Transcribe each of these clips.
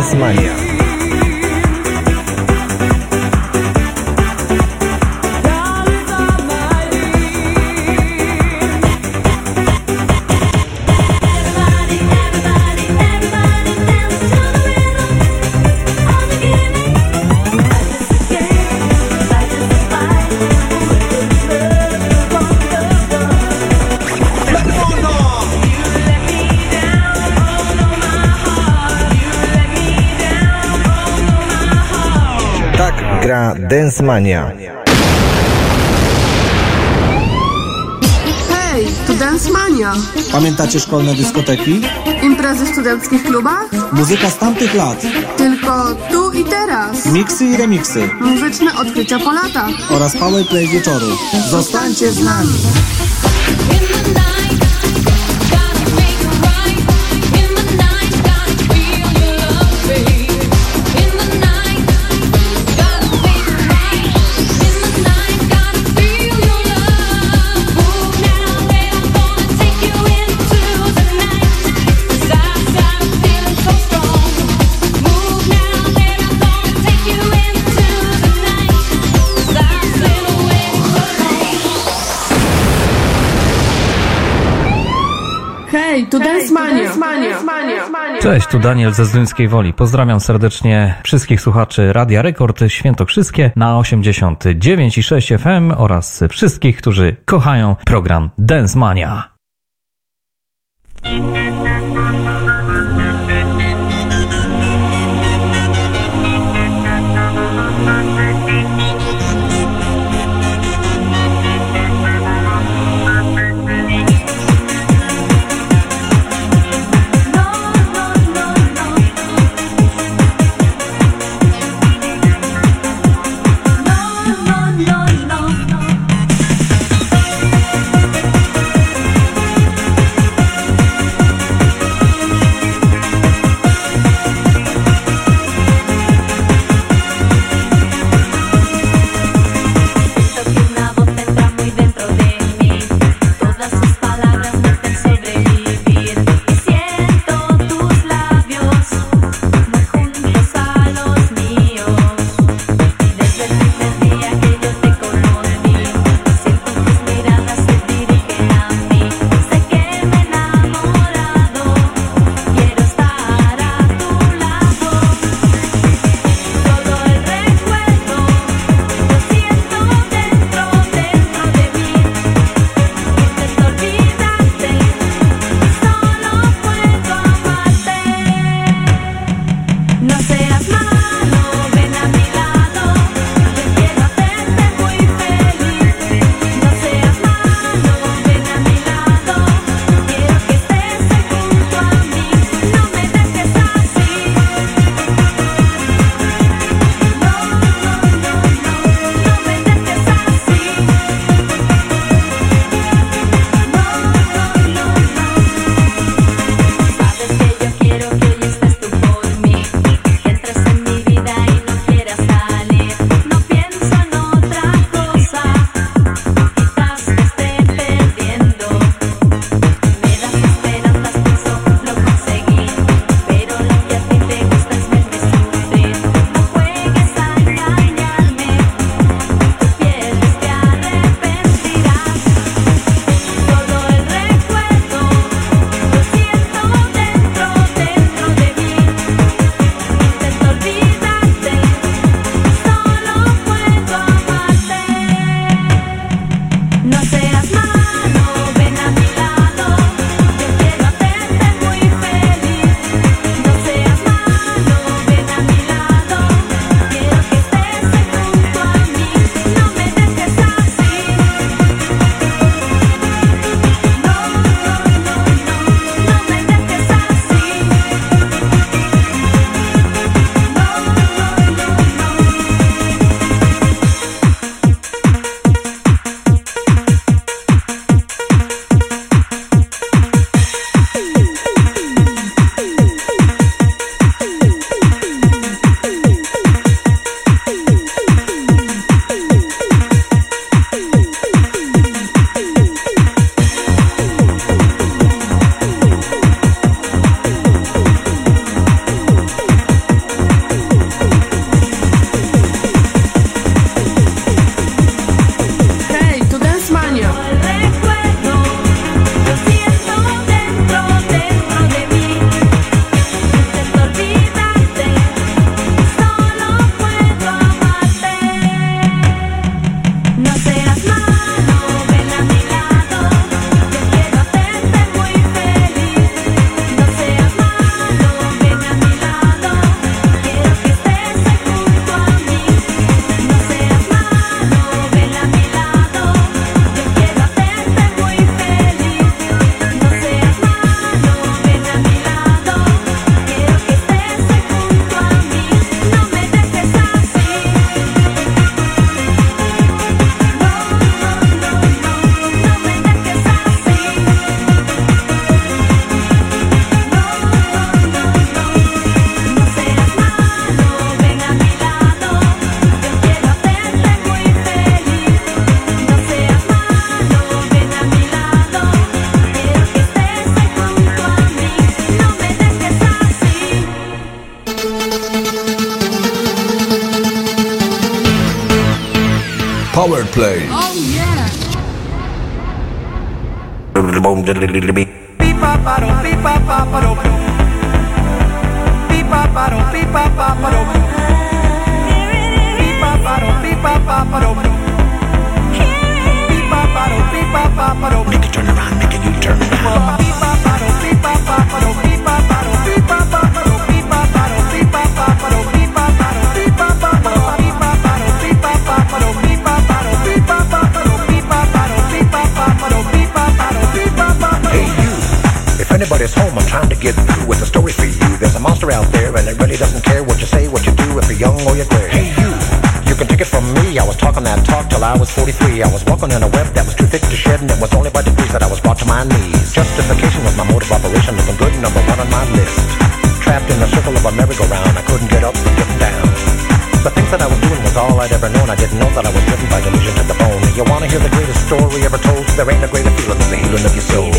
Dance Mania. Gra Dance Mania. Hej, to Dance Mania. Pamiętacie szkolne dyskoteki? Imprezy w studenckich klubach? Muzyka z tamtych lat. Tylko tu i teraz. Miksy i remiksy. Muzyczne odkrycia po latach. Oraz powerplay wieczoru. Zostańcie z nami. Hej, to Dance Mania. Cześć, tu Daniel ze Zduńskiej Woli. Pozdrawiam serdecznie wszystkich słuchaczy Radia Rekord Świętokrzyskie na 89,6 FM oraz wszystkich, którzy kochają program Dance Mania. Powerplay. Oh yeah! Make it turn around, make it U-turn now. Anybody's home, I'm trying to get through with a story for you. There's a monster out there and it really doesn't care what you say, what you do, if you're young or you're gray. Hey you can take it from me, I was talking that talk till I was 43. I was walking in a web that was too thick to shed, and it was only by degrees that I was brought to my knees. Justification was my mode of operation, looking good, number one on my list. Trapped in the circle of a merry-go-round, I couldn't get up or get down. The things that I was doing was all I'd ever known. I didn't know that I was driven by delusion to the bone. You wanna hear the greatest story ever told? There ain't a greater feeling than the healing of your soul.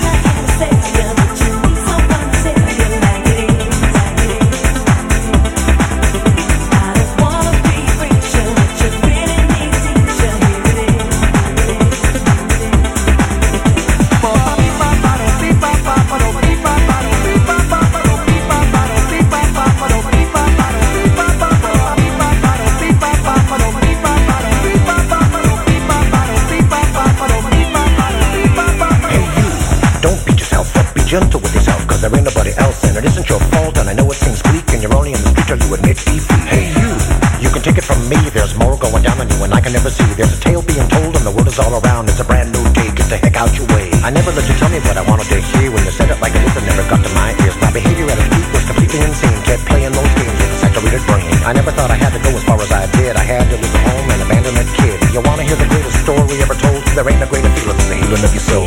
Gentle with yourself, cause there ain't nobody else, and it isn't your fault, and I know it seems bleak, and you're only in the street till you admit defeat. Hey you can take it from me, there's more going down on you and I can never see. There's a tale being told and the world is all around, it's a brand new day, get the heck out your way. I never let you tell me what I wanted to hear, when you said it like it was, it never got to my ears. My behavior at a street was completely insane, kept playing those games with a saturated brain. I never thought I had to go as far as I did, I had to lose a home and abandon a kid. You wanna hear the greatest story ever told? There ain't a greater feeling than the healing of your soul.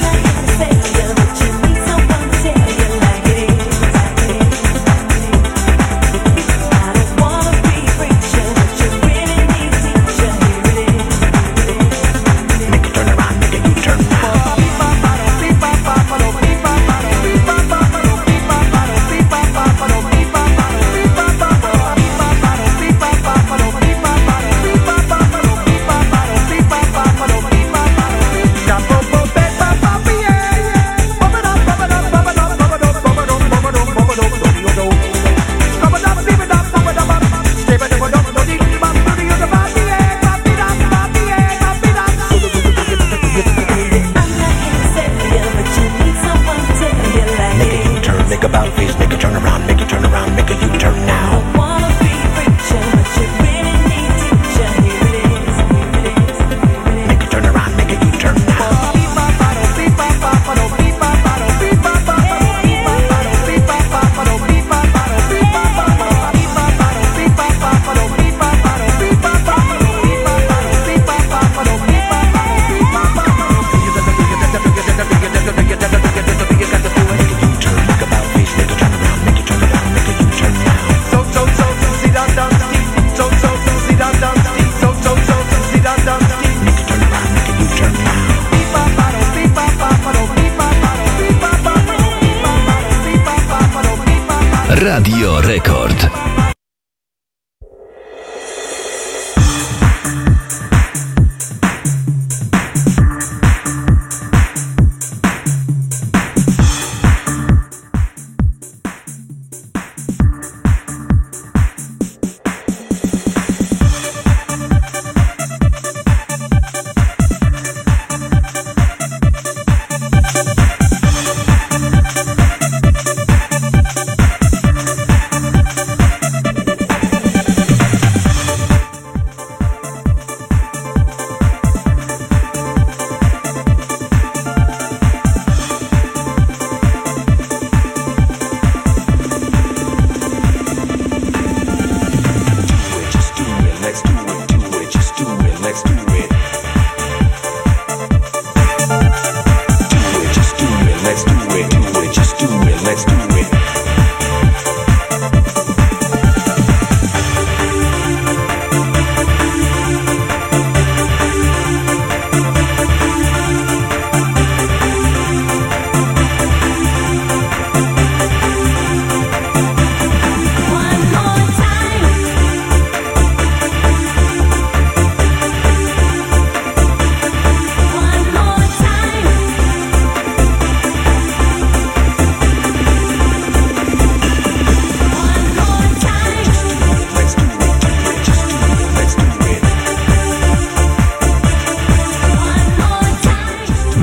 Radio Rekord.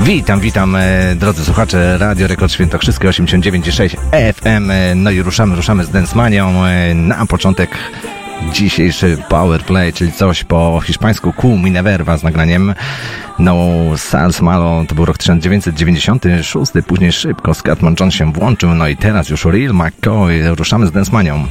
Witam, drodzy słuchacze Radio Rekord Świętokrzyskie 89,6 FM. No i ruszamy z Densmanią. Na początek dzisiejszy Powerplay, czyli coś po hiszpańsku Cool Me Never z nagraniem No Sals Malo. To był rok 1996, później szybko Scatman John się włączył, no i teraz już Real McCoy. Ruszamy z Densmanią.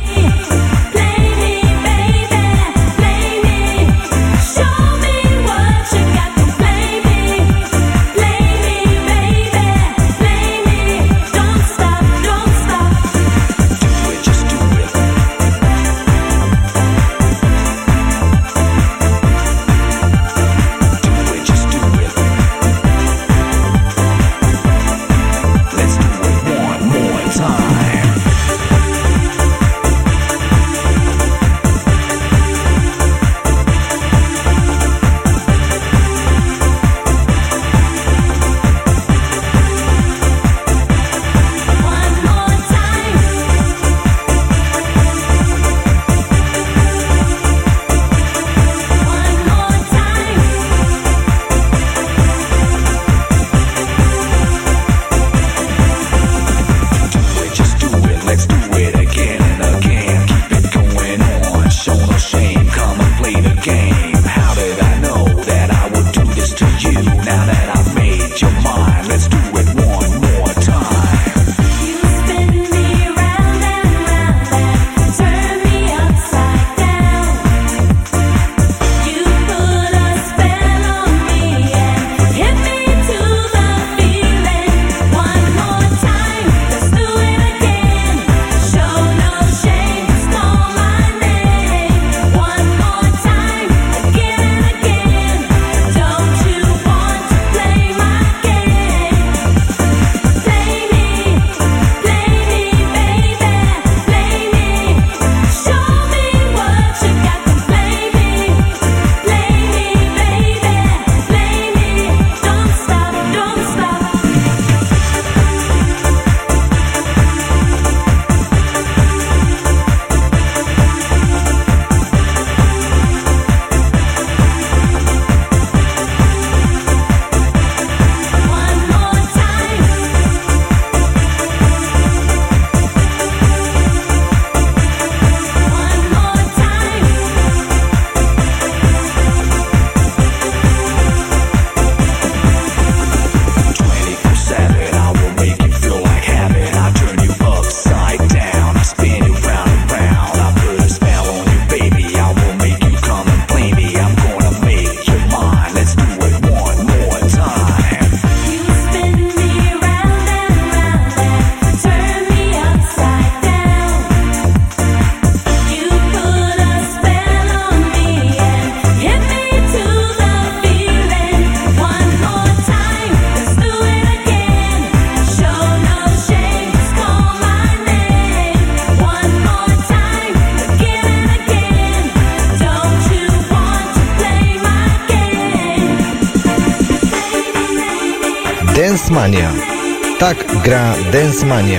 Densmania. Tak gra Densmania.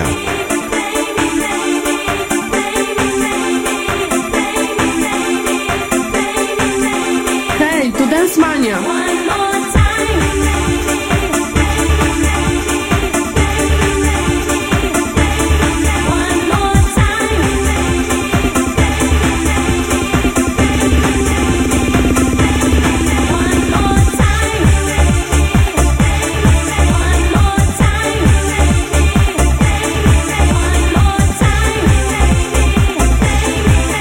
Hej, tu Densmania.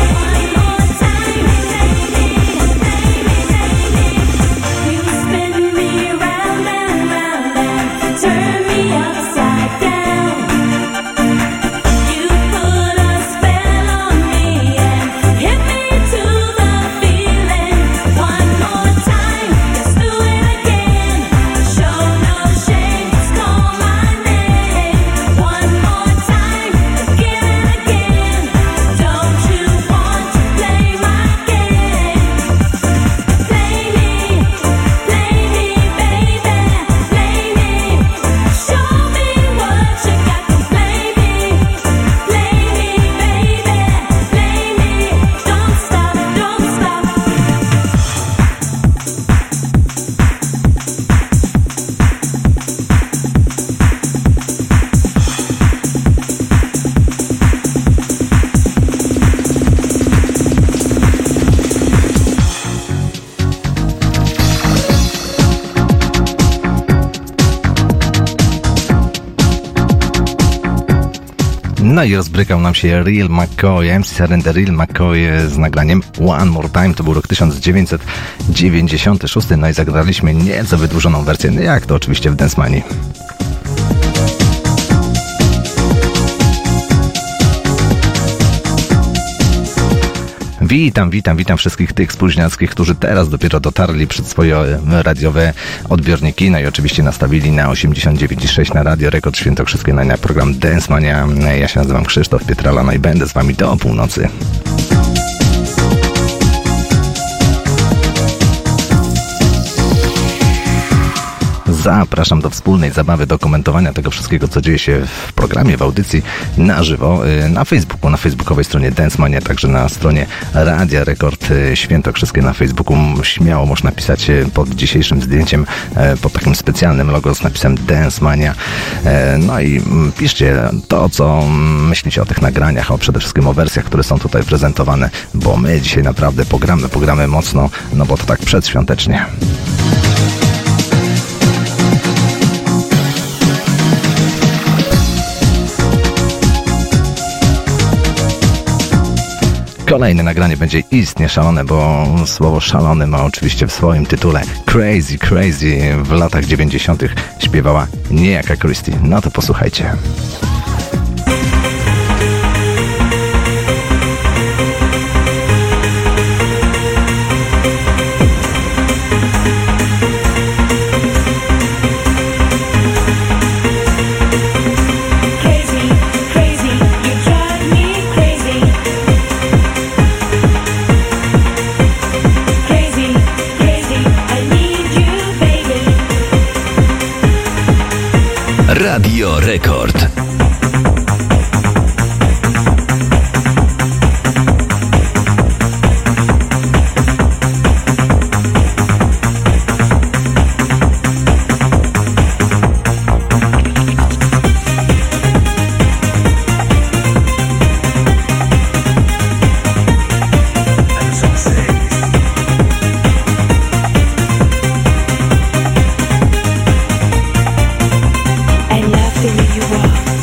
Spend No i rozbrykał nam się Real McCoy, MC Ren Real McCoy z nagraniem One More Time. To był rok 1996. No i zagraliśmy nieco wydłużoną wersję, no jak to oczywiście w Dance Manii. Witam wszystkich tych spóźniackich, którzy teraz dopiero dotarli przed swoje radiowe odbiorniki, no i oczywiście nastawili na 89,6 na Radio Rekord Świętokrzyskie, na program Dance Mania. Ja się nazywam Krzysztof Pietrala, no i będę z wami do północy. Zapraszam do wspólnej zabawy, do komentowania tego wszystkiego, co dzieje się w programie, w audycji na żywo, na Facebooku, na facebookowej stronie Dance Mania, także na stronie Radia Rekord Świętokrzyskie na Facebooku. Śmiało można pisać pod dzisiejszym zdjęciem, pod takim specjalnym logo z napisem Dance Mania. No i piszcie to, co myślicie o tych nagraniach, przede wszystkim o wersjach, które są tutaj prezentowane, bo my dzisiaj naprawdę pogramy mocno, no bo to tak przedświątecznie. Kolejne nagranie będzie istnie szalone, bo słowo szalony ma oczywiście w swoim tytule. Crazy, Crazy w latach 90. śpiewała niejaka Christy. No to posłuchajcie. Radio Rekord. I love the way you walk.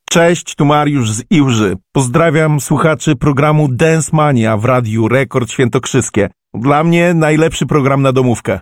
Cześć, tu Mariusz z Iłży. Pozdrawiam słuchaczy programu Dance Mania w Radiu Rekord Świętokrzyskie. Dla mnie najlepszy program na domówkę.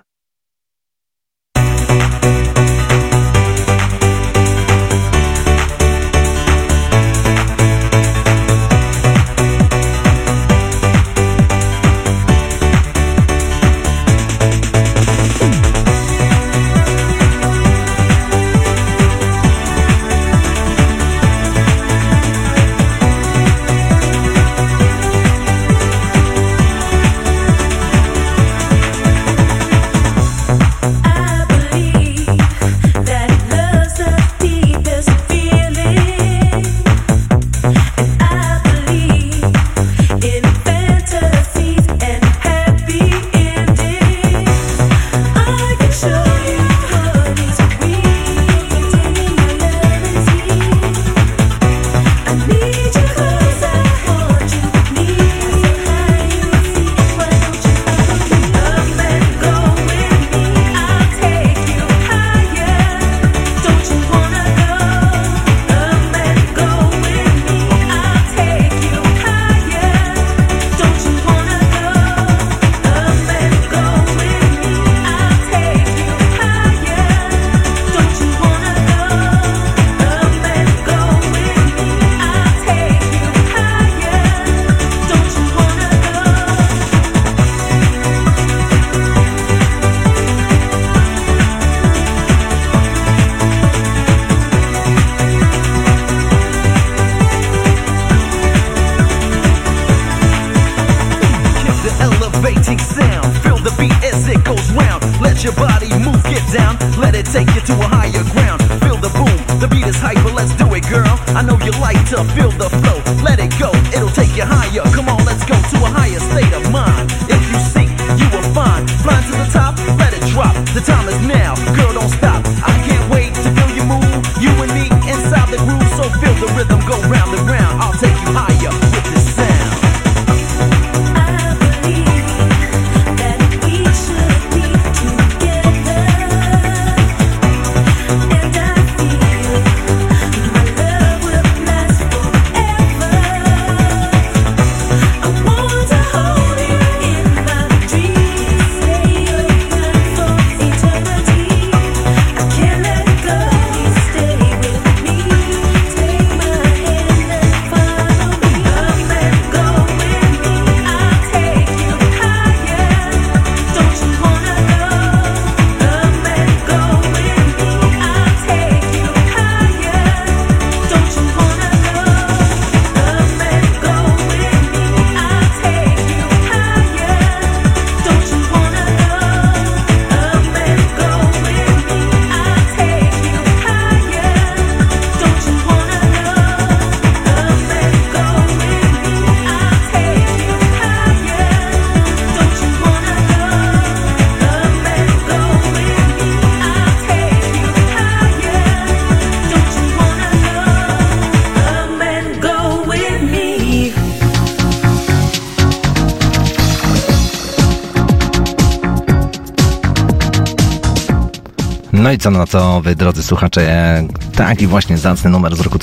No i co na to wy, drodzy słuchacze, taki właśnie zacny numer z roku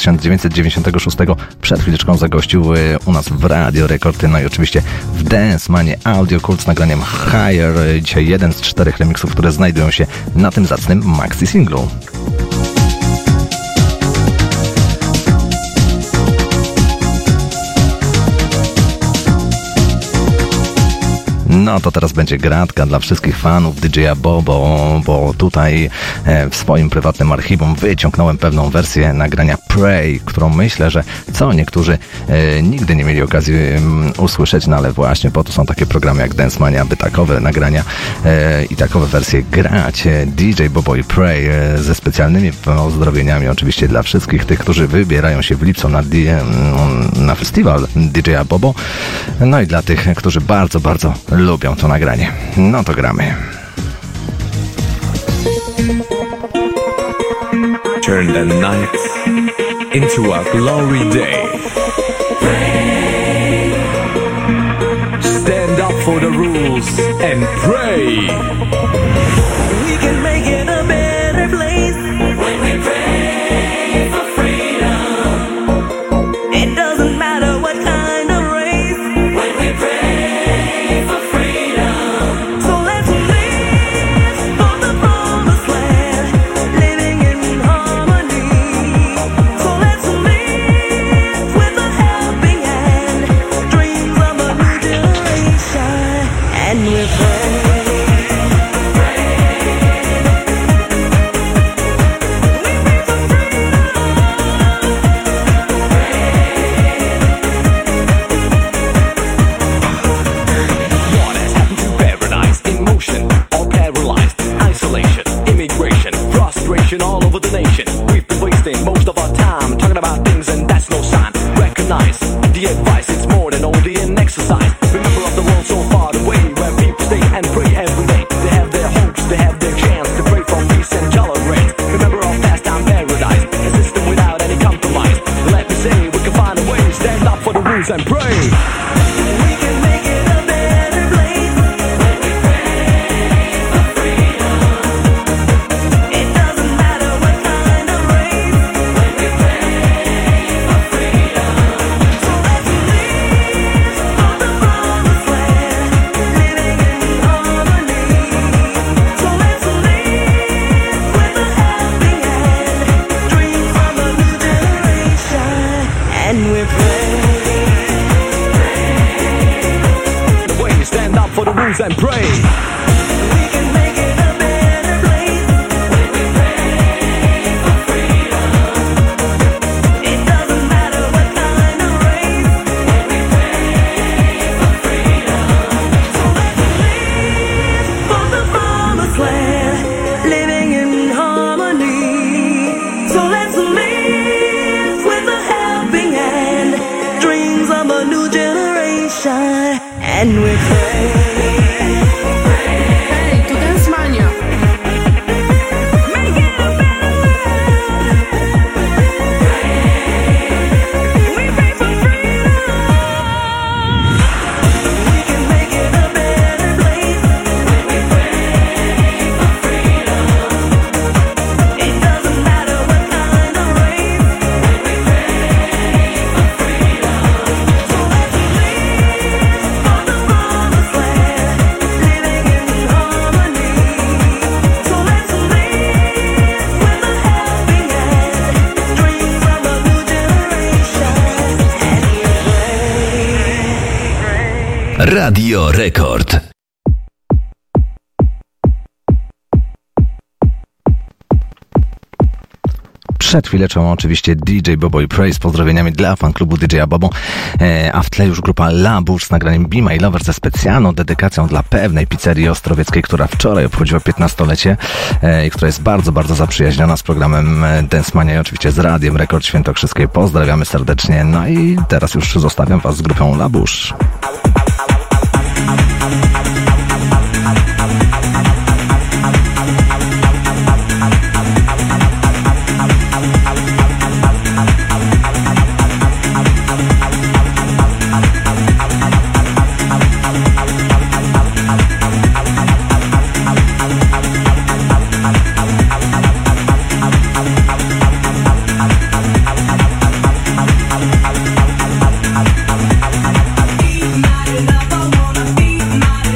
1996 przed chwileczką zagościł u nas w Radio Rekord, no i oczywiście w Dance Manie Audio Cult z nagraniem Higher. Dzisiaj jeden z 4 remixów, które znajdują się na tym zacnym maxi singlu. No to teraz będzie gratka dla wszystkich fanów DJ-a Bobo, bo tutaj w swoim prywatnym archiwum wyciągnąłem pewną wersję nagrania Pray, którą myślę, że co niektórzy nigdy nie mieli okazji usłyszeć, no ale właśnie po to są takie programy jak Dance Mania, by takowe nagrania i takowe wersje grać. DJ Bobo i Pray ze specjalnymi pozdrowieniami oczywiście dla wszystkich tych, którzy wybierają się w lipcu na festiwal DJ-a Bobo, no i dla tych, którzy bardzo, bardzo lubią to nagranie. No to gramy. Turn the night into a glory day. Stand up for the rules and pray. We can make it a better place when we pray for freedom. sport and OD and exercise. Remember of the world so far away, where people stay and pray every day. They have their hopes, they have their chance to pray for peace and tolerance. Remember our pastime paradise, a system without any compromise. Let me say, we can find a way, stand up for the rules and pray. We can make it a better place when we pray for freedom. It doesn't matter what kind of race when we pray for freedom. So let's live for the promised land, living in harmony. So let's live with a helping hand, dream from a new generation, and we pray. Stand up for the rules and pray. We can make it a better place when we pray for freedom. It doesn't matter what kind of race when we pray for freedom. So let's live for the promised land, living in harmony. So let's live with a helping hand, dreams of a new generation. And we pray. Hey, to Dance Mania. Make it a better world. We pray for freedom. We can make it a better place when we pray for freedom. It doesn't matter what kind of race when we pray for freedom. So let's live for the promised land, living in harmony. So let's live with a helping hand, dreams of a new generation, and we pray. Radio Rekord. Przed chwileczką oczywiście DJ Bobo i Pray z pozdrowieniami dla fanklubu DJ-a Bobo, a w tle już grupa Labusz z nagraniem Be My Lover ze specjalną dedykacją dla pewnej pizzerii ostrowieckiej, która wczoraj obchodziła 15-lecie i która jest bardzo, bardzo zaprzyjaźniona z programem Dance Mania i oczywiście z Radiem Rekord Świętokrzyskie. Pozdrawiamy serdecznie, no i teraz już zostawiam was z grupą Labusz. I wanna be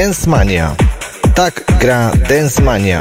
Dance Mania. Tak gra Dance Mania.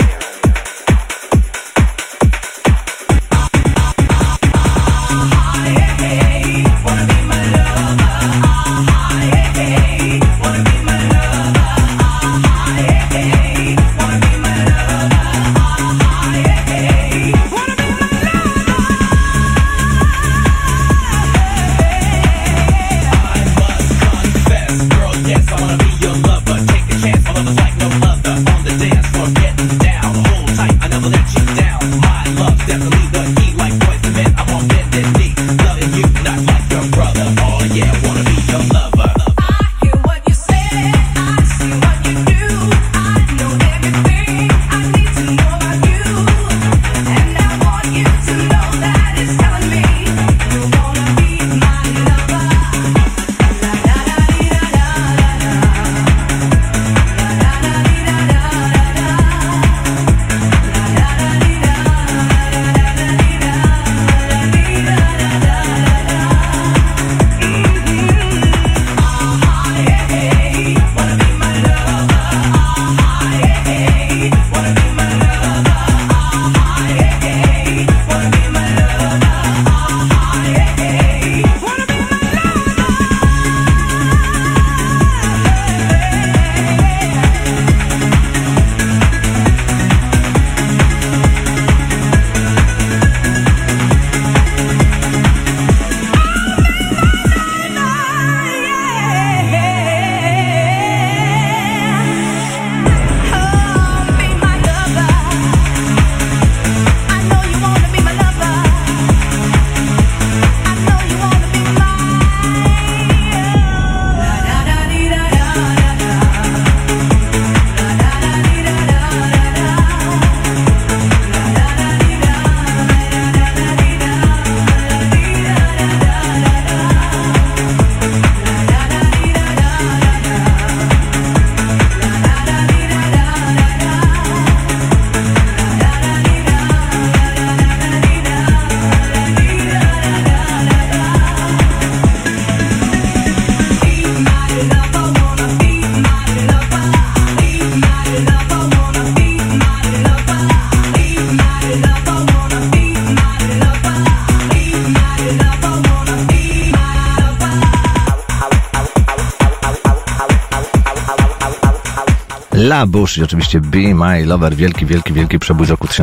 La Bush i oczywiście Be My Lover, wielki przebój z roku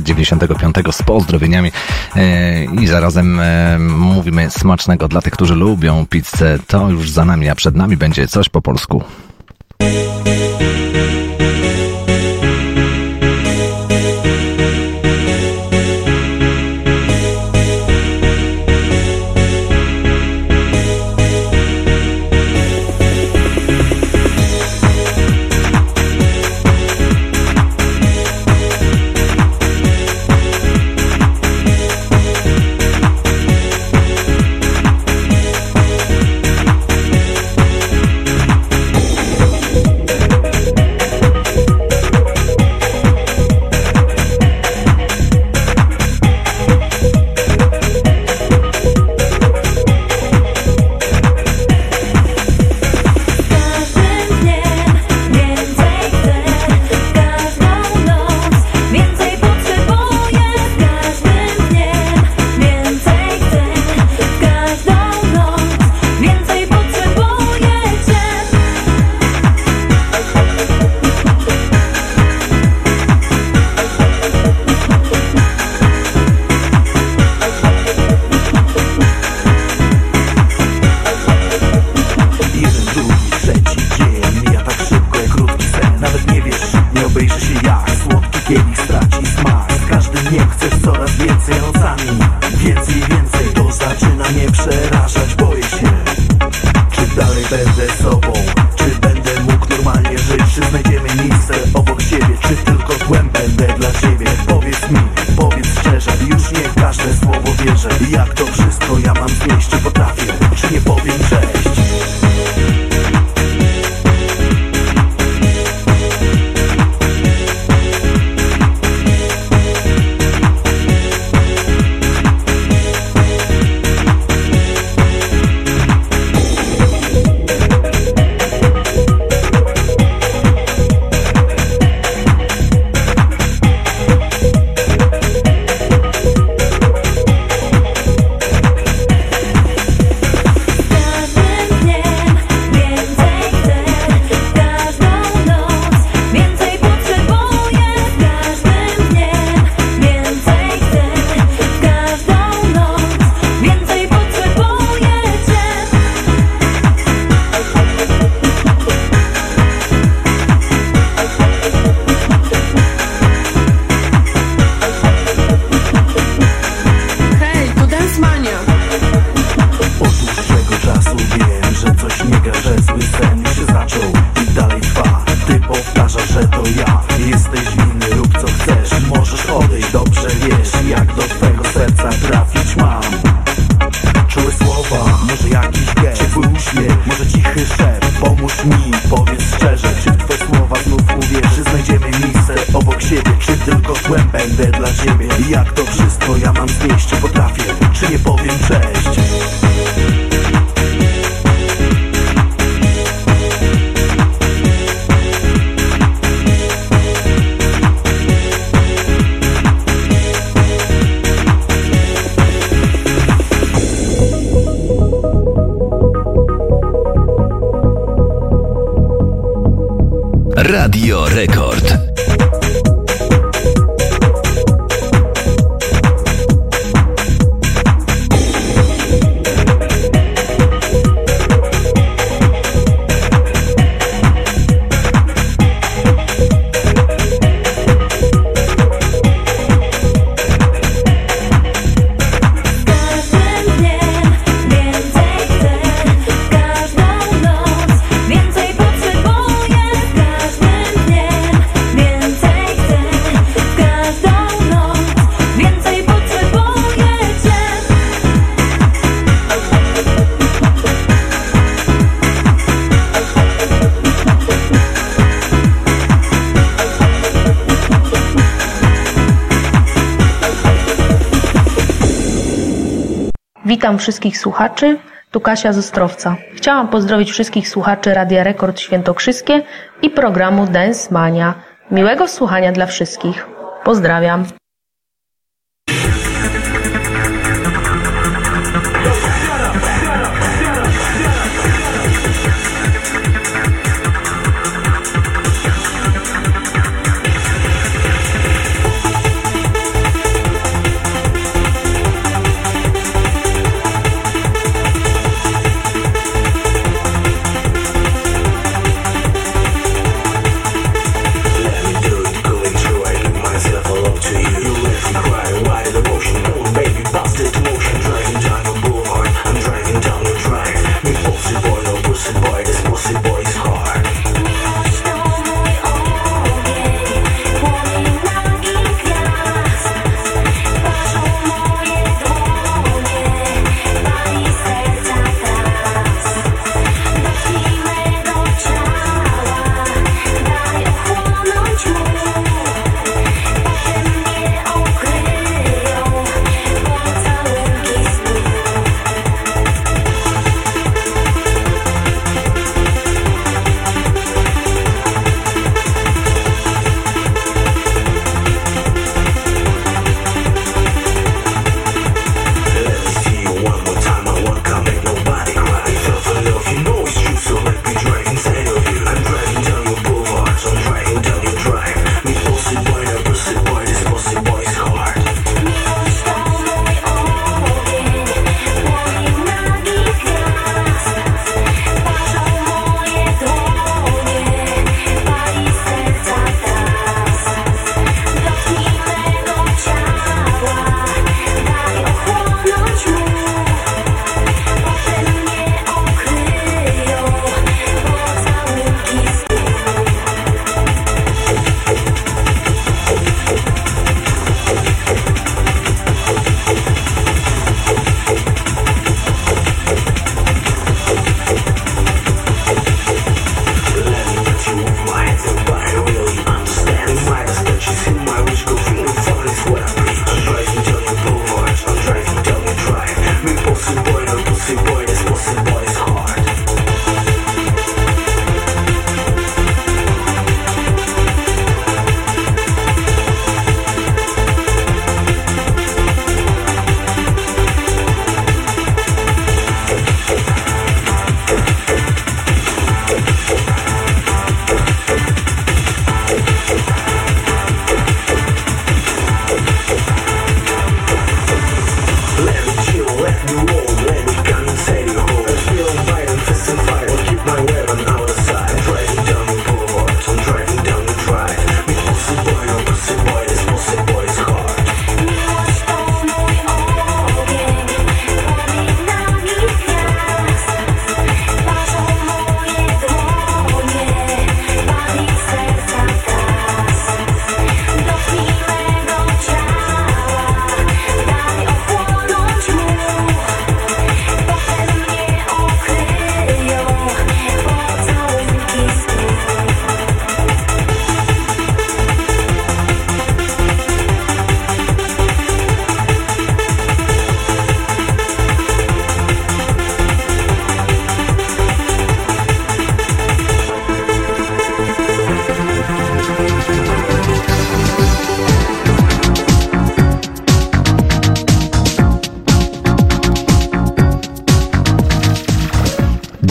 1995 z pozdrowieniami i zarazem mówimy smacznego dla tych, którzy lubią pizzę. To już za nami, a przed nami będzie coś po polsku. mowa, może jakiś gest, ciepły uśmiech, może cichy szept. Pomóż mi, powiedz szczerze, czy w twoje słowa znów uwierzy? Znajdziemy miejsce obok siebie, czy tylko tłem będę dla ciebie? I jak to wszystko ja mam znieść, czy potrafię, czy nie powiem cześć? Radio Rekord. Witam wszystkich słuchaczy, tu Kasia z Ostrowca. Chciałam pozdrowić wszystkich słuchaczy Radia Rekord Świętokrzyskie i programu Dance Mania. Miłego słuchania dla wszystkich. Pozdrawiam. To you.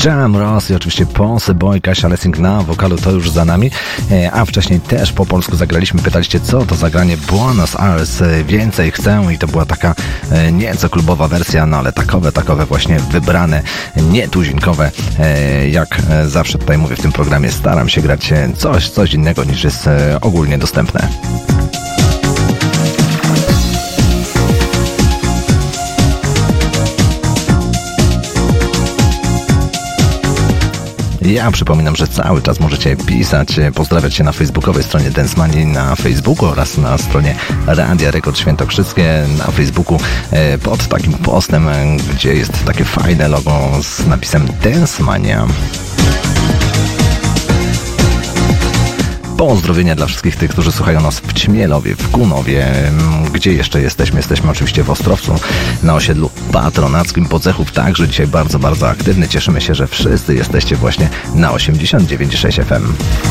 Jam Ross i oczywiście Ponce Boy, Kasia Lessing na wokalu, to już za nami, a wcześniej też po polsku zagraliśmy, pytaliście co to zagranie Buenos Aires, więcej chcę i to była taka nieco klubowa wersja, no ale takowe właśnie wybrane, nietuzinkowe, jak zawsze tutaj mówię w tym programie, staram się grać coś innego niż jest ogólnie dostępne. Ja przypominam, że cały czas możecie pisać, pozdrawiać się na facebookowej stronie Dance Manii na Facebooku oraz na stronie Radia Rekord Świętokrzyskie na Facebooku pod takim postem, gdzie jest takie fajne logo z napisem Dance Mania. Pozdrowienia dla wszystkich tych, którzy słuchają nas w Ćmielowie, w Kunowie. Gdzie jeszcze jesteśmy? Jesteśmy oczywiście w Ostrowcu, na osiedlu patronackim Podzechów. Także dzisiaj bardzo, bardzo aktywny. Cieszymy się, że wszyscy jesteście właśnie na 89,6 FM.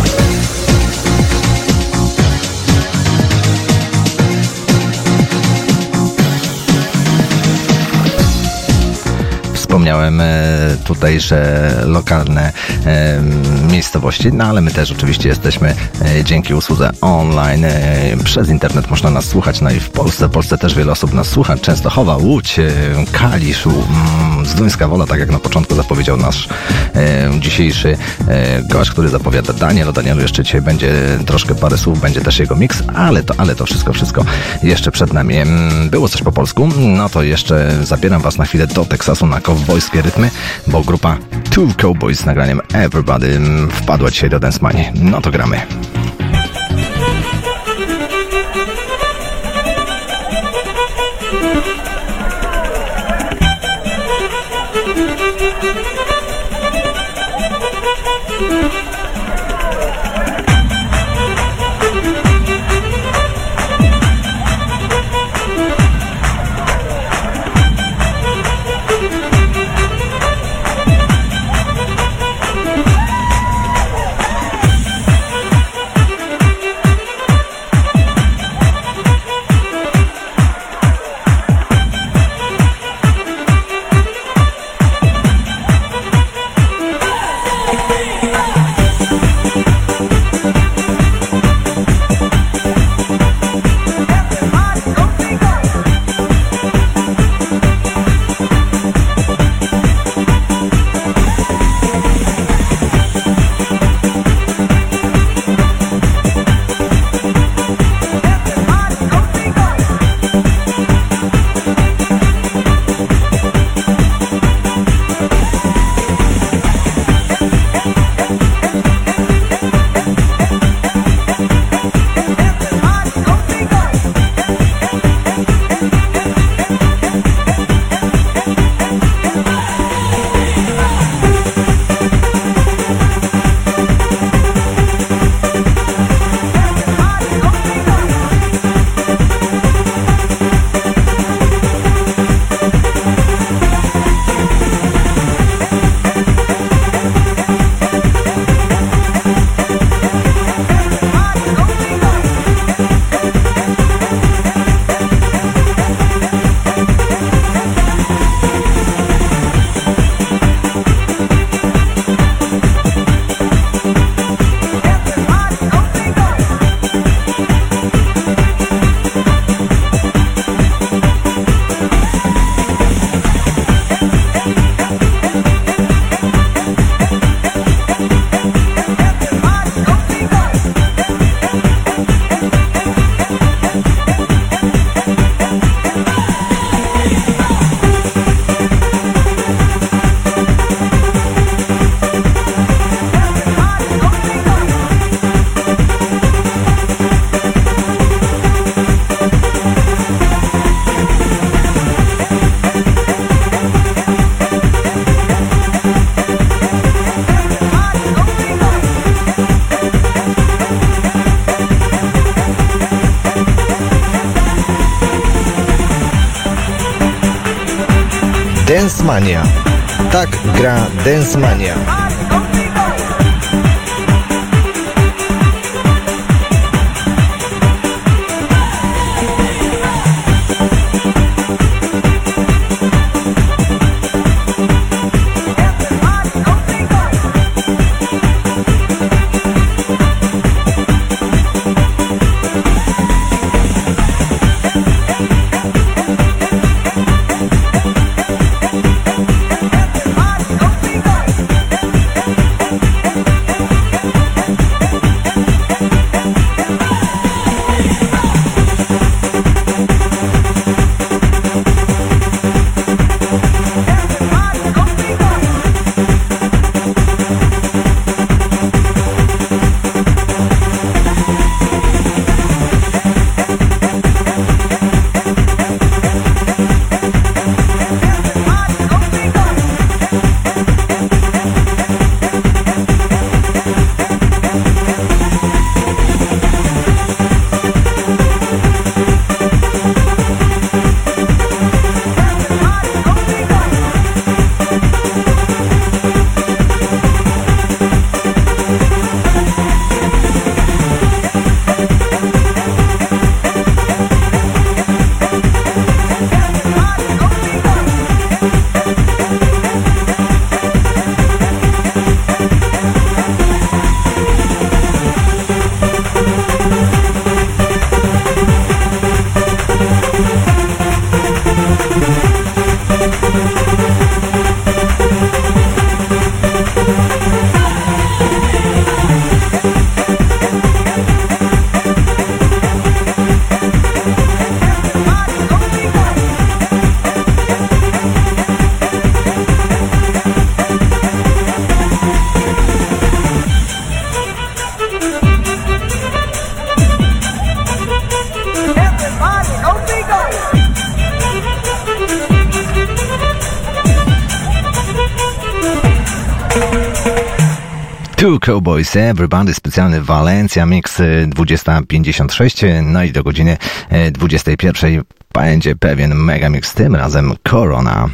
Wspomniałem tutaj, że lokalne miejscowości, no ale my też oczywiście jesteśmy dzięki usłudze online. Przez internet można nas słuchać, no i w Polsce też wiele osób nas słucha. Częstochowa, Łódź, Kalisz, Zduńska Wola, tak jak na początku zapowiedział nasz dzisiejszy gość, który zapowiada Daniel. O Danielu jeszcze dzisiaj będzie troszkę parę słów, będzie też jego miks, ale to wszystko jeszcze przed nami. Było coś po polsku, no to jeszcze zabieram was na chwilę do Teksasu na kowbojskie rytmy, bo grupa Two Cowboys z nagraniem Everybody wpadła dzisiaj do Dance Manii. No to gramy. Dance Mania. Tak gra Dance Mania. Two Cowboys, Everybody, specjalny Walencja Mix 20:56, no i do godziny 21 będzie pewien megamix, tym razem Corona.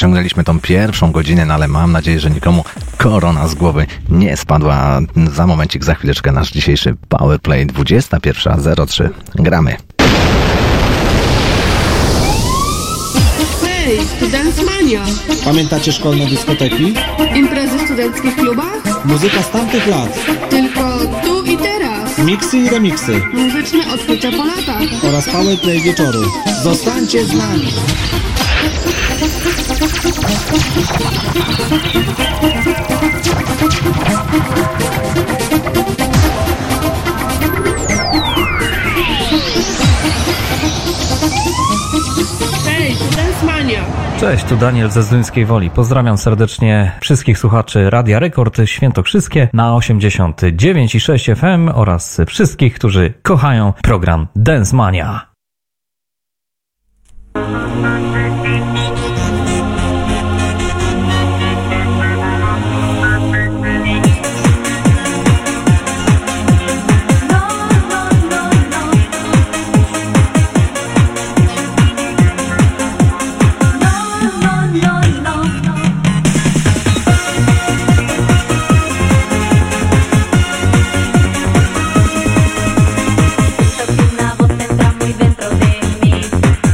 przeciągnęliśmy tą pierwszą godzinę, no ale mam nadzieję, że nikomu korona z głowy nie spadła. Za momencik, za chwileczkę nasz dzisiejszy Powerplay 21:03. Gramy. Hej, to Dance Mania. Pamiętacie szkolne dyskoteki? Imprezy w studenckich klubach? Muzyka z tamtych lat. Tylko tu i teraz. Miksy i remiksy. Muzyczne odkrycia po latach. Oraz Powerplay wieczoru. Zostańcie z nami. Hej, to Dance Mania. Cześć, tu Daniel ze Zduńskiej Woli. Pozdrawiam serdecznie wszystkich słuchaczy Radia Rekord Świętokrzyskie na 89,6 FM oraz wszystkich, którzy kochają program Dance Mania. Una voz entra muy dentro de mí.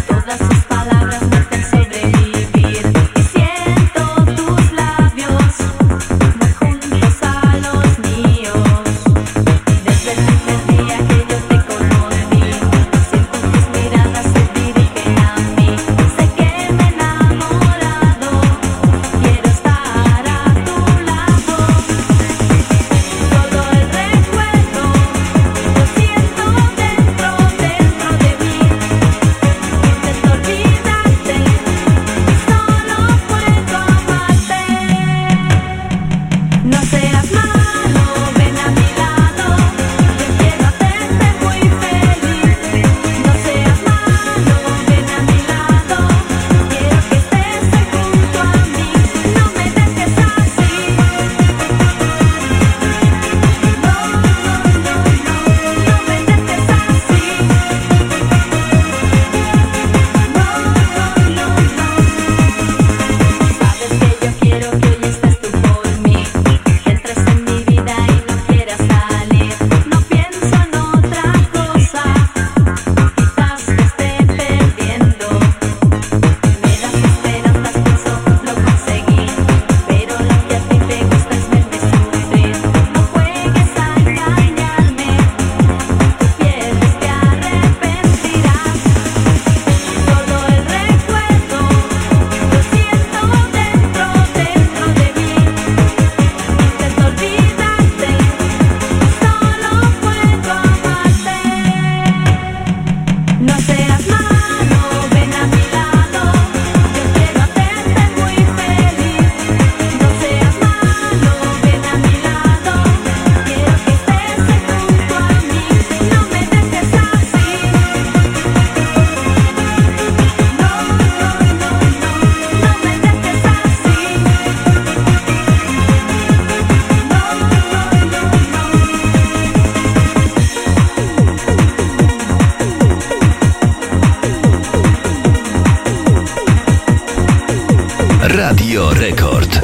Radio Rekord.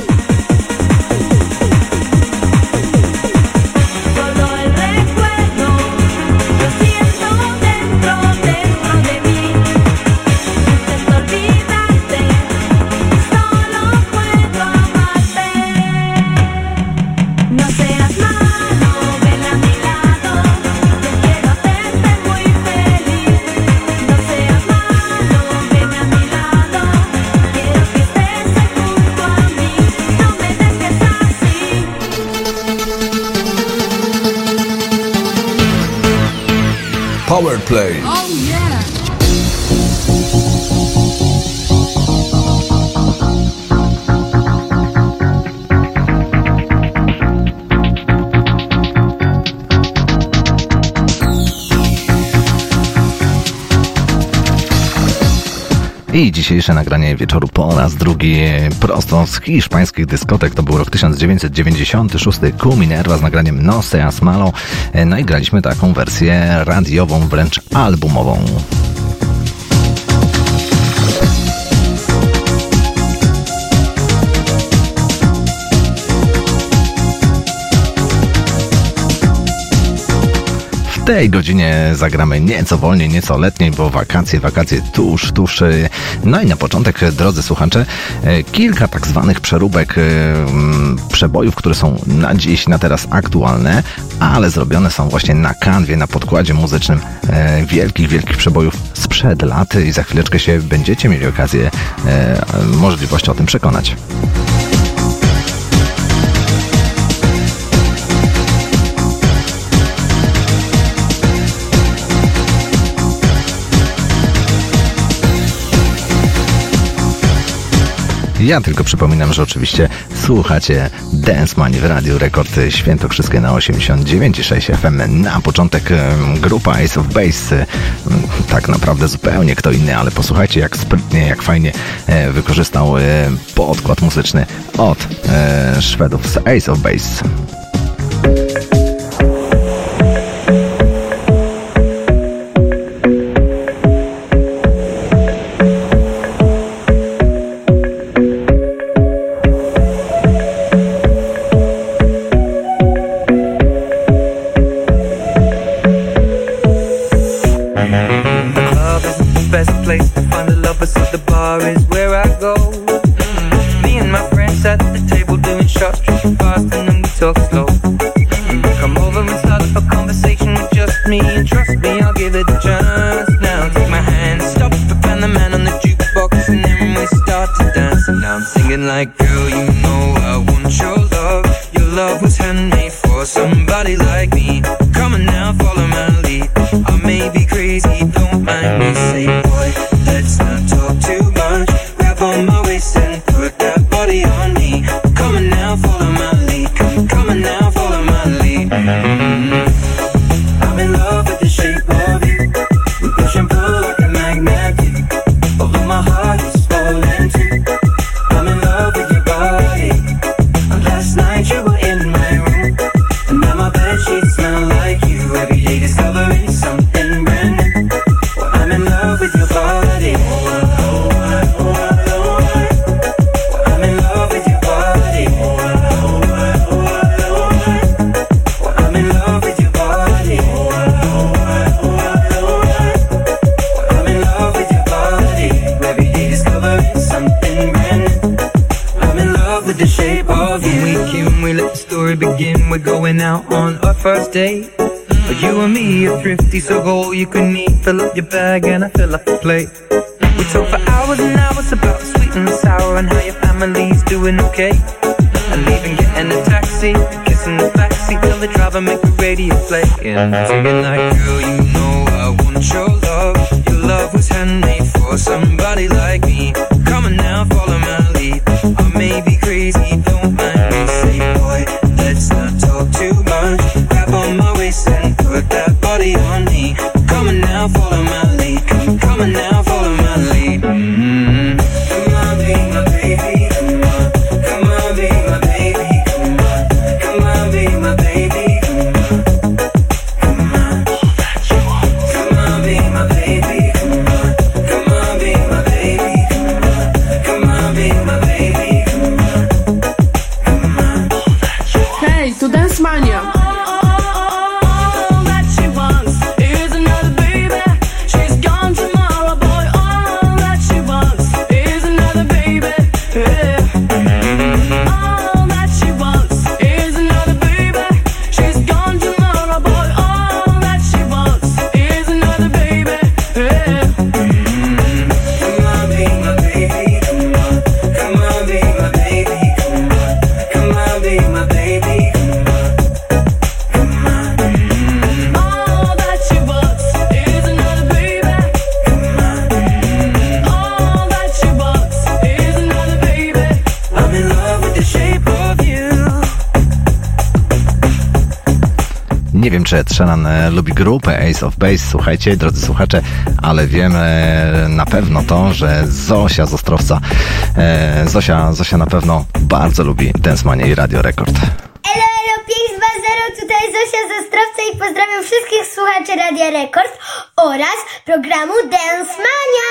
Powerplay. Oh yeah! I dzisiejsze nagranie wieczoru po raz drugi prosto z hiszpańskich dyskotek. To był rok 1996. Ku Minerva z nagraniem No Seas Malo. No i graliśmy taką wersję radiową, wręcz albumową. W tej godzinie zagramy nieco wolniej, nieco letniej, bo wakacje tuż. No i na początek, drodzy słuchacze, kilka tak zwanych przeróbek przebojów, które są na dziś, na teraz aktualne, ale zrobione są właśnie na kanwie, na podkładzie muzycznym wielkich przebojów sprzed lat i za chwileczkę się będziecie mieli okazję, możliwość o tym przekonać. Ja tylko przypominam, że oczywiście słuchacie Dance Manii w Radiu Rekord Świętokrzyskie na 89,6 FM. Na początek grupa Ace of Base, tak naprawdę zupełnie kto inny, ale posłuchajcie jak sprytnie, jak fajnie wykorzystał podkład muzyczny od Szwedów z Ace of Base. Like, girl, you know I want your love. Your love was handmade for somebody like me. Come on now, follow my lead. I may be crazy, don't mind me. Say, boy, let's not talk too much. Grab on my waist and put that body on me. Come on now, follow my lead. Come on now, follow my lead. I'm in love with the shape of you. We push and pull like a magnet do. Although my heart is falling too. I'm in love with your body. And last night you were in my room, and now my bedsheets smell like you. Every day discovering something brand new. Well, I'm in love with your body. Well, I'm in love with your body. Well, I'm in love with your body. I'm in love with your body. Every day discovering something brand new. With the shape of you. We let the story begin. We're going out on our first date. But you and me are thrifty, so go all you can eat. Fill up your bag and I fill up the plate. We talk for hours and hours about the sweet and the sour and how your family's doing okay. And leaving, getting a taxi, kissing the backseat, tell the driver make the radio play. And singing like, girl, you know I want your love. Your love was handmade for somebody like me. Come on now, follow my lead. I may be crazy, don't mind me. Say, boy, let's not talk too much. Grab on my waist and put that body on me. Come on now, follow my lead. Come on now, follow my lead. Mm-hmm. Come on, be my baby. Come on, come on, be my baby. Come on, come on, be my baby. Come on, come on. Come on, be my baby. Come on, come on, be my baby. Come on, come on, be my baby. Come on, come on. Hej, tu Dance Mania. Nie wiem, czy Ed Sheeran lubi grupę Ace of Base. Słuchajcie, drodzy słuchacze, ale wiem na pewno to, że Zosia z Ostrowca, Zosia na pewno bardzo lubi Dance Mania i Radio Rekord. Elo, 520, tutaj Zosia z Ostrowca i pozdrawiam wszystkich słuchaczy Radia Rekord oraz programu Dance Mania.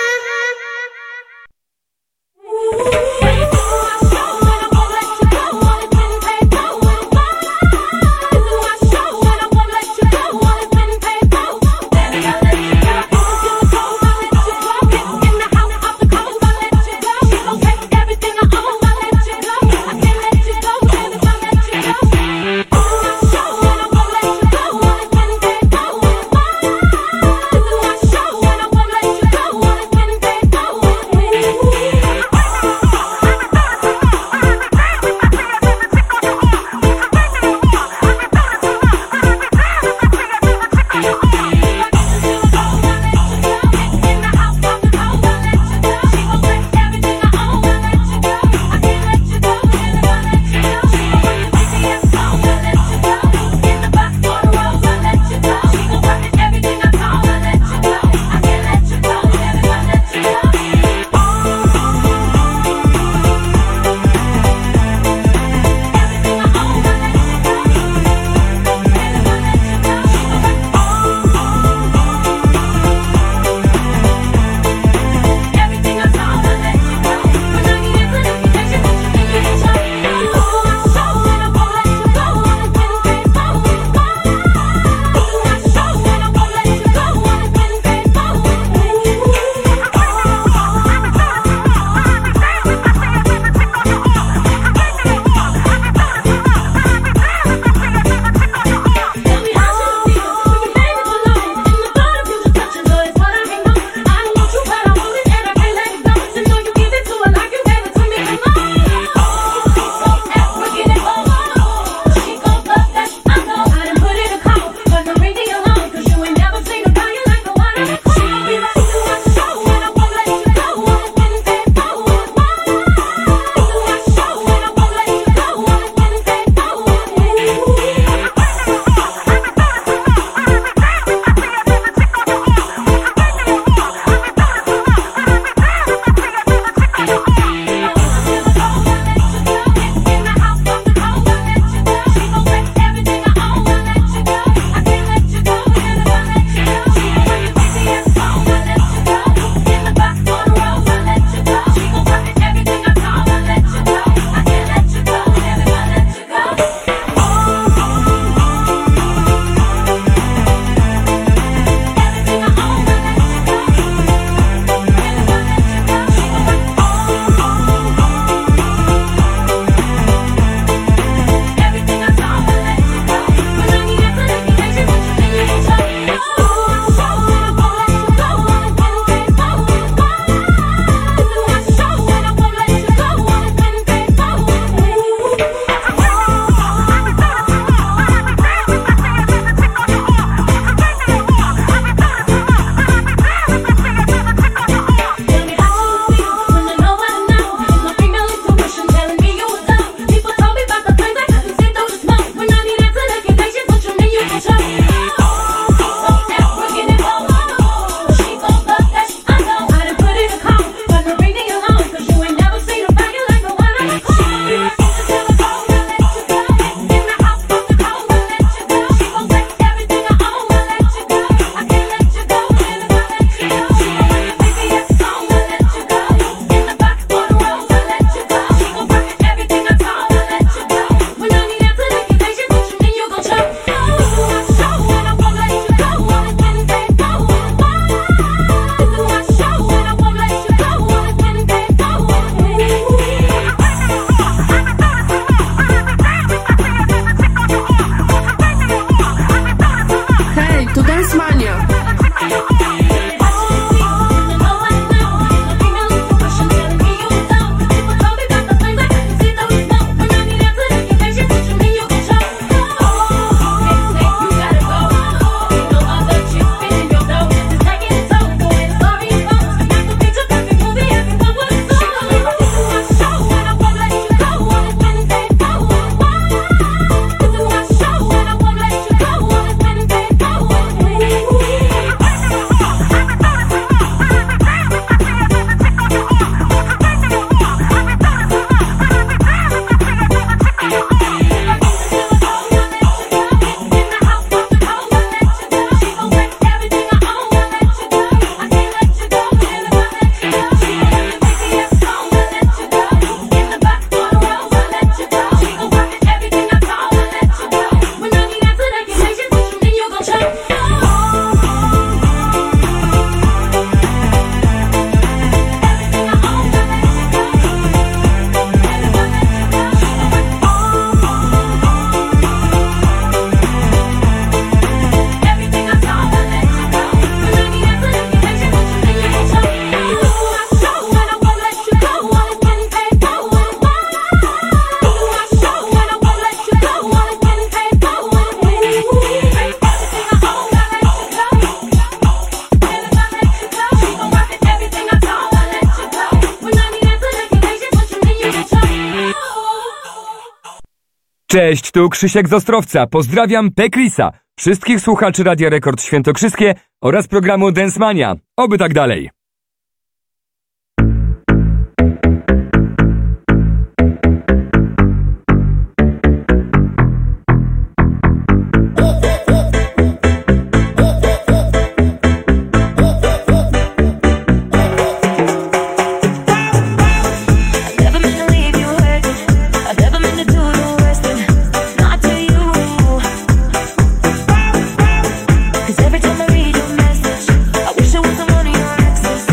Cześć, tu Krzysiek z Ostrowca. Pozdrawiam Pekrisa, wszystkich słuchaczy Radia Rekord Świętokrzyskie oraz programu Dance Mania. Oby tak dalej. Every time I read your message, I wish I was someone in your access.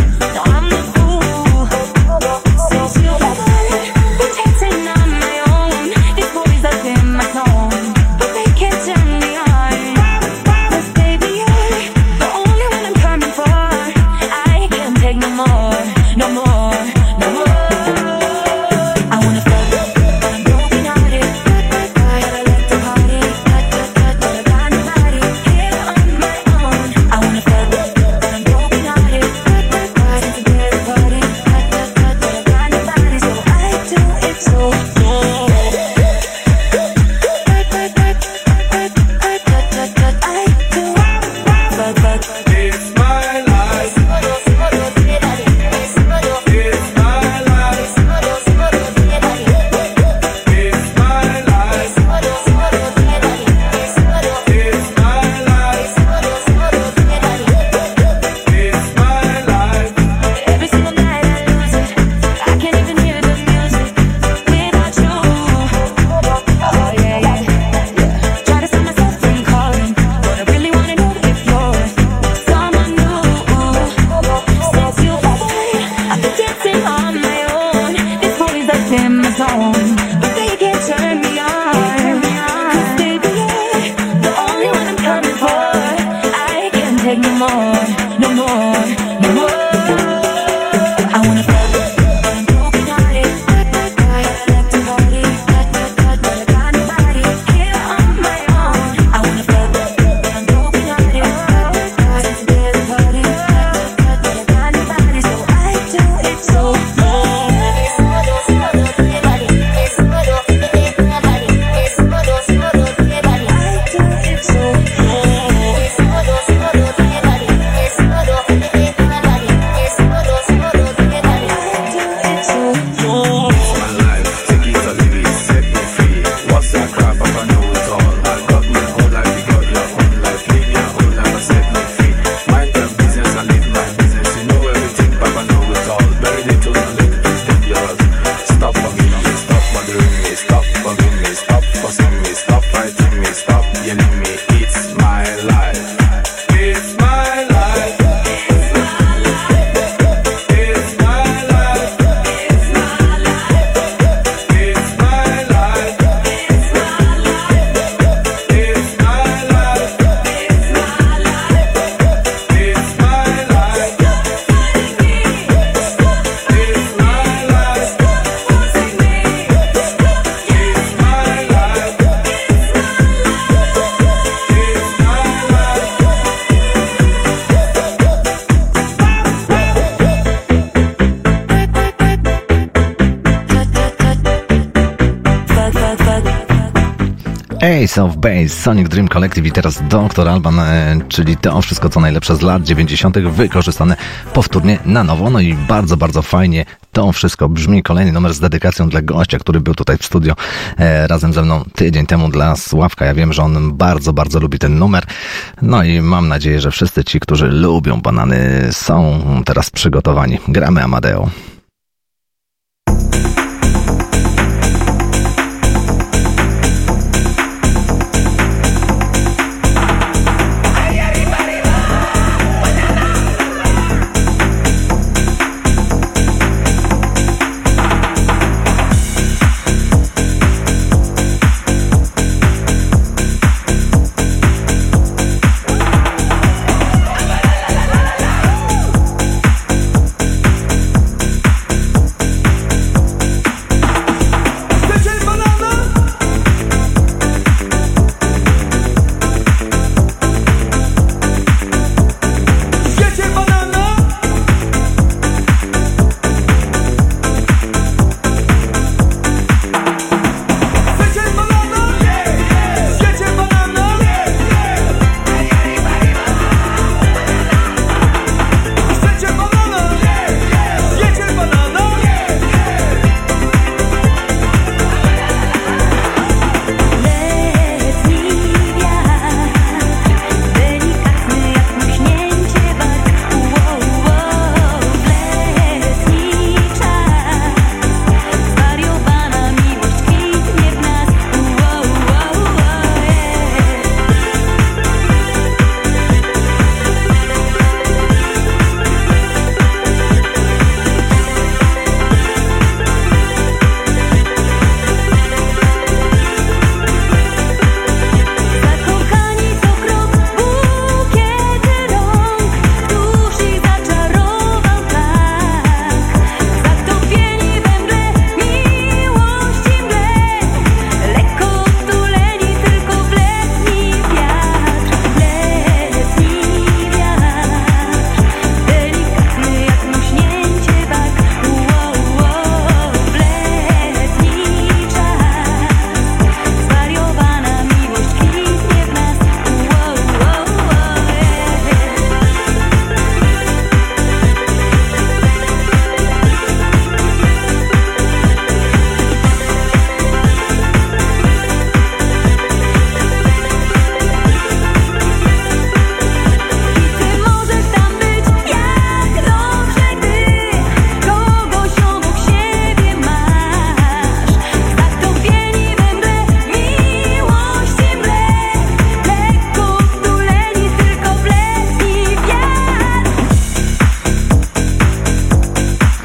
Ace of Base, Sonic Dream Collective i teraz Dr. Alban, czyli to wszystko co najlepsze z lat 90. wykorzystane powtórnie na nowo. No i bardzo, bardzo fajnie to wszystko brzmi. Kolejny numer z dedykacją dla gościa, który był tutaj w studio razem ze mną tydzień temu, dla Sławka. Ja wiem, że on bardzo, bardzo lubi ten numer. No i mam nadzieję, że wszyscy ci, którzy lubią banany, są teraz przygotowani. Gramy Amadeo.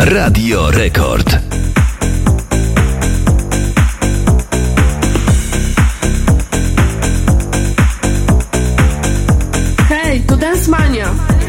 Radio Rekord. Hej, to Dance Mania.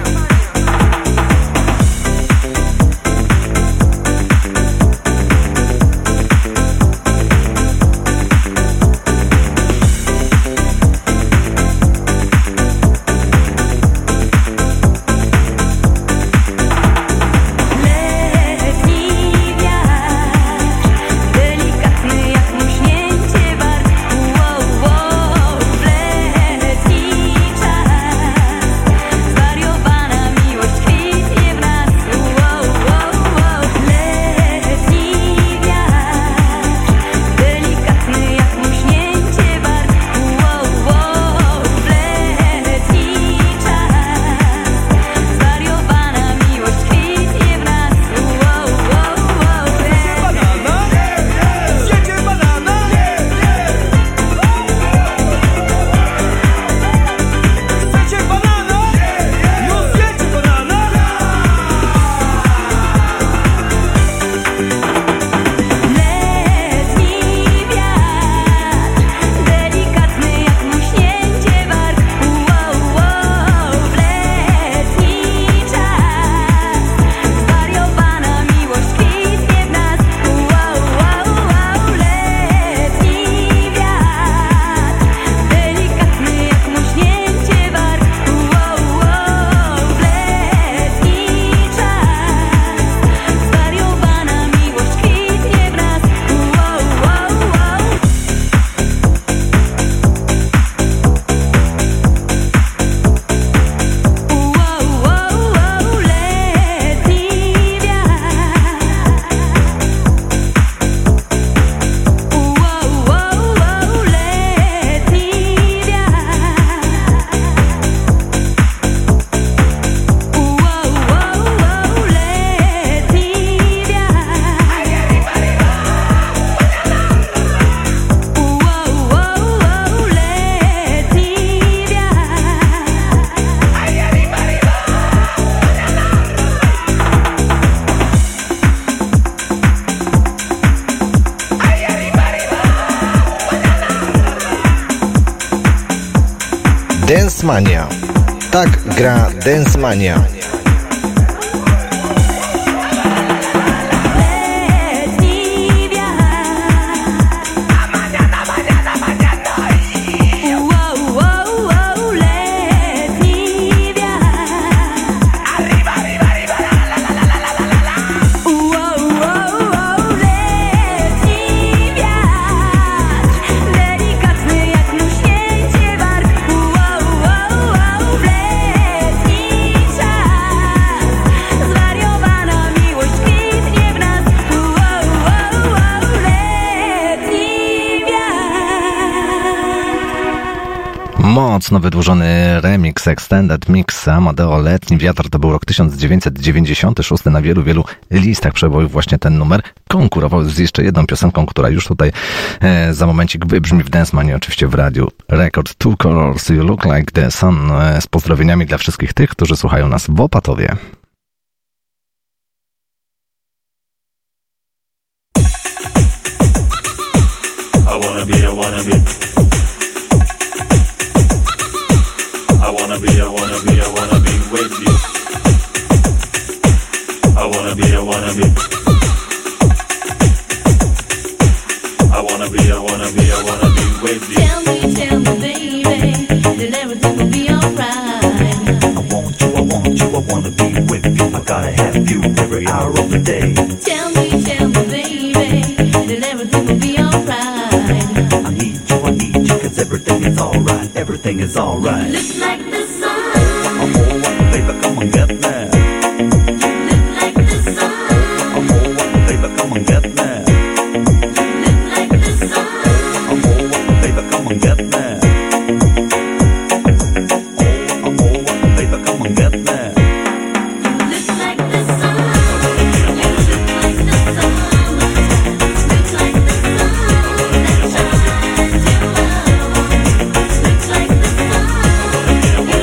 Dance Mania. Tak gra Dance Mania. Mocno wydłużony remix, extended mix Amadeo Letni Wiatr, to był rok 1996, na wielu listach przebojów właśnie ten numer konkurował z jeszcze jedną piosenką, która już tutaj za momencik wybrzmi w Dance Mania, oczywiście w radiu Rekord. Two Colors, You Look Like the Sun, z pozdrowieniami dla wszystkich tych, którzy słuchają nas w Opatowie. I wanna be with you. I wanna be with you. Tell me, baby, that everything will be alright. I want you, I wanna be with you. I gotta have you every hour of the day. Tell me, baby, that everything will be alright. I need you, 'cause everything is alright, everything is alright. Look like the sun. Oh, baby, come on, get me. Look like the sun. Oh, baby, come on, get me. Look like the sun. Oh, baby, come on, get me. Oh, baby, come on, get me. Look like the sun. You look like the sun. Look like the sun that shines your love. Look like the sun.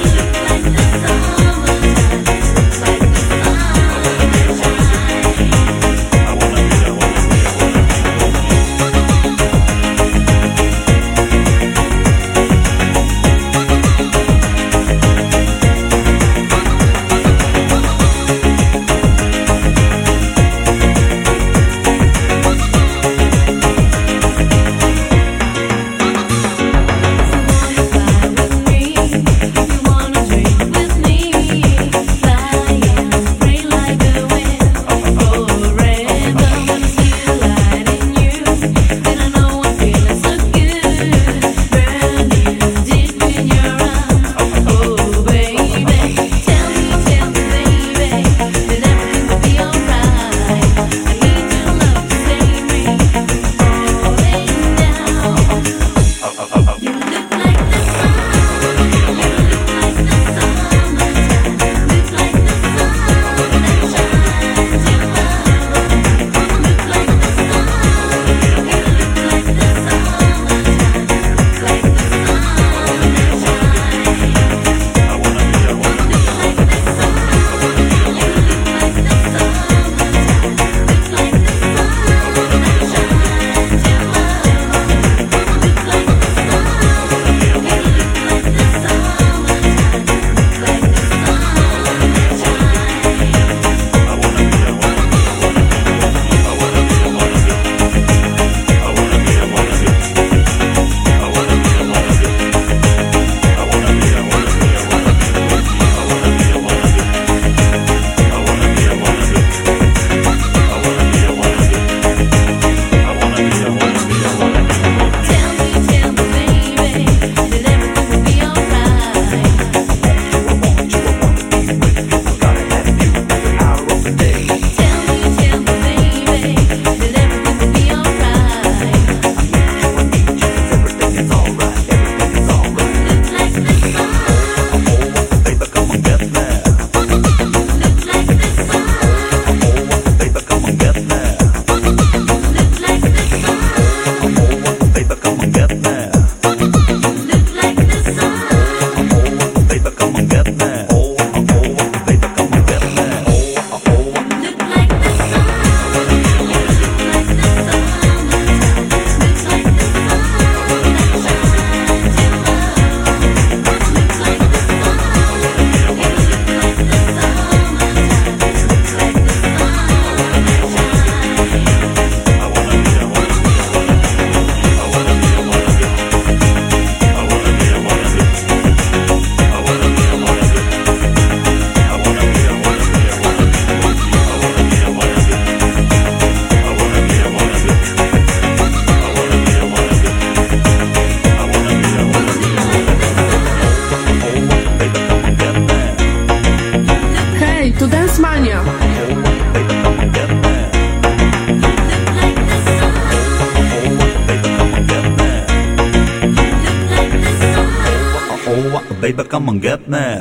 baby, come on, get me.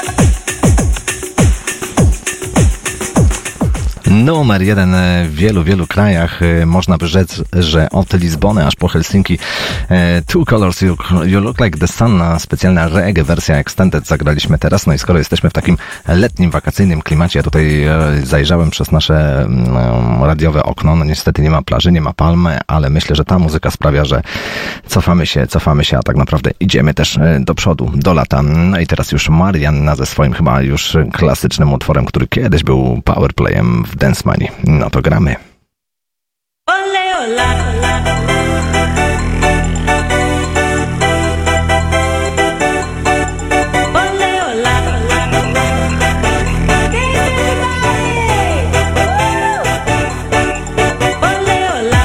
Numer jeden w wielu krajach. Można by rzec, że od Lizbony aż po Helsinki. Two Colors, You Look Like the Sun, specjalna reggae wersja extended zagraliśmy teraz. No i skoro jesteśmy w takim letnim, wakacyjnym klimacie, ja tutaj zajrzałem przez nasze radiowe okno. No niestety nie ma plaży, nie ma palmy, ale myślę, że ta muzyka sprawia, że cofamy się, a tak naprawdę idziemy też do przodu, do lata. No i teraz już Marianna ze swoim chyba już klasycznym utworem, który kiedyś był powerplayem w Dance Manii. No to gramy. Ole, ola, ola. Ole, ola, ola. Ole, ola,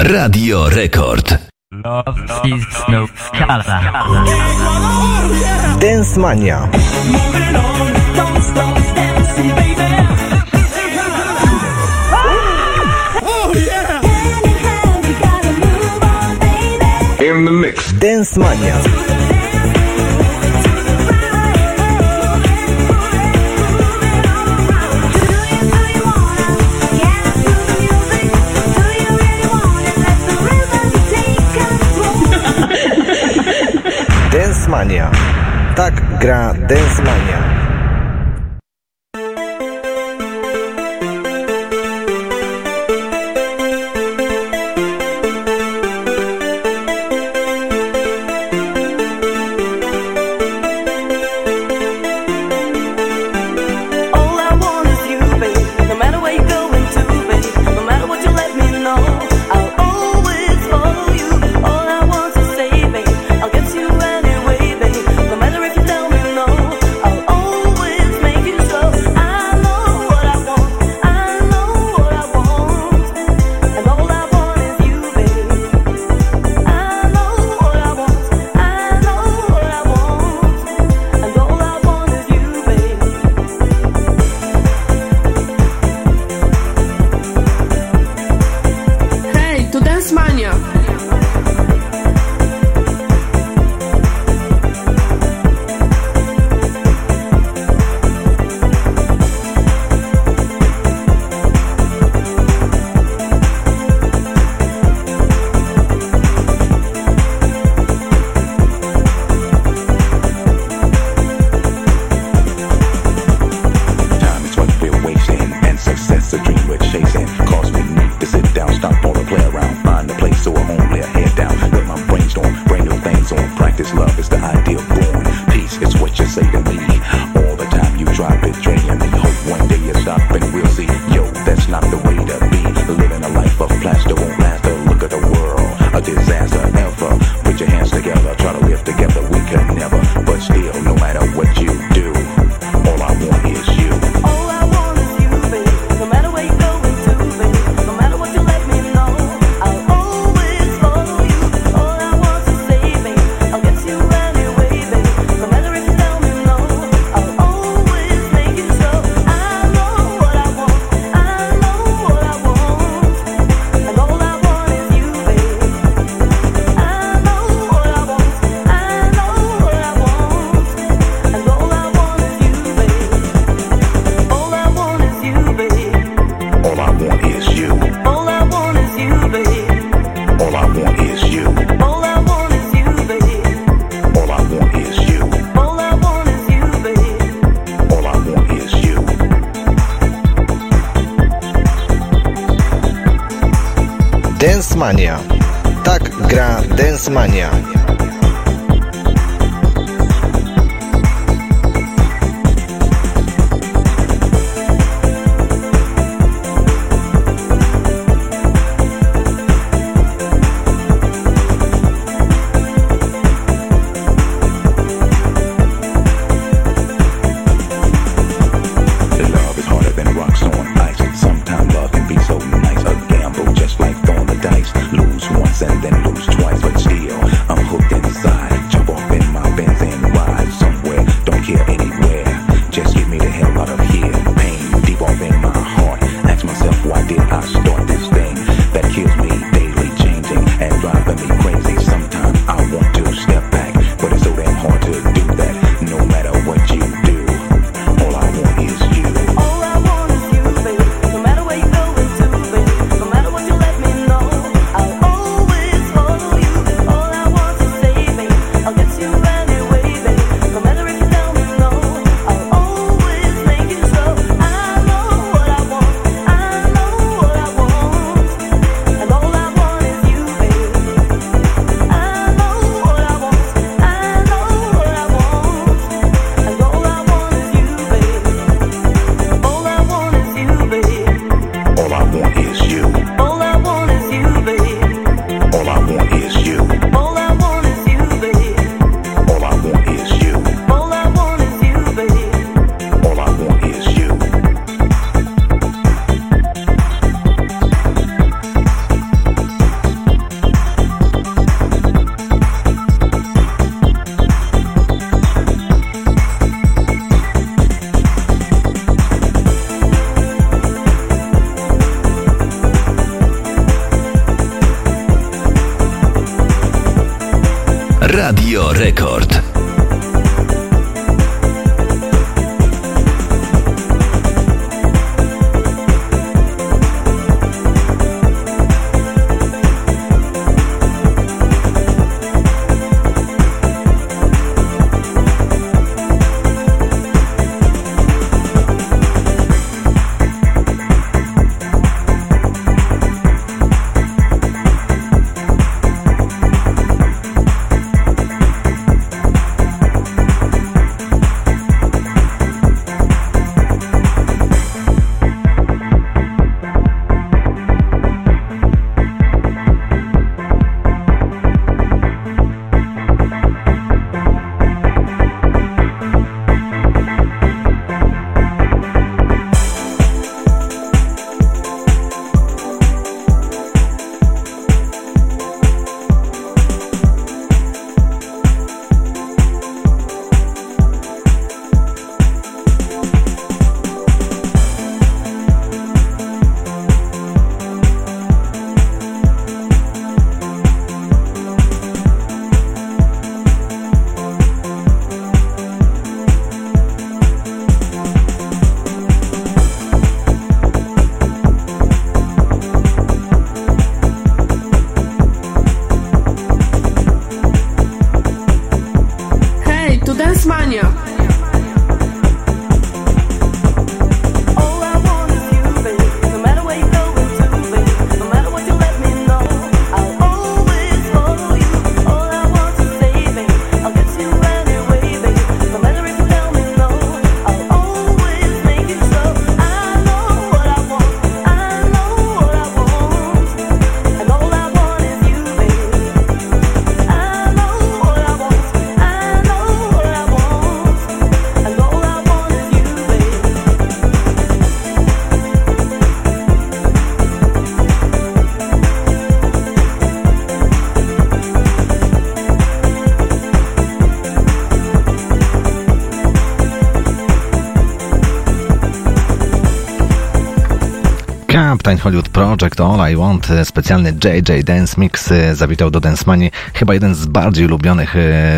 Radio Rekord. Love is no color. Dance Mania. In the mix. Dance Mania. Dance Mania. Tak gra Dance Mania. Dance Mania. Tak gra Dance Mania. Radio Rekord. Captain Hollywood Project, All I Want, specjalny JJ Dance Mix zawitał do Dance Manii, chyba jeden z bardziej ulubionych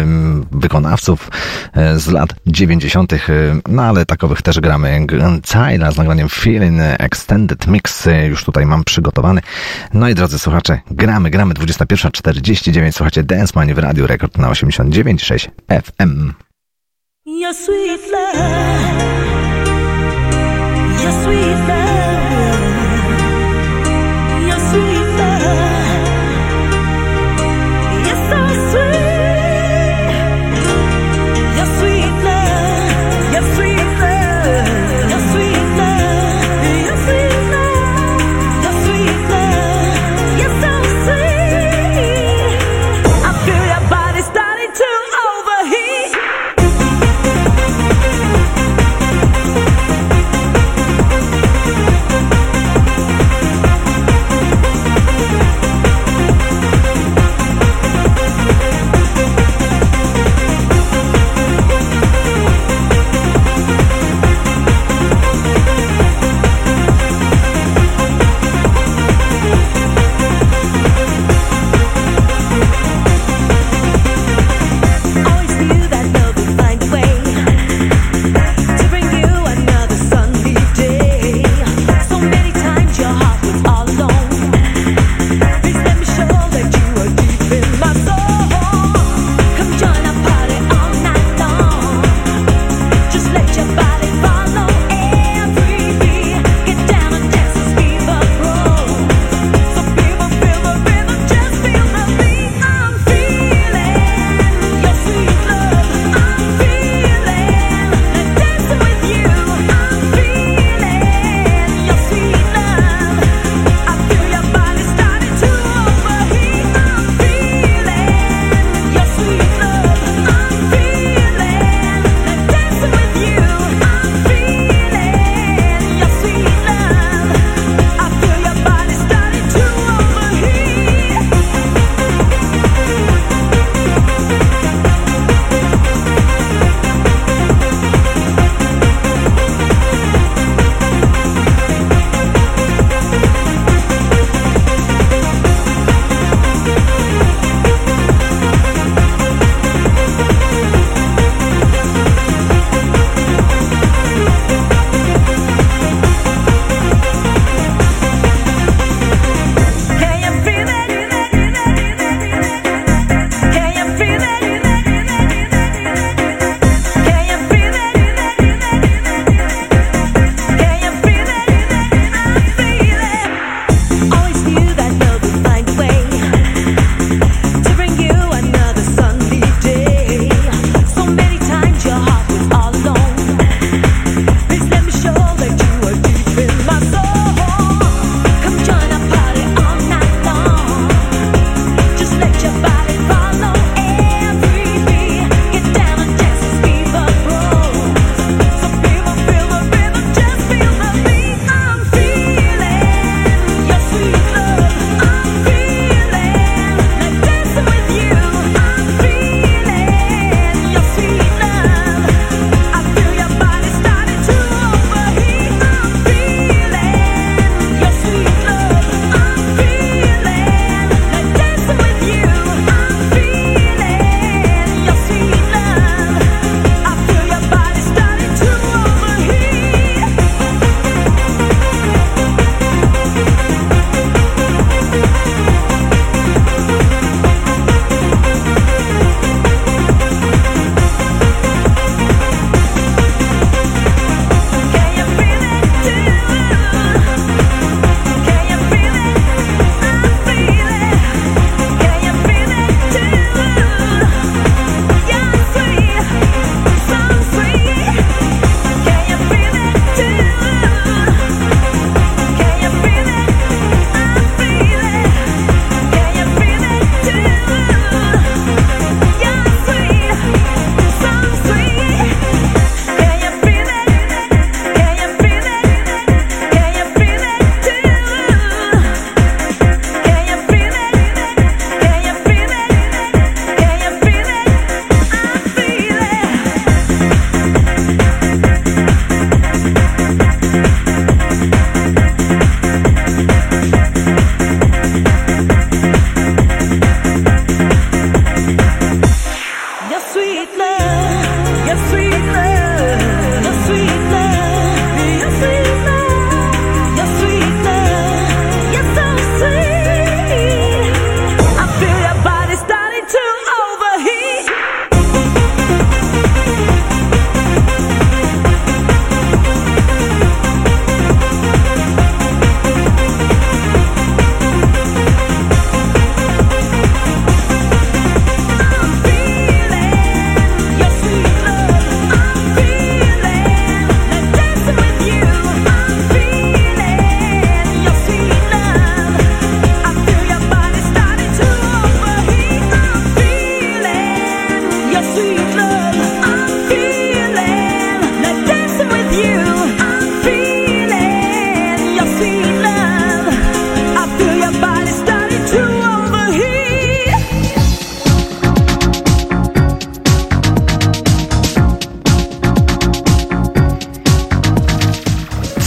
wykonawców z lat 90., no ale takowych też gramy. Cyla z nagraniem Feeling Extended Mix już tutaj mam przygotowany. No i drodzy słuchacze, gramy 21:49, słuchacie Dance Manii w Radiu Rekord na 89,6 FM. Your sweet love, your sweet love, your sweet love, you're so sweet. Your sweet love, your sweet love, your sweet love, your sweet love, your sweet love, you're so sweet. I feel your body starting to overheat.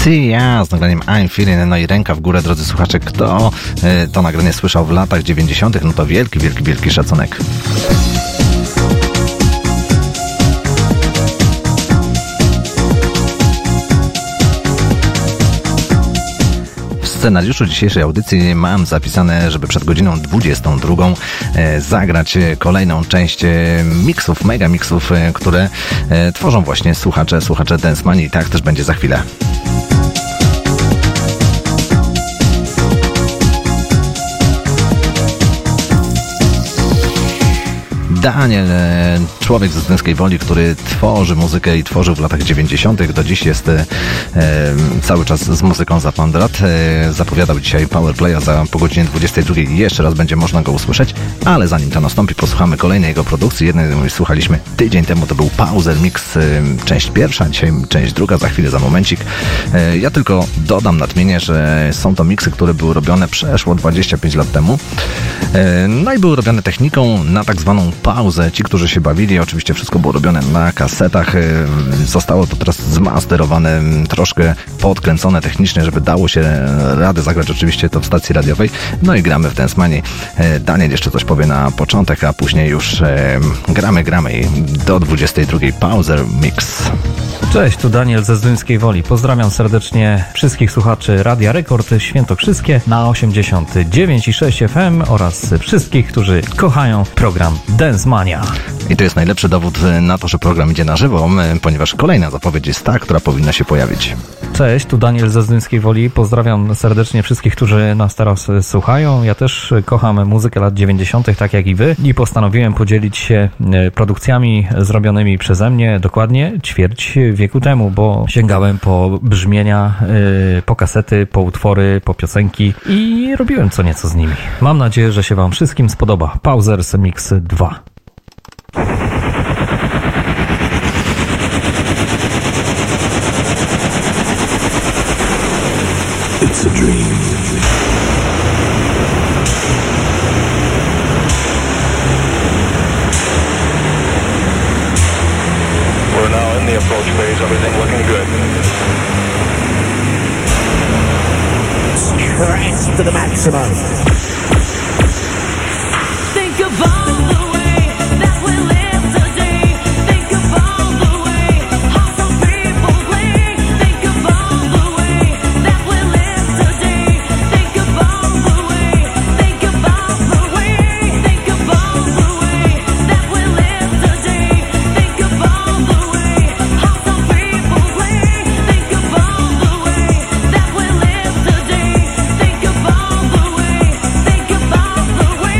Sia z nagraniem I'm Feeling, no i ręka w górę, drodzy słuchacze, kto to nagranie słyszał w latach 90., no to wielki szacunek. W scenariuszu dzisiejszej audycji mam zapisane, żeby przed godziną 22 zagrać kolejną część miksów, mega miksów, które tworzą właśnie słuchacze Dance Manii. Tak też będzie za chwilę. Daniel, człowiek ze Zduńskiej Woli, który tworzy muzykę i tworzył w latach 90. Do dziś jest cały czas z muzyką za Pandrat. Zapowiadał dzisiaj Powerplaya po godzinie 22. Jeszcze raz będzie można go usłyszeć, ale zanim to nastąpi, posłuchamy kolejnej jego produkcji. Jednej słuchaliśmy tydzień temu, to był Pauser Mix, część pierwsza, dzisiaj część druga, za chwilę, za momencik. Ja tylko dodam nadmienię, że są to miksy, które były robione przeszło 25 lat temu. No i były robione techniką na tak zwaną pauzę. Ci, którzy się bawili, oczywiście wszystko było robione na kasetach. Zostało to teraz zmasterowane, troszkę podkręcone technicznie, żeby dało się radę zagrać oczywiście to w stacji radiowej. No i gramy w Dance Manii. Daniel jeszcze coś powie na początek, a później już gramy i do 22 Pauser Mix. Cześć, tu Daniel ze Zduńskiej Woli. Pozdrawiam serdecznie wszystkich słuchaczy Radia Rekord Świętokrzyskie na 89,6 FM oraz wszystkich, którzy kochają program Dance Mania. I to jest najlepszy dowód na to, że program idzie na żywo, ponieważ kolejna zapowiedź jest ta, która powinna się pojawić. Cześć, tu Daniel ze Zduńskiej Woli. Pozdrawiam serdecznie wszystkich, którzy nas teraz słuchają. Ja też kocham muzykę lat 90., tak jak i wy, i postanowiłem podzielić się produkcjami zrobionymi przeze mnie dokładnie ćwierć wieku temu, bo sięgałem po brzmienia, po kasety, po utwory, po piosenki i robiłem co nieco z nimi. Mam nadzieję, że się wam wszystkim spodoba. Pausers Mix 2. It's a dream. We're now in the approach phase, everything looking good. Stress to the maximum. Think of all the way that we live today. Think of all the way how some people play. Think of all the way that we live today. Think of all the way. Think of all the way. Think of all the way that we live today. Think of all the way how some people play. Think of all the way that we live today. Think of all the way. Think of all the way.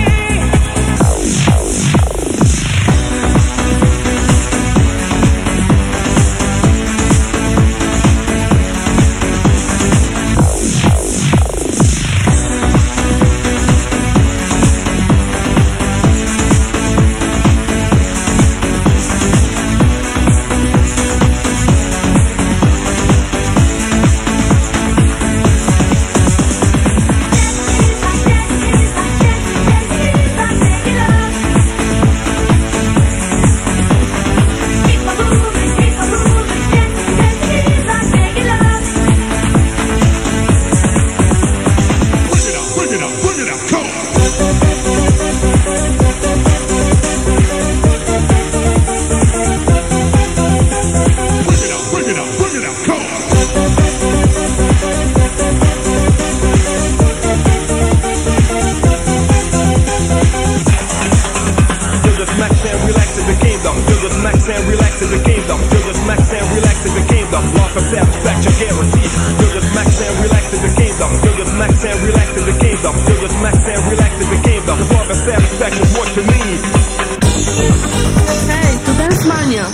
Hej, to Dance Mania.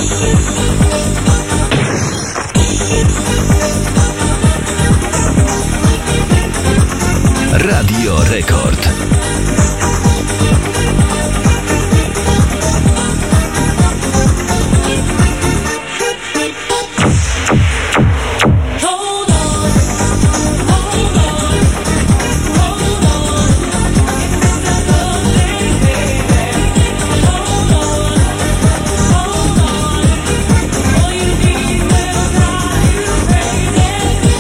Radio Rekord. Hold on.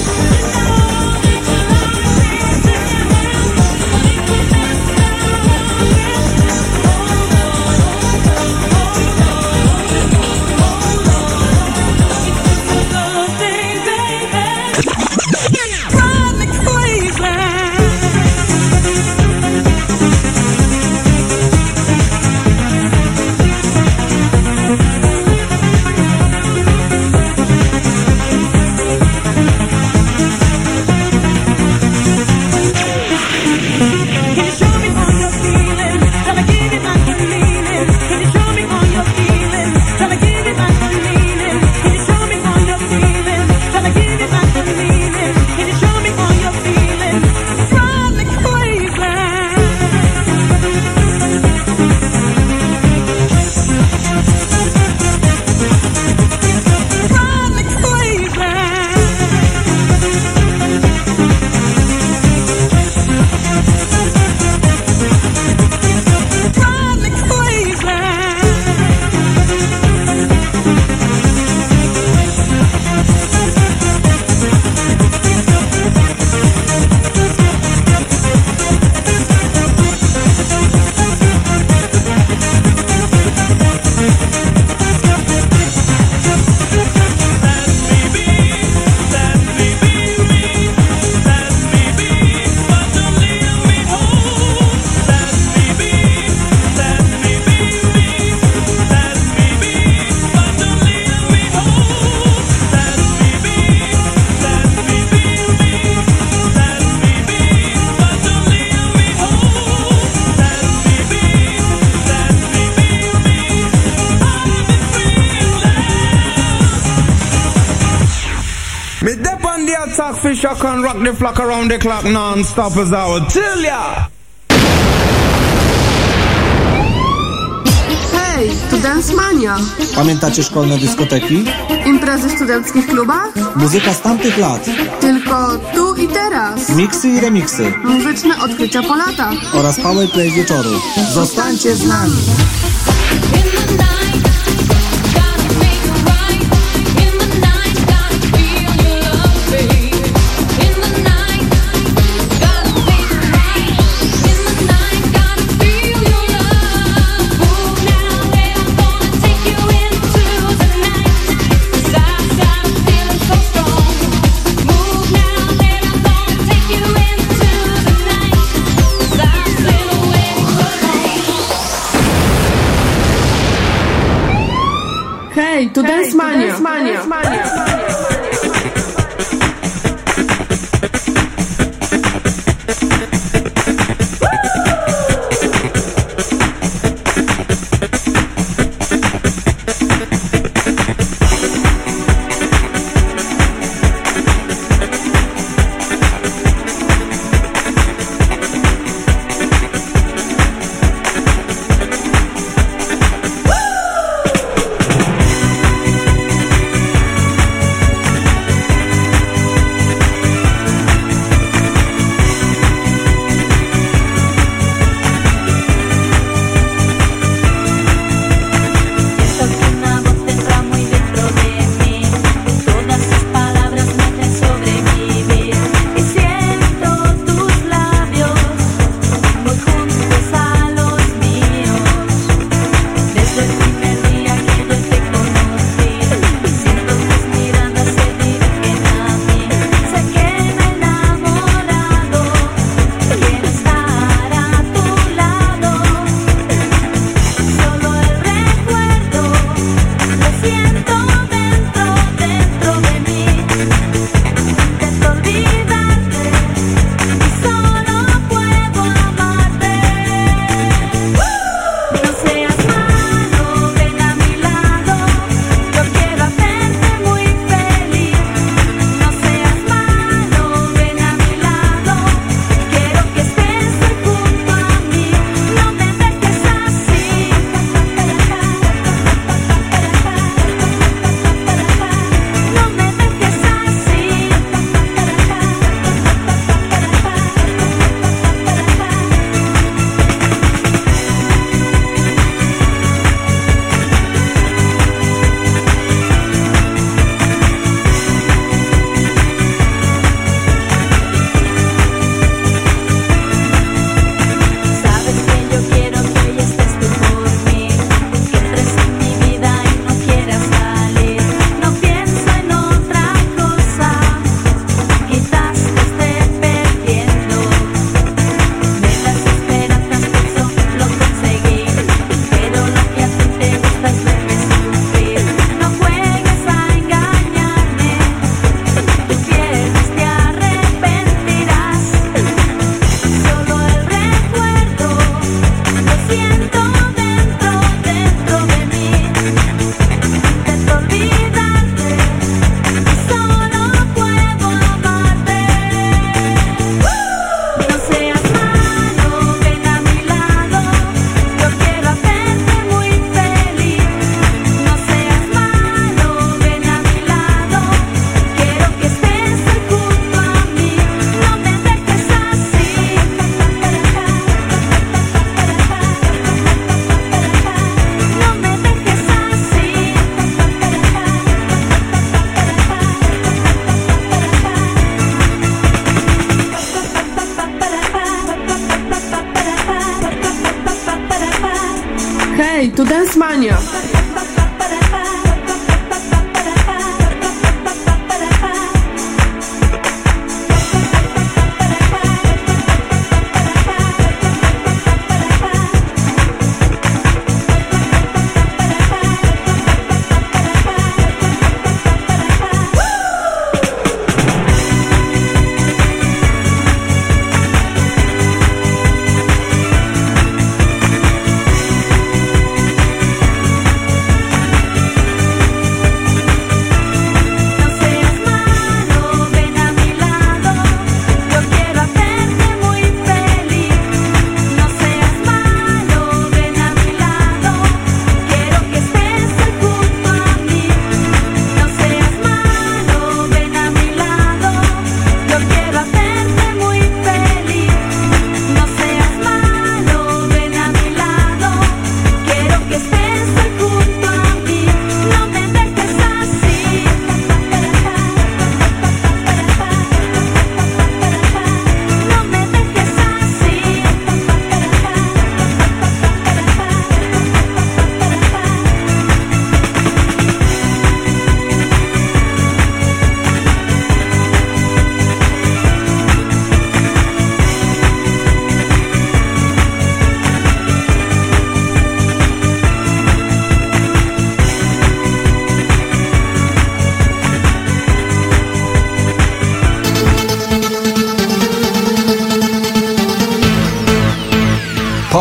fi shock and rock the flock around the clock non-stop as I would tell ya. Hej, tu Dance Mania. Pamiętacie szkolne dyskoteki? Imprezy w studenckich klubach? Muzyka z tamtych lat. Tylko tu i teraz. Miksy i remiksy. Muzyczne odkrycia po latach. Oraz powerplay wieczoru. Zostańcie z nami. Hej, tu Dance Mania. Hej, tu Dance Mania.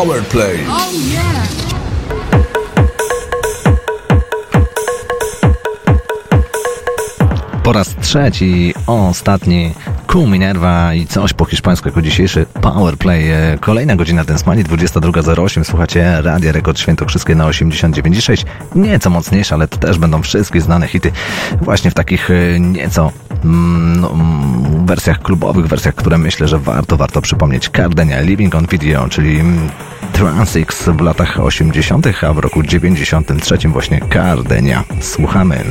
Powerplay. Oh yeah! Po raz trzeci, ostatni Cool Minerva i coś po hiszpańsku jako dzisiejszy Powerplay. Kolejna godzina Densmanii, 22:08. Słuchacie Radia Rekord Świętokrzyskie na 89,6. Nieco mocniejsze, ale to też będą wszystkie znane hity. Właśnie w takich nieco wersjach klubowych, wersjach, które myślę, że warto przypomnieć. Cardenia, Living on Video, czyli Transix w latach 80., a w roku 93 właśnie Cardenia. Słuchamy.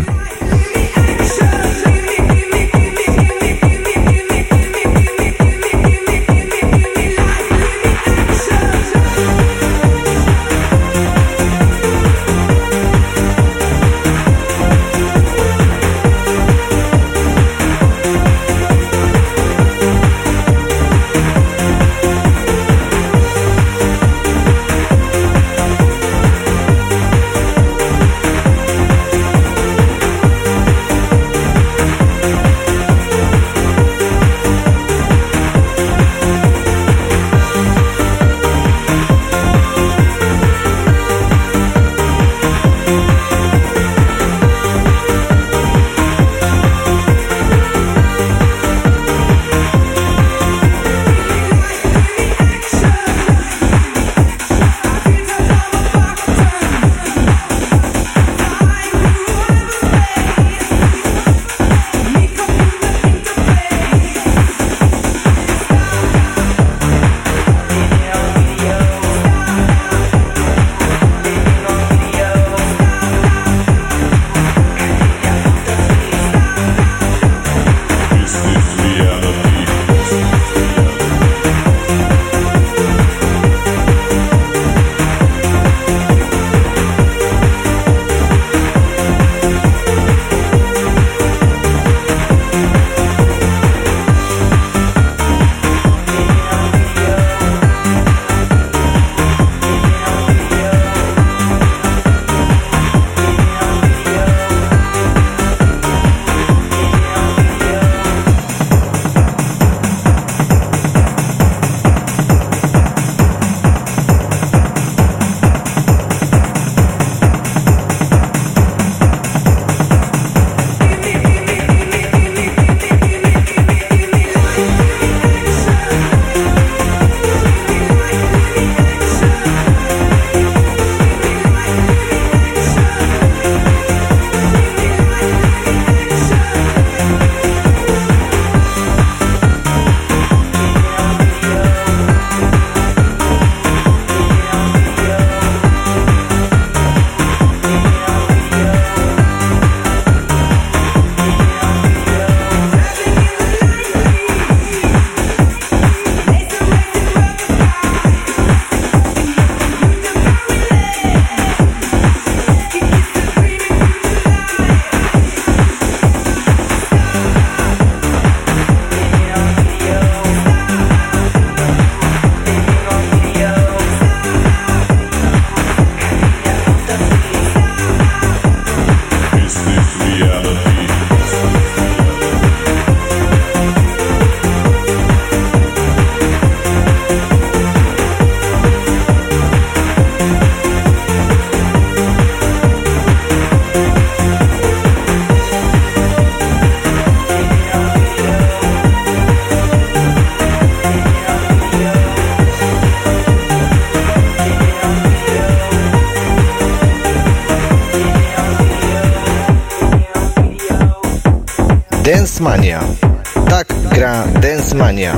Densmania. Tak gra Densmania.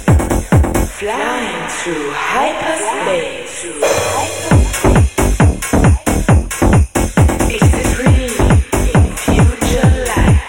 Flying through hyperspace. It's a dream in future life.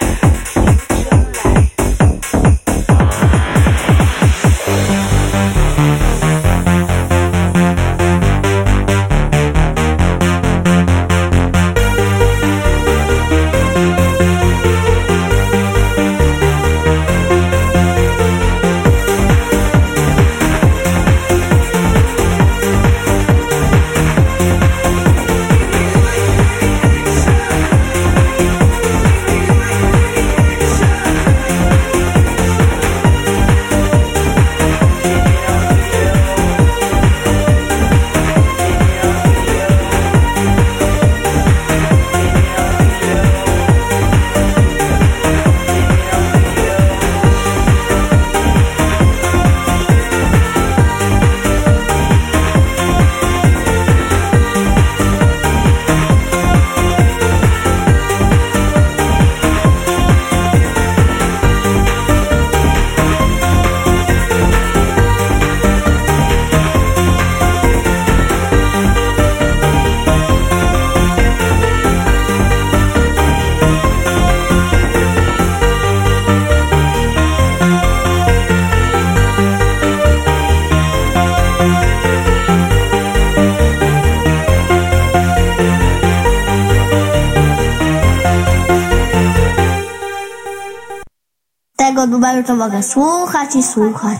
tego numeru to mogę słuchać i słuchać.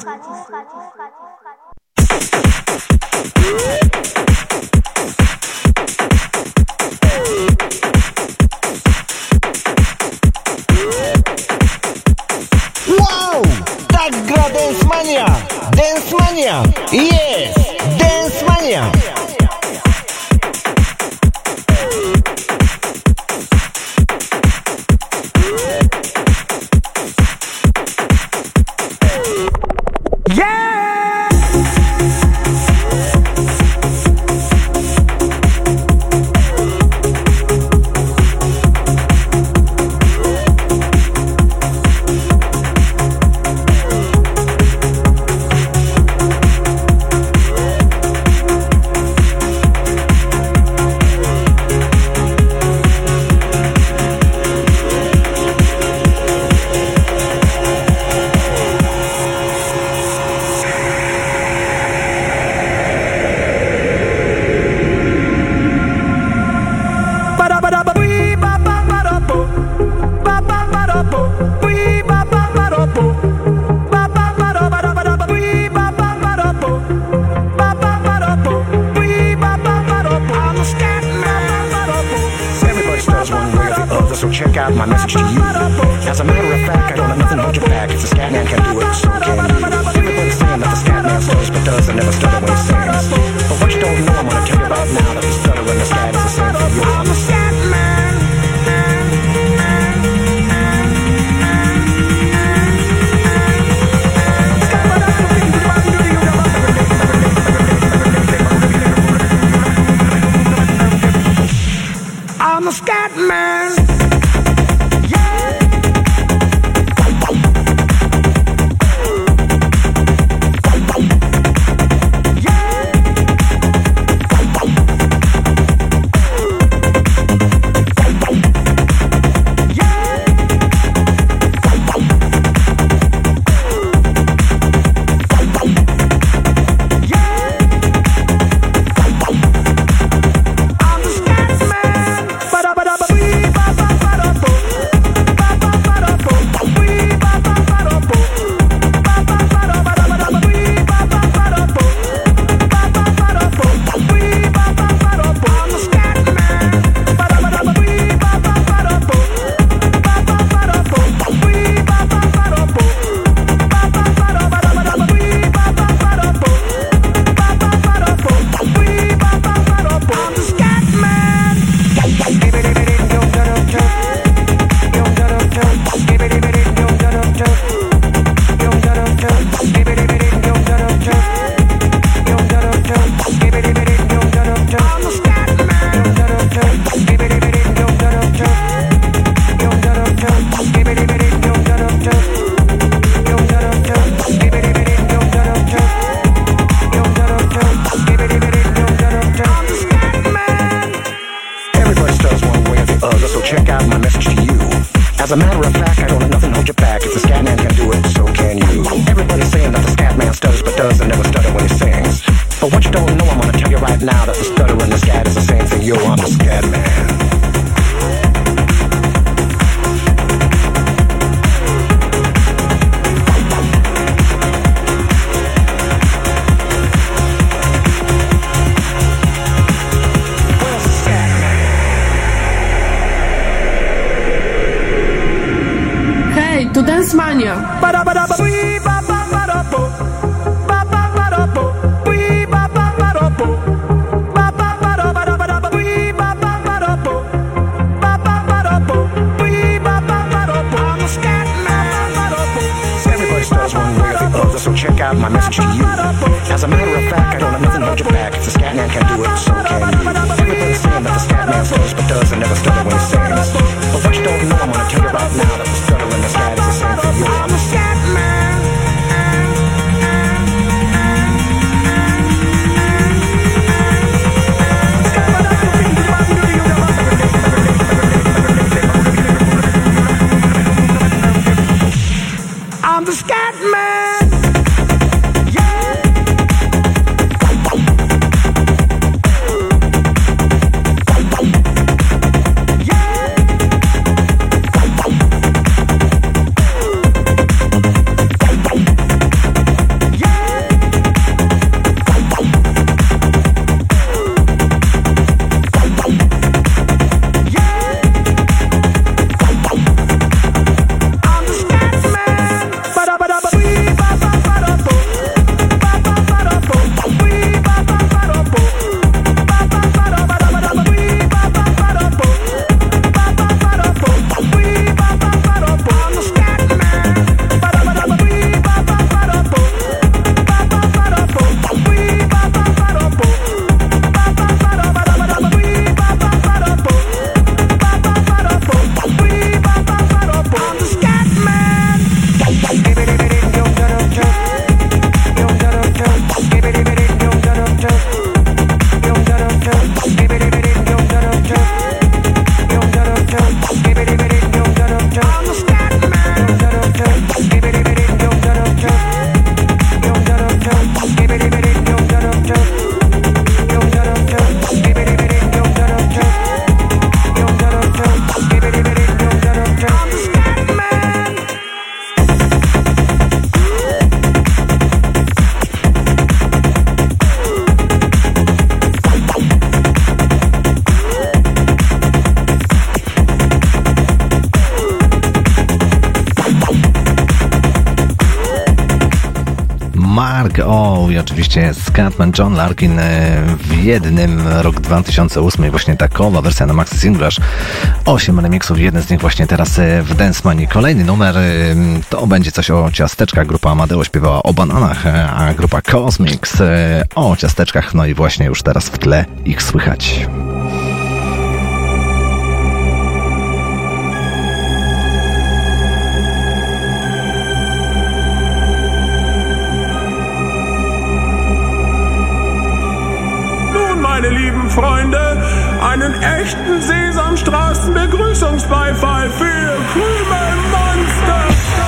Wow! Tak gra Dance Mania! Dance Mania! Jest! Dance Mania! So check out my message to you. As a matter of fact, I don't have nothing to hold you back. It's a scat man can do it, so can you. Everybody's saying that the scat man stutters but does and never stutter when he sings. But what you don't know, I'm gonna tell you right now that the stutter and the scat is the same for you. I'm a scat man. I'm a scat man. As a matter of fact, I don't have nothing to hold you back. If the scat man can do it, so can you. Everybody's saying that the scat man stutters but does and never stutter when he sings. But what you don't know, I'm gonna tell you right now that the stutter and the scat is the same thing. Yo, I'm the scat man. To Dance Mania. Everybody starts one way or the other, so check out my message to you. As a matter of fact, I don't have nothing to hold you back. If the scat man can do it, so can you. Everybody's saying that the scat man stutters but does and never stutter when he sings. But what you don't know, I'm gonna tell you right now that the stutter and the scat is the same for you. I'm a scat man. I'm the scat man. O i oczywiście Scatman John Larkin w jednym, rok 2008, właśnie takowa wersja na Maxi Singlash. 8 remixów, jeden z nich właśnie teraz w Dance Manii. Kolejny numer to będzie coś o ciasteczkach. Grupa Amadeo śpiewała o bananach, a grupa Cosmics o ciasteczkach. No i właśnie już teraz w tle ich słychać. Meine lieben Freunde, einen echten Sesamstraßen-Begrüßungsbeifall für Krümelmonster.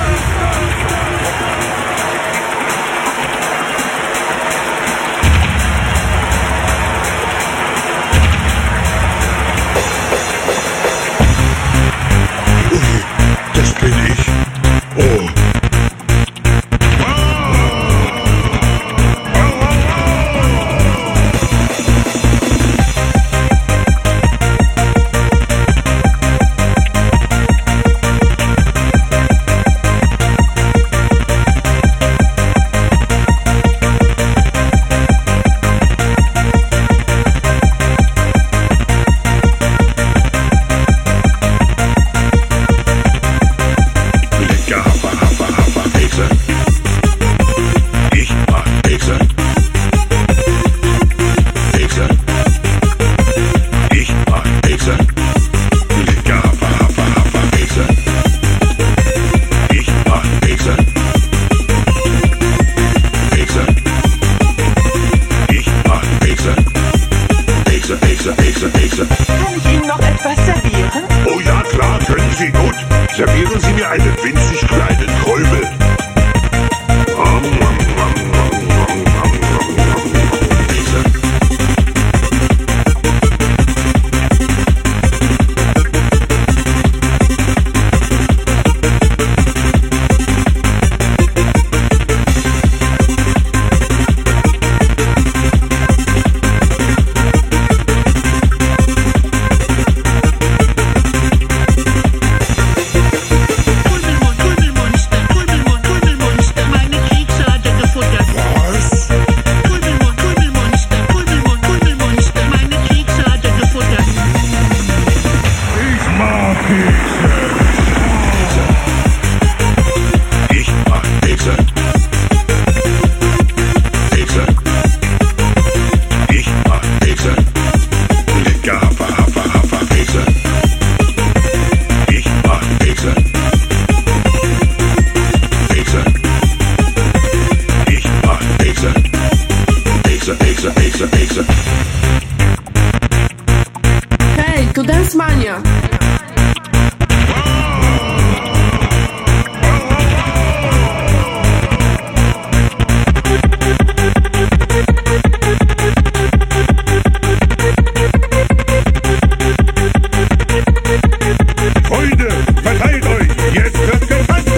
Das bin ich. Oh. Servieren Sie mir einen winzig kleinen Kräubel. Hej, to Dance Mania! Freunde, verteilt euch! Jetzt wird getanzt!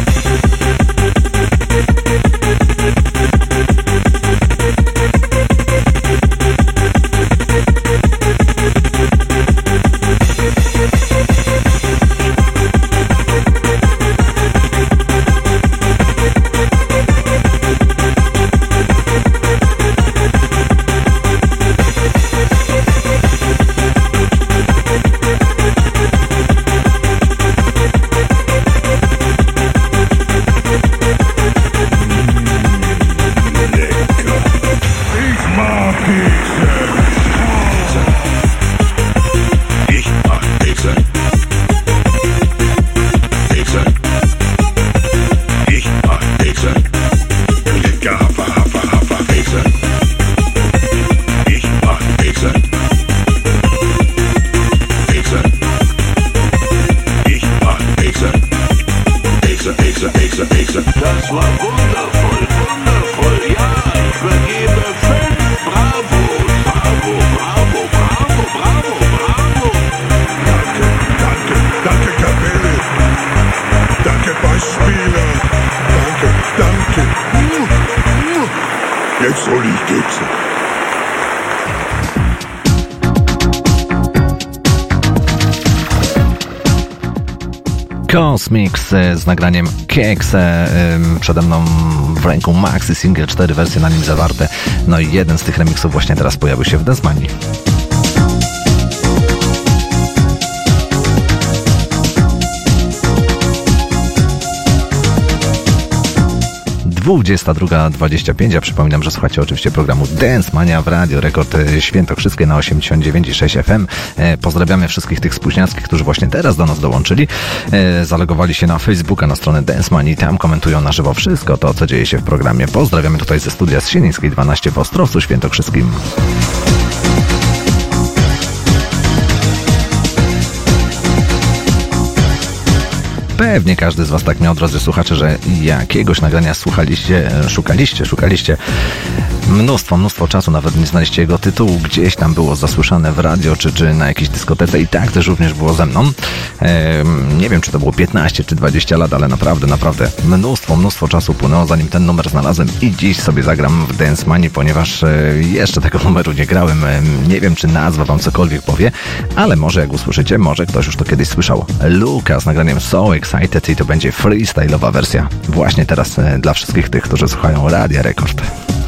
Das war wundervoll, wundervoll, ja, ich vergebe 5, bravo, bravo, bravo, bravo, bravo, bravo. Danke, Kapelle. Danke, Bassspieler. Danke. Jetzt hol ich Kekse. Cosmix z nagraniem Keks. Przede mną w ręku maxi single, 4 wersje na nim zawarte. No i jeden z tych remixów właśnie teraz pojawił się w Densmanii. 22:25, a przypominam, że słuchacie oczywiście programu Dance Mania w Radio Rekord Świętokrzyskie na 89,6 FM. Pozdrawiamy wszystkich tych spóźniackich, którzy właśnie teraz do nas dołączyli. Zalegowali się na Facebooka, na stronę Dance Manii, tam komentują na żywo wszystko to, co dzieje się w programie. Pozdrawiamy tutaj ze studia z Sienińskiej 12 w Ostrowcu Świętokrzyskim. Pewnie każdy z Was tak miał, drodzy słuchacze, że jakiegoś nagrania szukaliście mnóstwo czasu, nawet nie znaliście jego tytułu, gdzieś tam było zasłyszane w radio, czy na jakiejś dyskotece i tak też również było ze mną. Nie wiem, czy to było 15 czy 20 lat, ale naprawdę mnóstwo czasu płynęło, zanim ten numer znalazłem i dziś sobie zagram w Dance Manii, ponieważ jeszcze tego numeru nie grałem. Nie wiem, czy nazwa Wam cokolwiek powie, ale może jak usłyszycie, może ktoś już to kiedyś słyszał. Luka z nagraniem So Excited i to będzie freestyle'owa wersja. Właśnie teraz dla wszystkich tych, którzy słuchają Radia Rekord.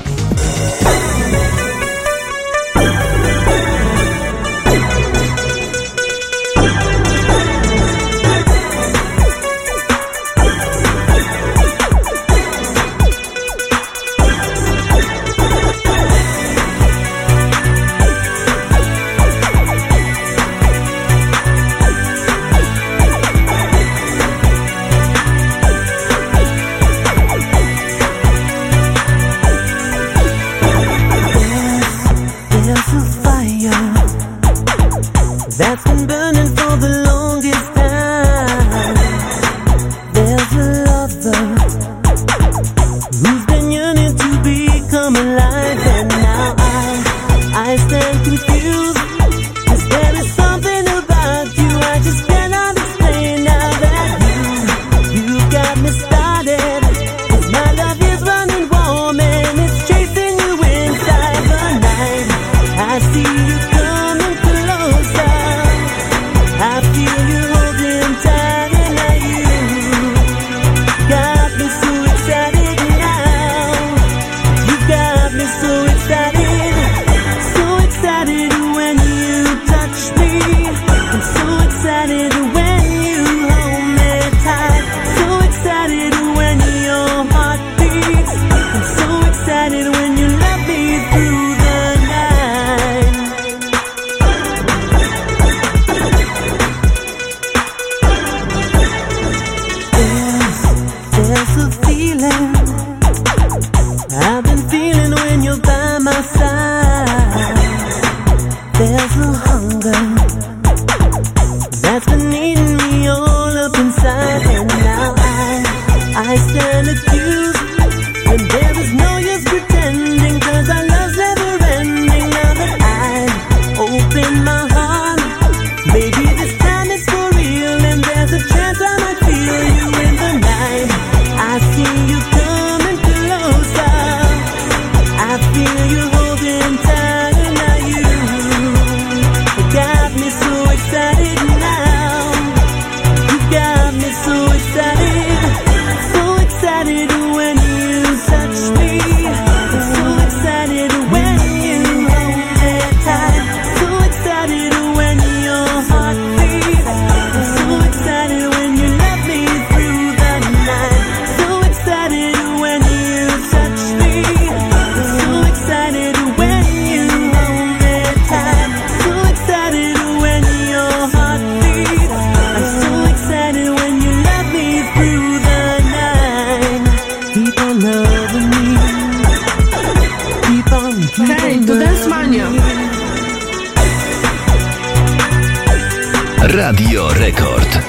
Radio Rekord.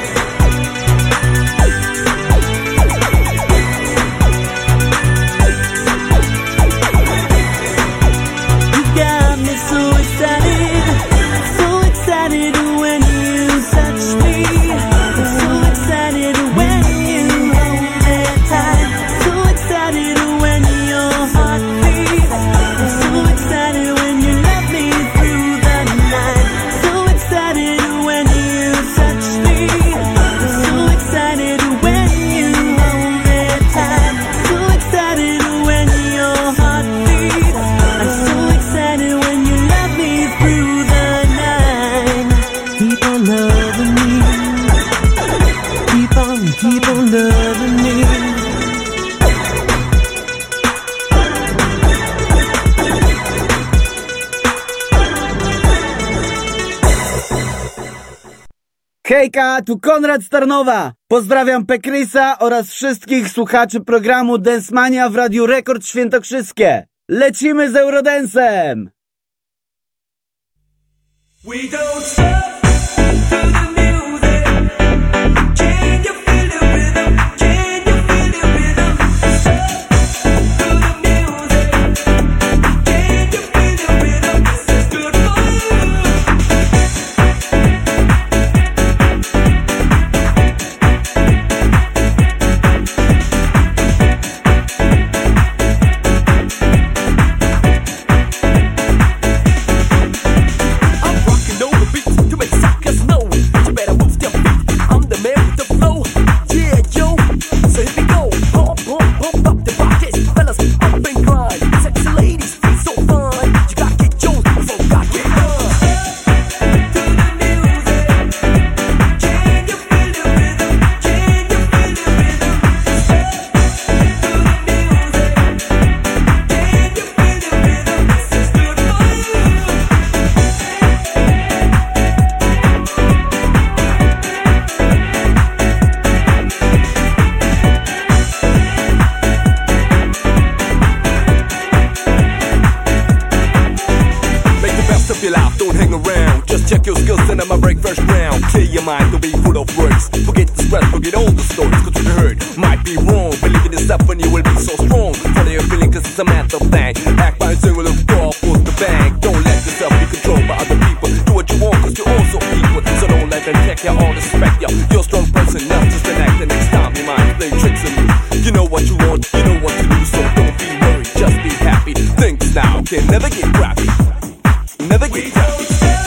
So excited when you touch me. Hejka, tu Konrad Starnowa. Pozdrawiam Pekrysa oraz wszystkich słuchaczy programu Dance Mania w Radiu Rekord Świętokrzyskie. Lecimy z Eurodensem! We don't stop to the music. Can you feel the rhythm? Can you feel the rhythm? Stop to the music. Can you feel the rhythm? This is good for you. Check your skills and I'ma break first round. Clear your mind, don't be full of words. Forget the stress, forget all the stories. Cause what you heard might be wrong. Believe in yourself and you will be so strong. Follow your feeling cause it's a matter of fact. Act by a single of door, put the bag. Don't let yourself be controlled by other people. Do what you want cause you're also equal. So don't let them check you or respect you. You're a strong person, not just an act. The next time you might play tricks on you. You know what you want, you know what to do. So don't be worried, just be happy. Things now can never get crappy. Never get crappy.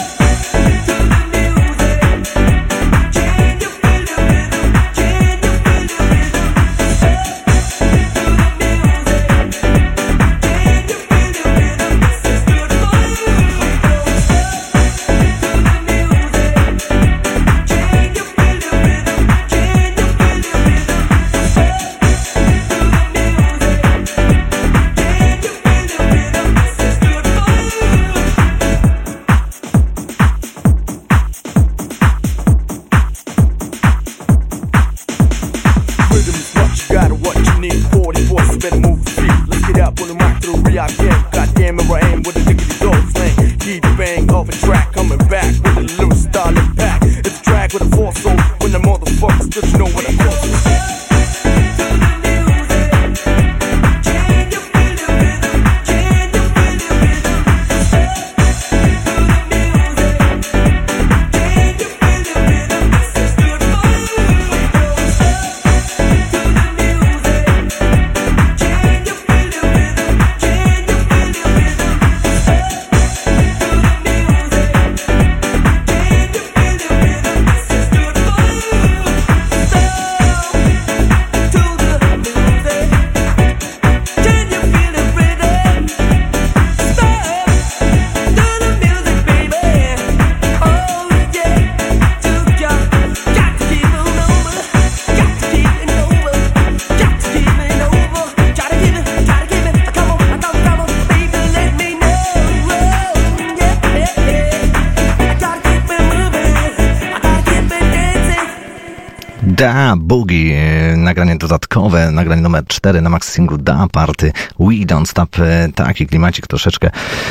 Da Boogie, nagranie dodatkowe, nagranie numer 4 na max singlu Da Party, We Don't Stop, taki klimacik troszeczkę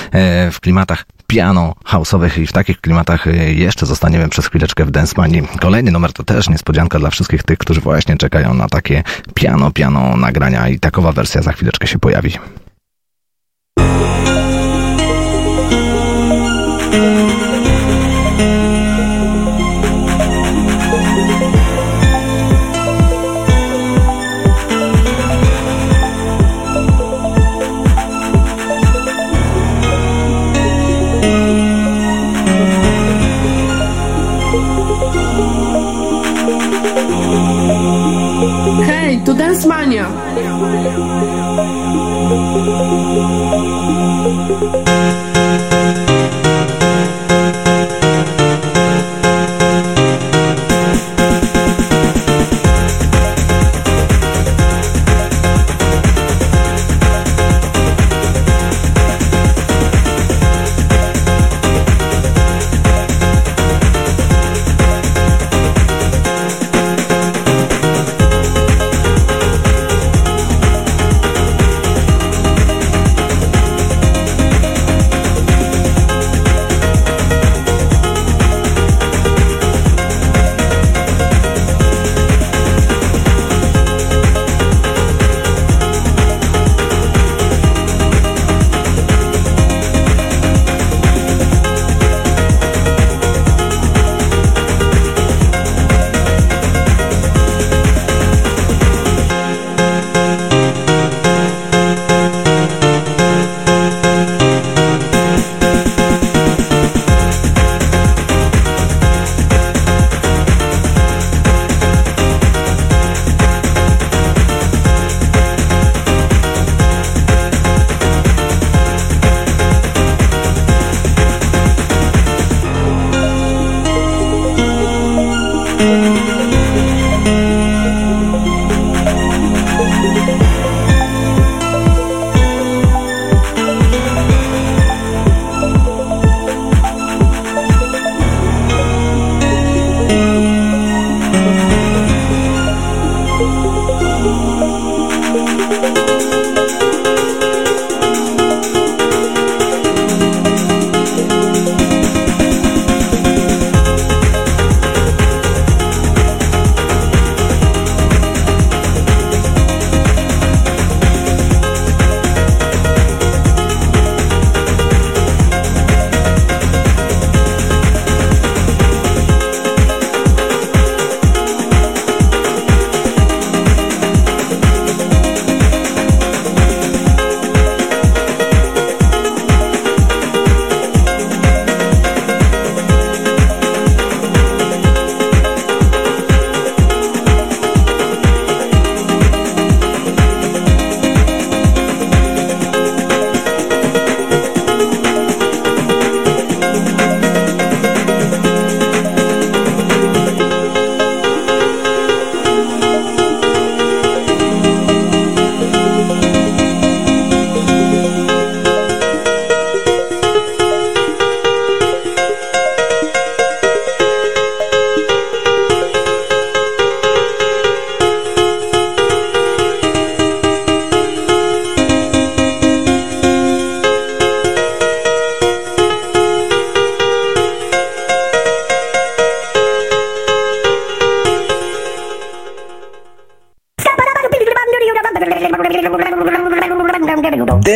w klimatach piano house'owych i w takich klimatach jeszcze zostaniemy przez chwileczkę w Dance Manii. Kolejny numer to też niespodzianka dla wszystkich tych, którzy właśnie czekają na takie piano nagrania i takowa wersja za chwileczkę się pojawi. Hej, tu Dance Mania!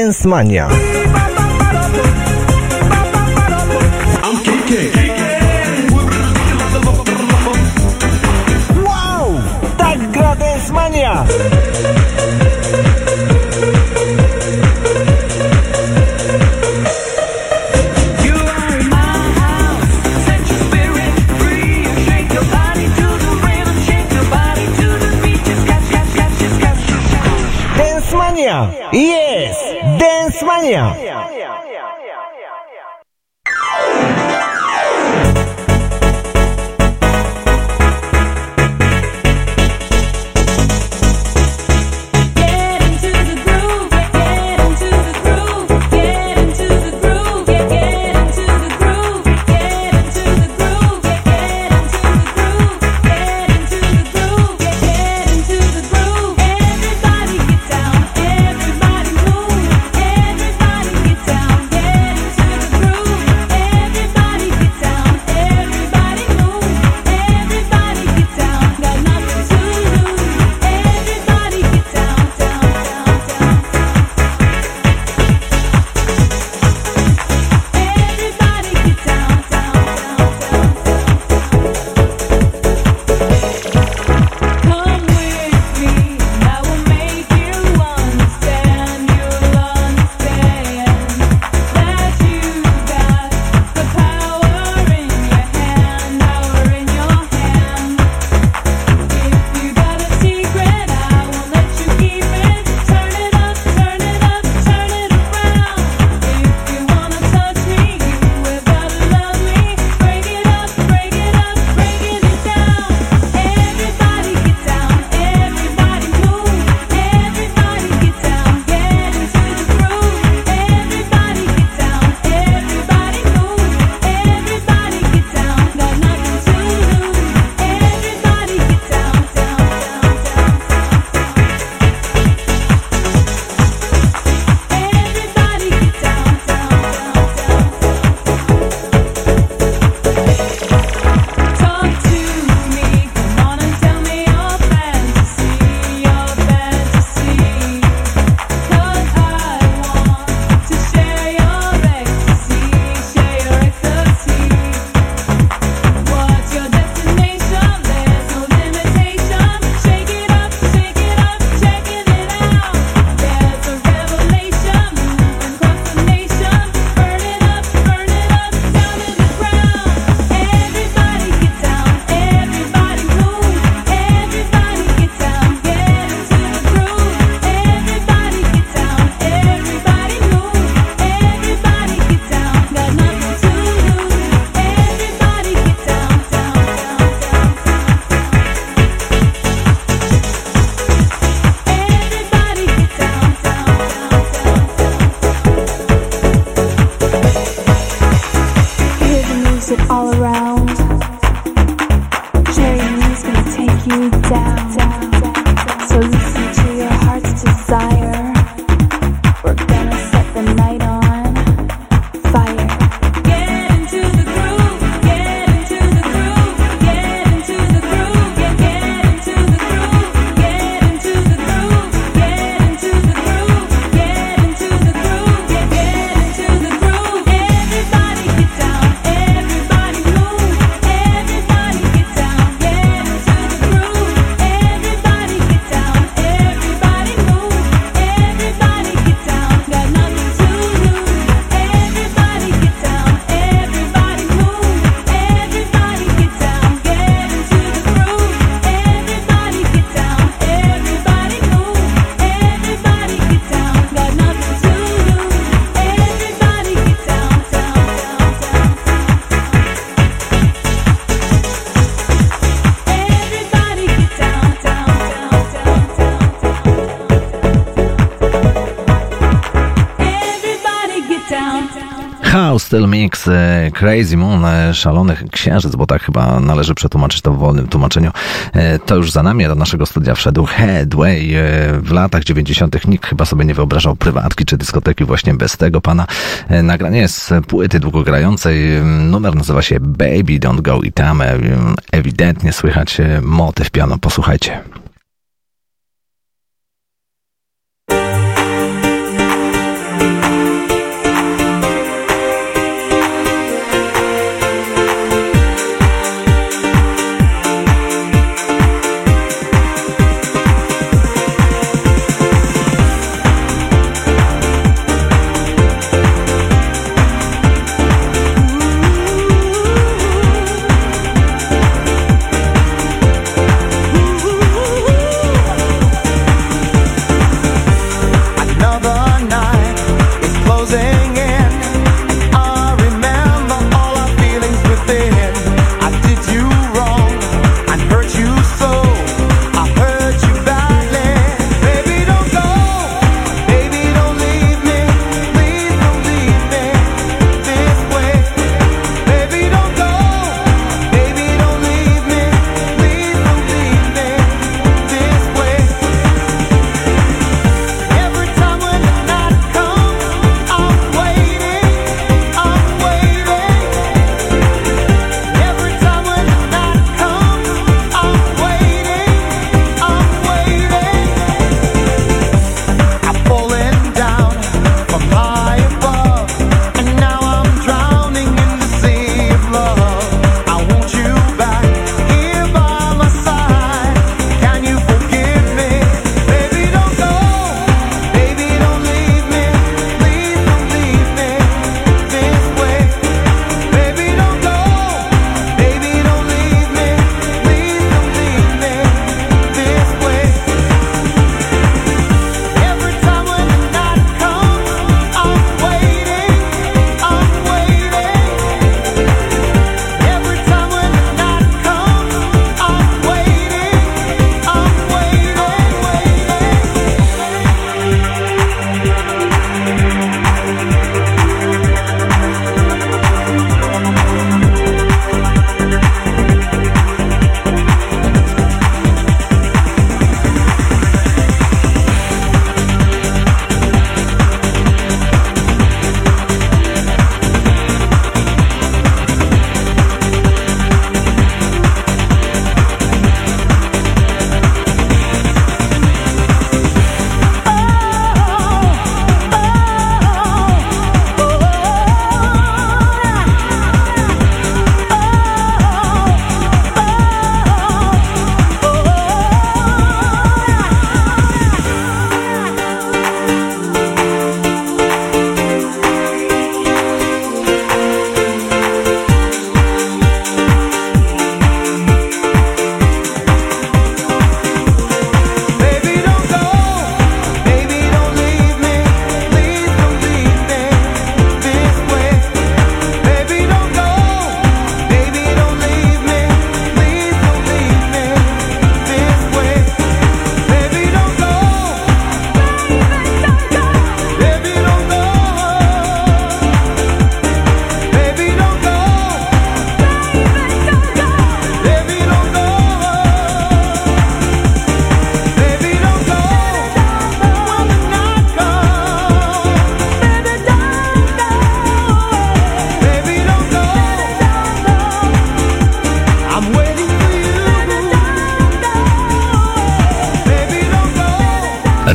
Dance Mania. Wow! Tak gra Dance Mania! Dance Mania! Yes! Dance Mania! Still Mix, Crazy Moon, Szalony Księżyc, bo tak chyba należy przetłumaczyć to w wolnym tłumaczeniu. To już za nami, do naszego studia wszedł Headway. W latach 90. nikt chyba sobie nie wyobrażał prywatki czy dyskoteki właśnie bez tego pana. Nagranie jest z płyty długogrającej. Numer nazywa się Baby Don't Go i tam ewidentnie słychać motyw piano. Posłuchajcie.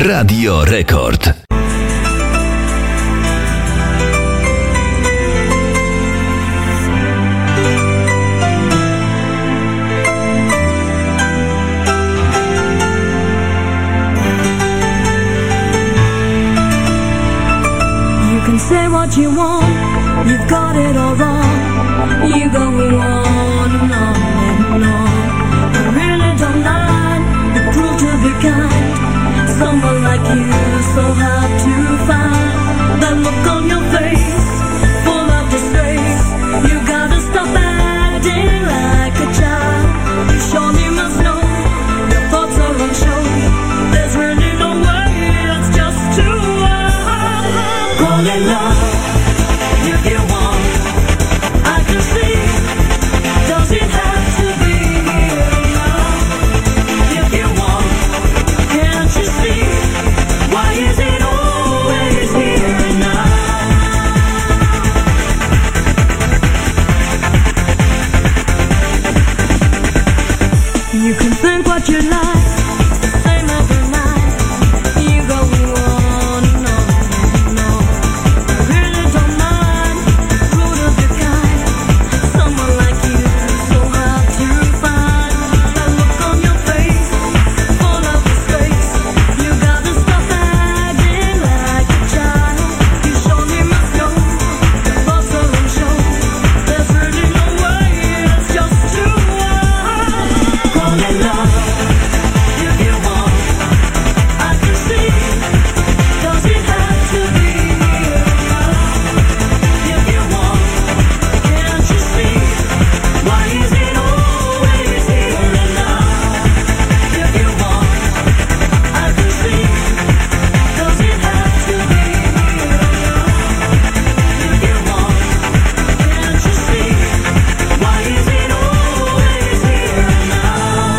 Radio Rekord. Say what you want, you've got it all wrong. You go on and on and on. I really don't mind the proof to be kind. Someone like you, so hard to find. That look on your face, full of disgrace. You gotta stop acting like a child. You surely must know your thoughts are on show. There's really no way, it's just too hard. Call it love. If you want, I can see. Does it have to be love? If you want, can't you see? Why is it always here now? You can think what you like, same every night. You go on and on and on. I really don't mind, rude of the kind. Someone like you, so hard to find. That look on your face, full of disgrace. You gotta stop acting like a child. You surely must know your thoughts are on show. There's really no way, it's just too hard. Call it love. If you want, I can see. Does it have to be love? If you want, can't you see? Why is it always here now? If you want, I can see. Does it have to be love? If you want, can't you see? Why is it always here now?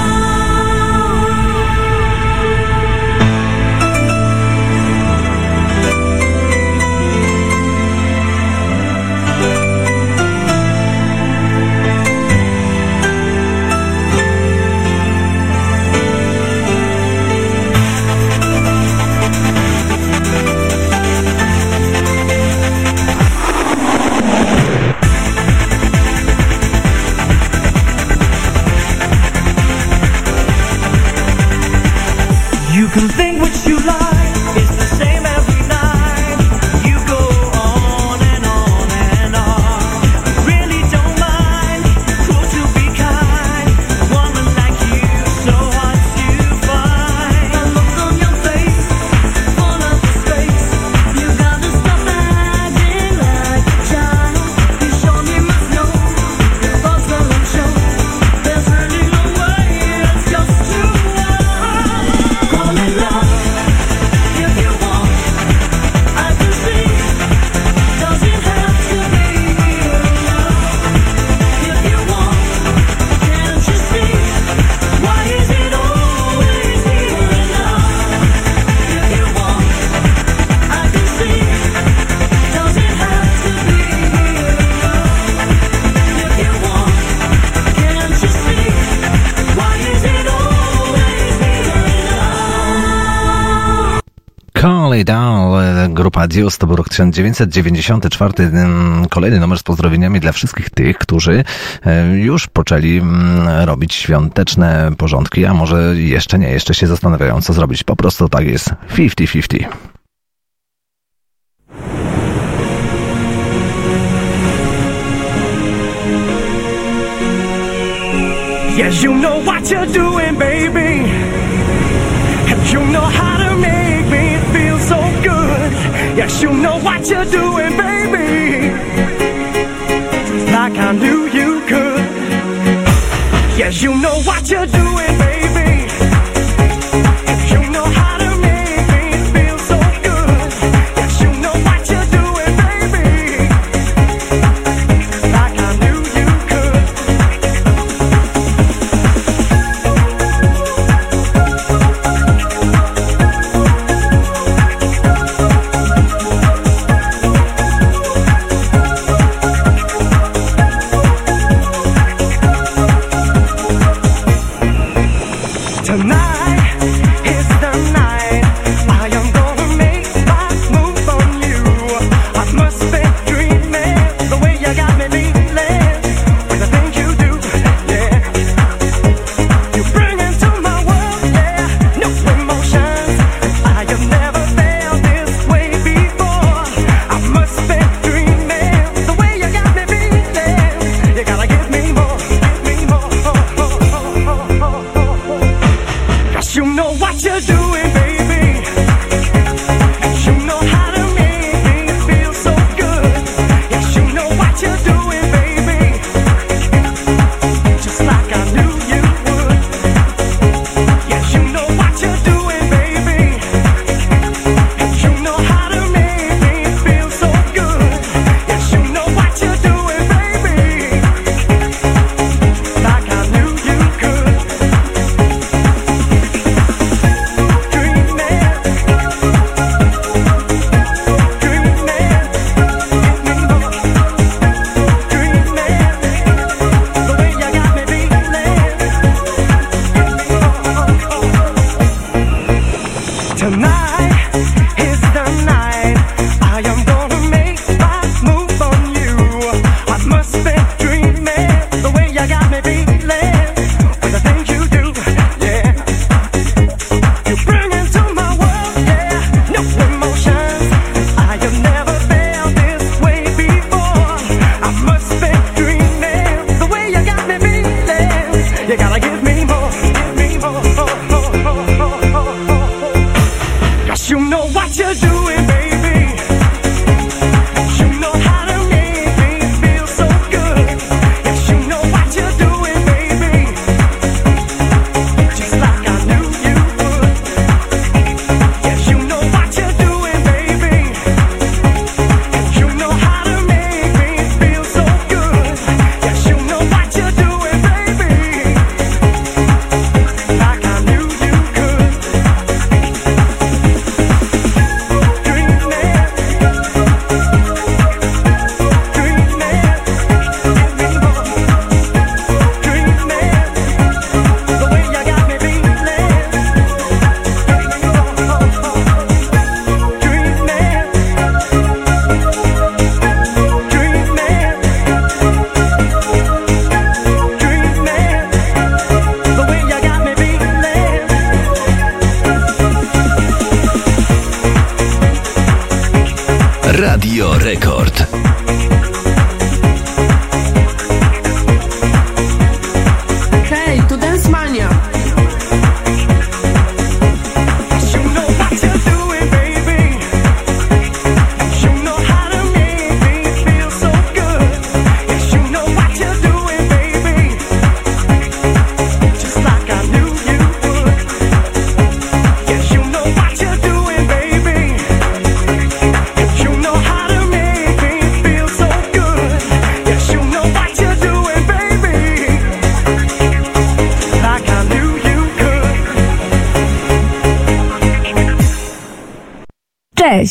You can think what you like, it's the same every night. You go on and on and on. Really don't mind, cool to be kind. Woman like you, so hard to find. That look on your face, full of disgrace. You gotta stop acting like a child. You surely must know your thoughts are on show. There's really no way, it's just too hard. Call it love. If you want, I can see. Does it have to be love? If you want, can't you see? Why is it always here now? If you want, I can see. Does it have to be love? If you want, can't you see? Why is it always here now? Call It All, grupa Deuce, to był rok 1994, kolejny numer z pozdrowieniami dla wszystkich tych, którzy już poczęli robić świąteczne porządki, a może jeszcze nie, jeszcze się zastanawiają, co zrobić. Po prostu tak jest, 50-50. Yes, you know what you're doing, baby. And you know how to make me feel so good. Yes, you know what you're doing, baby. Like I knew you could. Yes, you know what you're doing, baby. And you know how to make me feel so good. Yes, you know what you're doing, baby. Like I knew you could.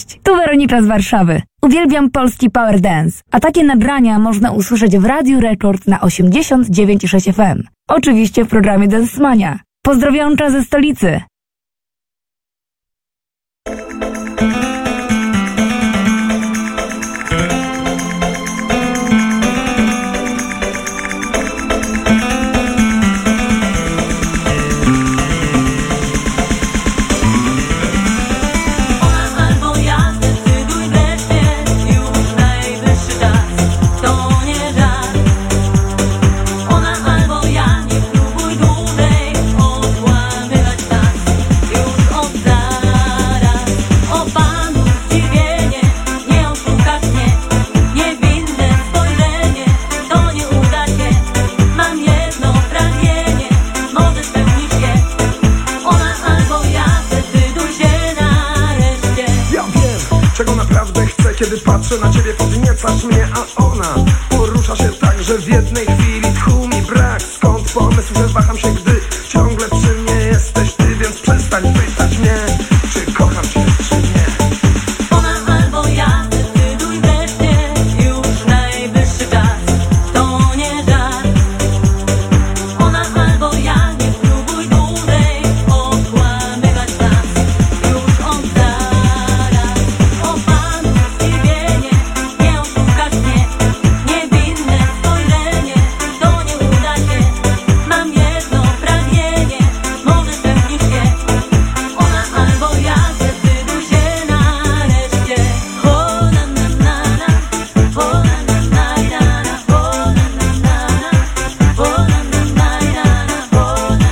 Cześć, tu Weronika z Warszawy. Uwielbiam polski power dance, a takie nagrania można usłyszeć w Radiu Rekord na 89,6 FM. Oczywiście w programie Dance Mania. Pozdrowionka ze stolicy. Kiedy patrzę na ciebie, podniecasz mnie, a ona porusza się tak, że w jednej chwili tchu mi brak. Skąd pomysł, że waham się, gdy ciągle przy mnie jesteś ty, więc przestań pytać mnie, czy kocham cię, czy nie. Ona albo ja, zdecyduj wreszcie, już najwyższy czas, to nie żart. Ona albo ja, nie spróbuj dłużej okłamywać nas, już od zaraz. Opanuj zdziwienie, nie oszukasz mnie, niewinne spojrzenie, to nie uda się. Mam jedno pragnienie, może spełnisz je. Ona albo ja, zdecyduj się nareszcie. O na na na na, o na na na na na, o na na na na, o na na na na na, o na na na na, o na na na na na, o na na na na, o na na na na.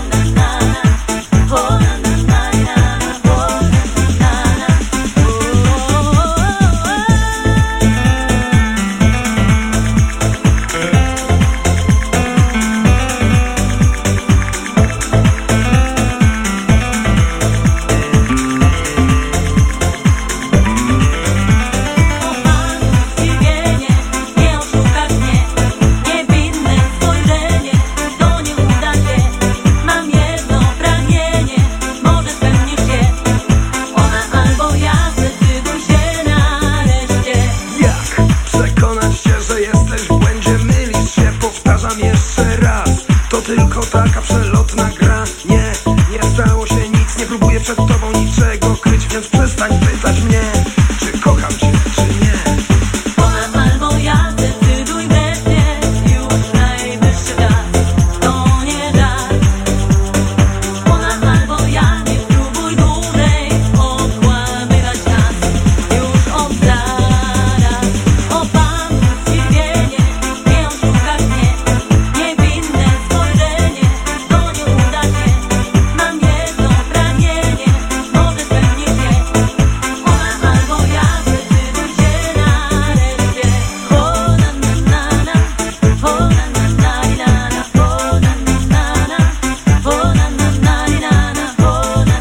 Zdziwienie, nie oszukasz mnie, niewinne spojrzenie, to nie uda się. Mam jedno pragnienie, może spełnisz je. Ona albo ja, zdecyduj się nareszcie. Jak przekonać się, że jesteś w błędzie, mylisz się, powtarzam jeszcze raz. To tylko taka przelotna gra. Nie, nie stało się nic, nie próbuję przed tobą niczego kryć, więc przestań pytać mnie, czy kocham cię, czy nie. Ona albo ja, zdecyduj wreszcie, już najwyższy czas, to nie żart. Ona albo ja, nie spróbuj dłużej okłamywać nas, już od zaraz. Opanuj zdziwienie, nie oszukasz mnie, niewinne spojrzenie, to nie uda się. Mam jedno pragnienie, może spełnisz je. Ona albo ja, zdecyduj się nareszcie. O na na na na, o na na na na na, o na na na na, o na na na na na, o na na na na, o na na na na na, o na na na na, o na na na na.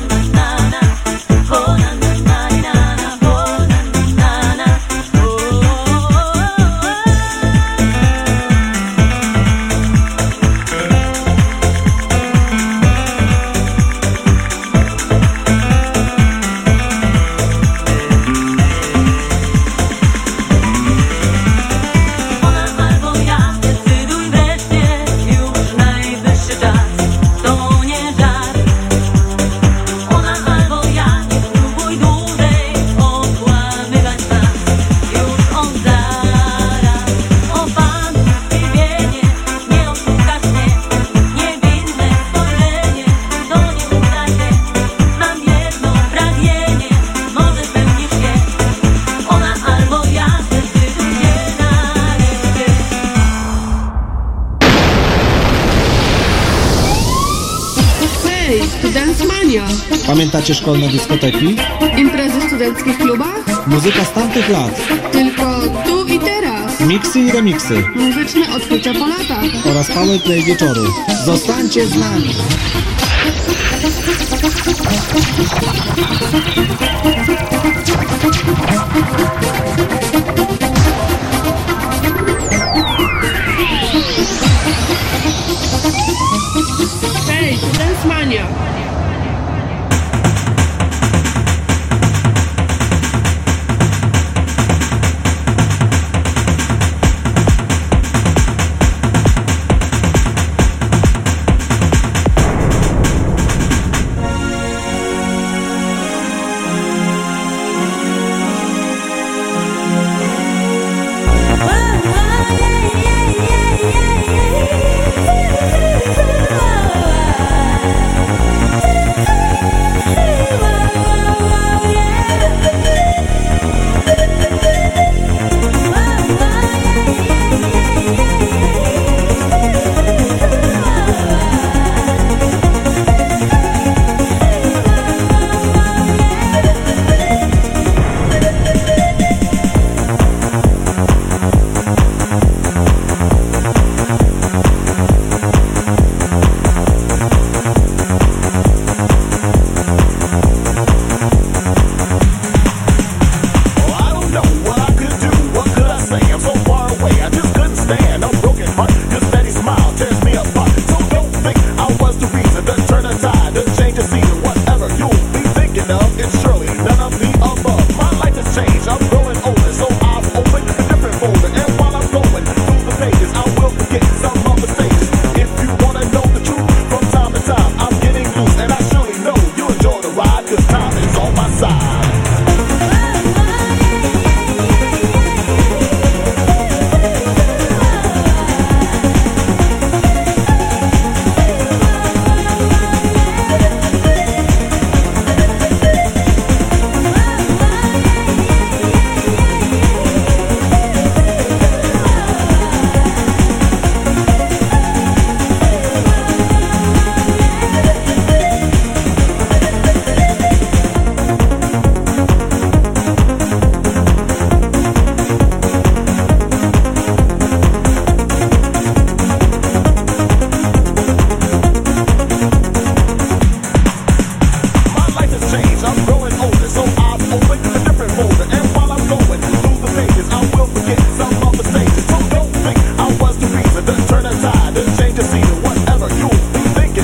Ona albo ja, zdecyduj wreszcie, już najwyższy czas, to nie żart. Ona albo ja, nie spróbuj dłużej okłamywać nas, już od zaraz. Opanuj zdziwienie, nie oszukasz mnie, niewinne spojrzenie, to nie uda się. Mam jedno pragnienie, może spełnisz je. Ona albo ja, zdecyduj się nareszcie. Hej, tu Dance Mania. Pamiętacie szkolne dyskoteki? Imprezy w studenckich klubach? Muzyka z tamtych lat. Tylko tu i teraz. Miksy i remiksy. Muzyczne odkrycia po latach. Oraz powerplay wieczoru. Zostańcie z nami. Hej, tu Dance Mania.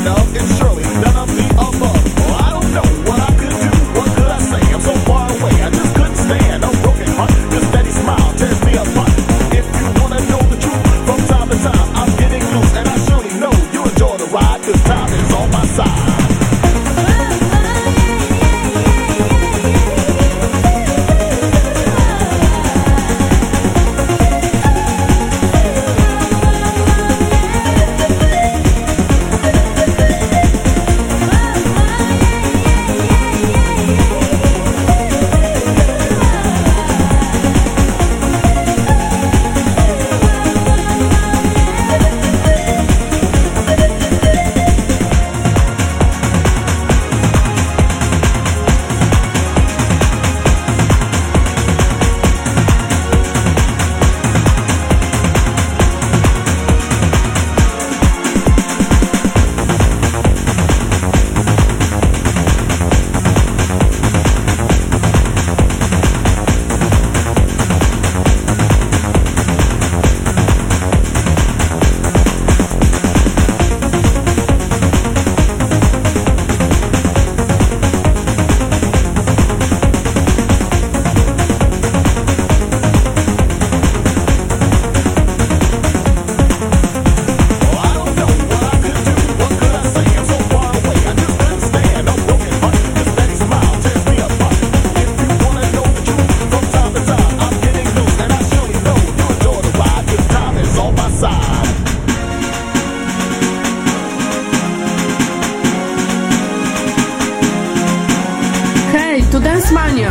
to Dance Mania.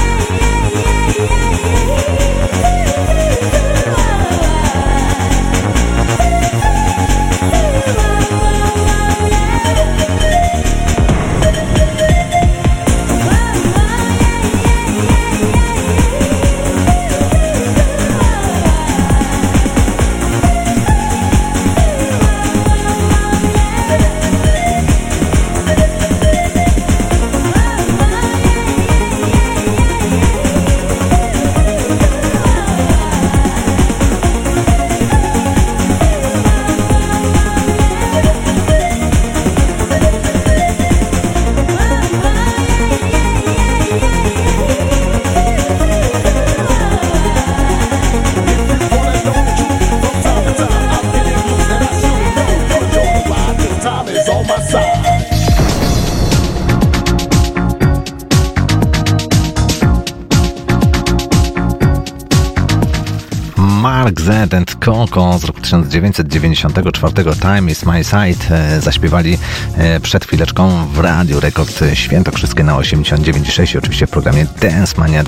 Mark Z and Coco z roku 1994, Time is my side, zaśpiewali przed chwileczką w Radiu Rekord Świętokrzyskie na 89,6, oczywiście w programie Dance Mania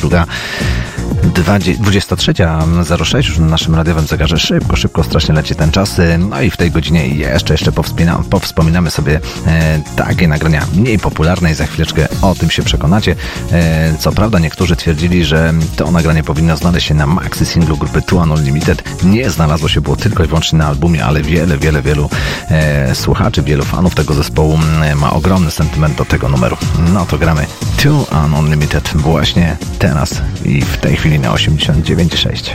23:06 już na naszym radiowym zegarze. Szybko strasznie leci ten czas. No i w tej godzinie jeszcze powspominamy sobie takie nagrania mniej popularne i za chwileczkę o tym się przekonacie. Co prawda niektórzy twierdzili, że to nagranie powinno znaleźć się na maxi singlu grupy Two Unlimited. Nie znalazło się, było tylko i wyłącznie na albumie, ale wielu słuchaczy, wielu fanów tego zespołu ma ogromny sentyment do tego numeru. No to gramy Two Unlimited właśnie teraz i w tej chwili na 89,6.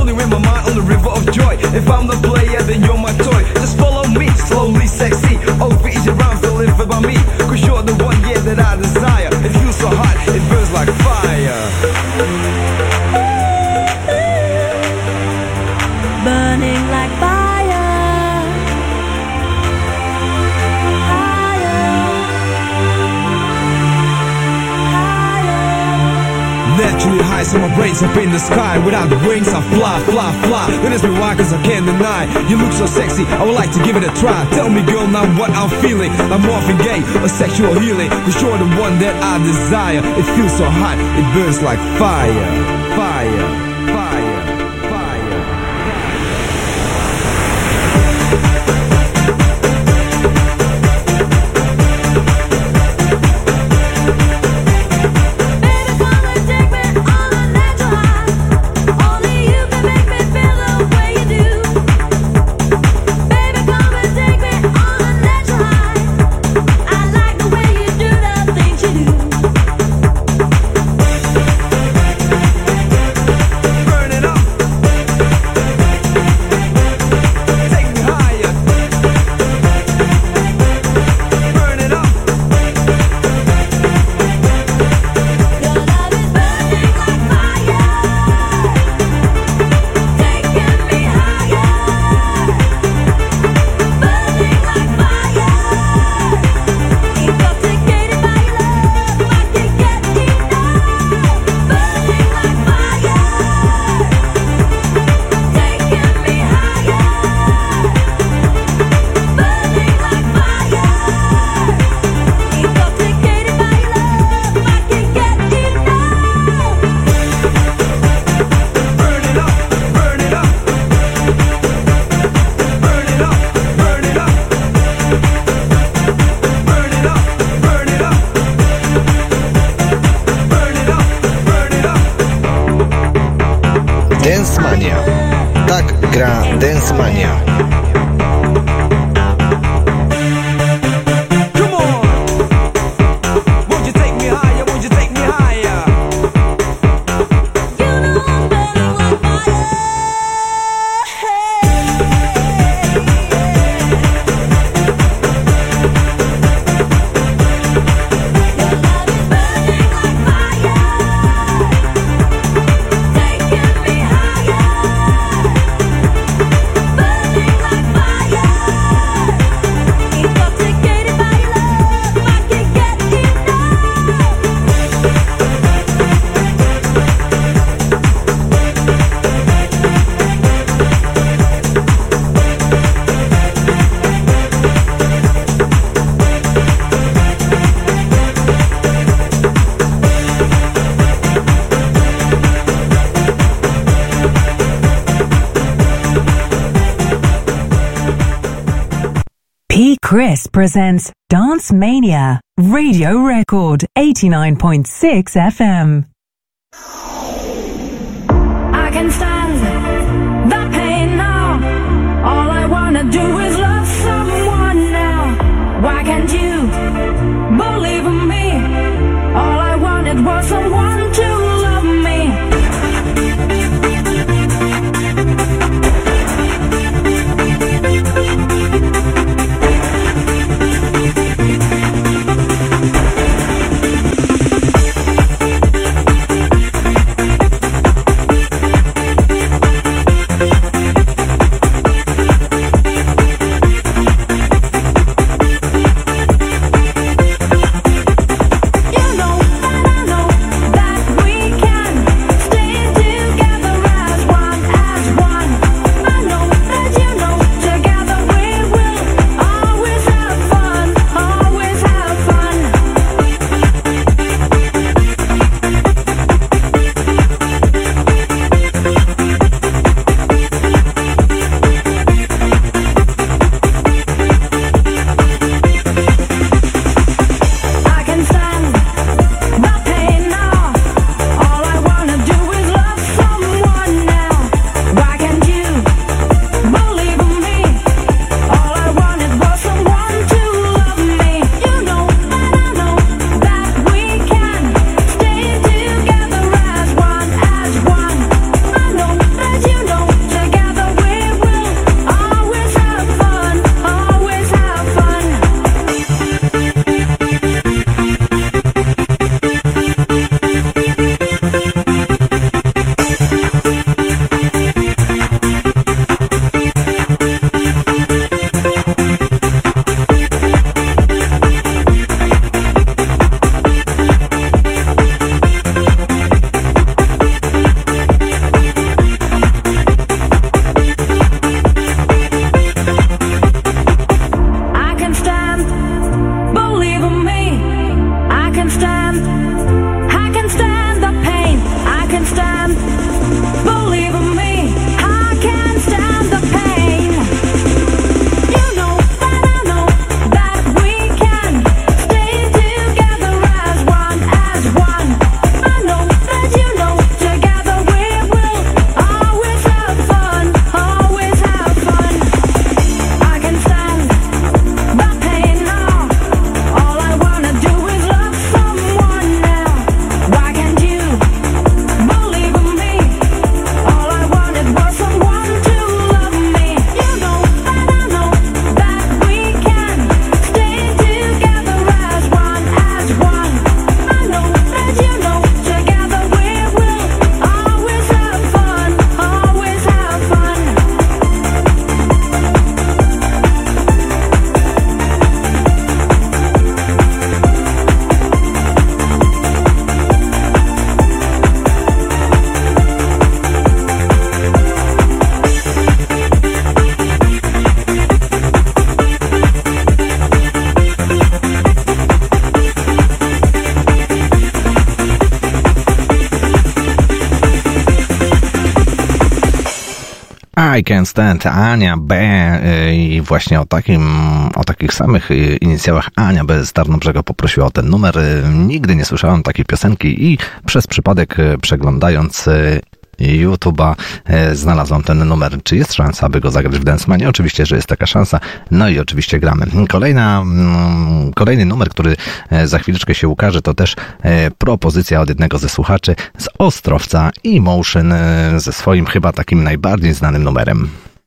floating in my mind on the river of joy. If I'm the player, then you're my toy. Just follow me, slowly sexy. Over easy rhymes delivered by me. Cause you're the one, yeah, that I desire. It feels so hot, it burns like fire. Burning like fire. Naturally high, so my brain's up in the sky. Without wings, I fly, fly, fly. Then ask me why, cause I can't deny. You look so sexy, I would like to give it a try. Tell me, girl, now what I'm feeling. I'm morphing gay, a sexual healing. Cause you're the one that I desire. It feels so hot, it burns like fire. Fire, fire, fire. Dance Mania. Tak gra Dance Mania. Chris presents Dance Mania, Radio Record 89.6 FM. I can stand the pain now. All I wanna do is love someone now. Why can't you believe in me? All I wanted was someone to love me. You know that I know that I Can't Stand, Ania B. I właśnie o takich samych inicjałach Ania B. z Tarnobrzega poprosiła o ten numer. Nigdy nie słyszałem takiej piosenki i przez przypadek przeglądając YouTube'a znalazłam ten numer. Czy jest szansa, aby go zagrać w Dance Mania? Oczywiście, że jest taka szansa. No i oczywiście gramy. Kolejny numer, który za chwileczkę się ukaże, to też propozycja od jednego ze słuchaczy z Ostrowca, Emotion, ze swoim chyba takim najbardziej znanym numerem.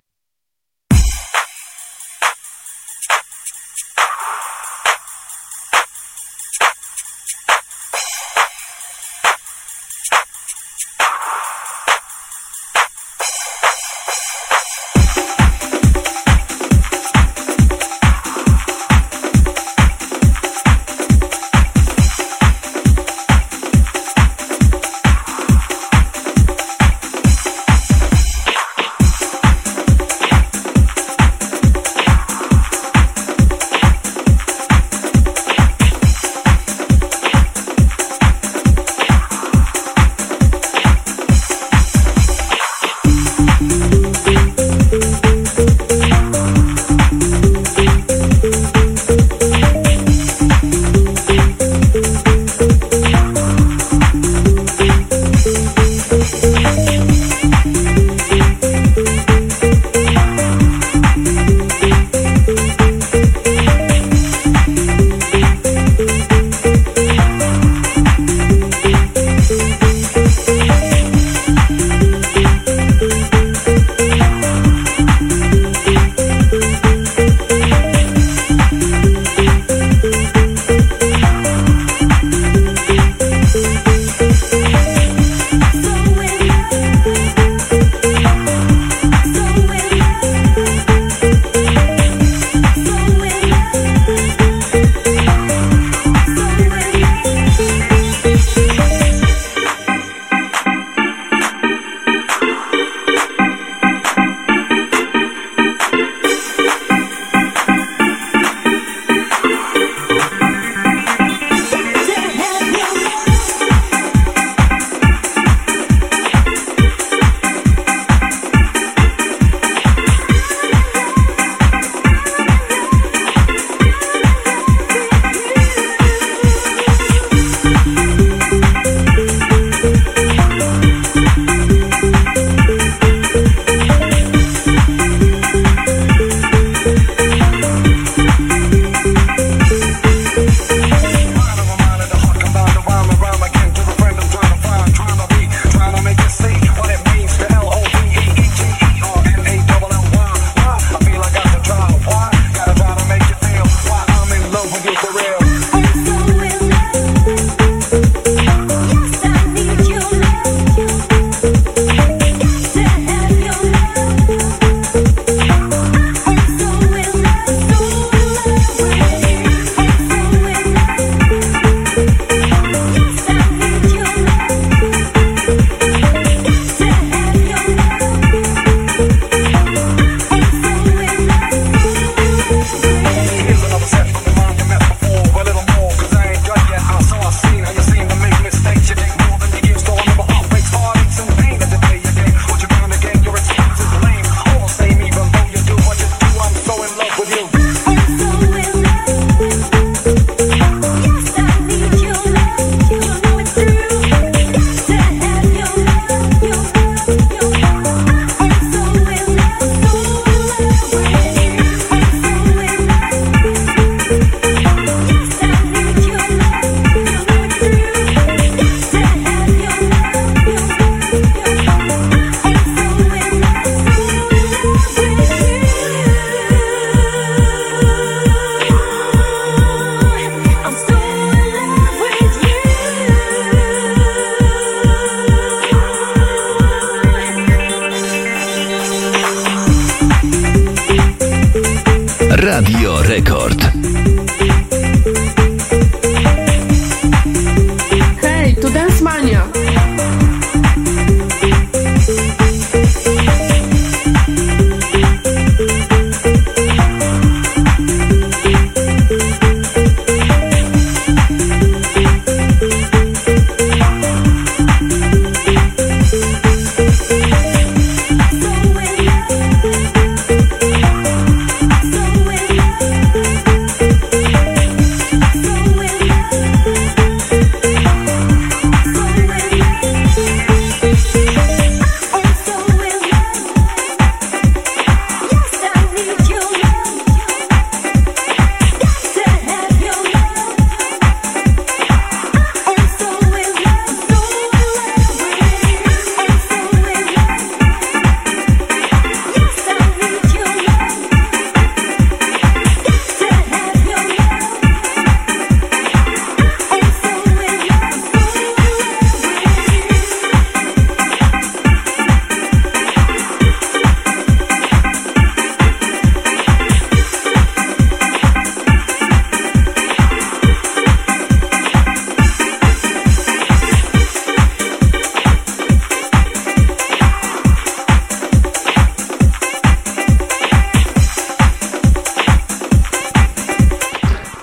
Radio Rekord. Hej, to Dance Mania.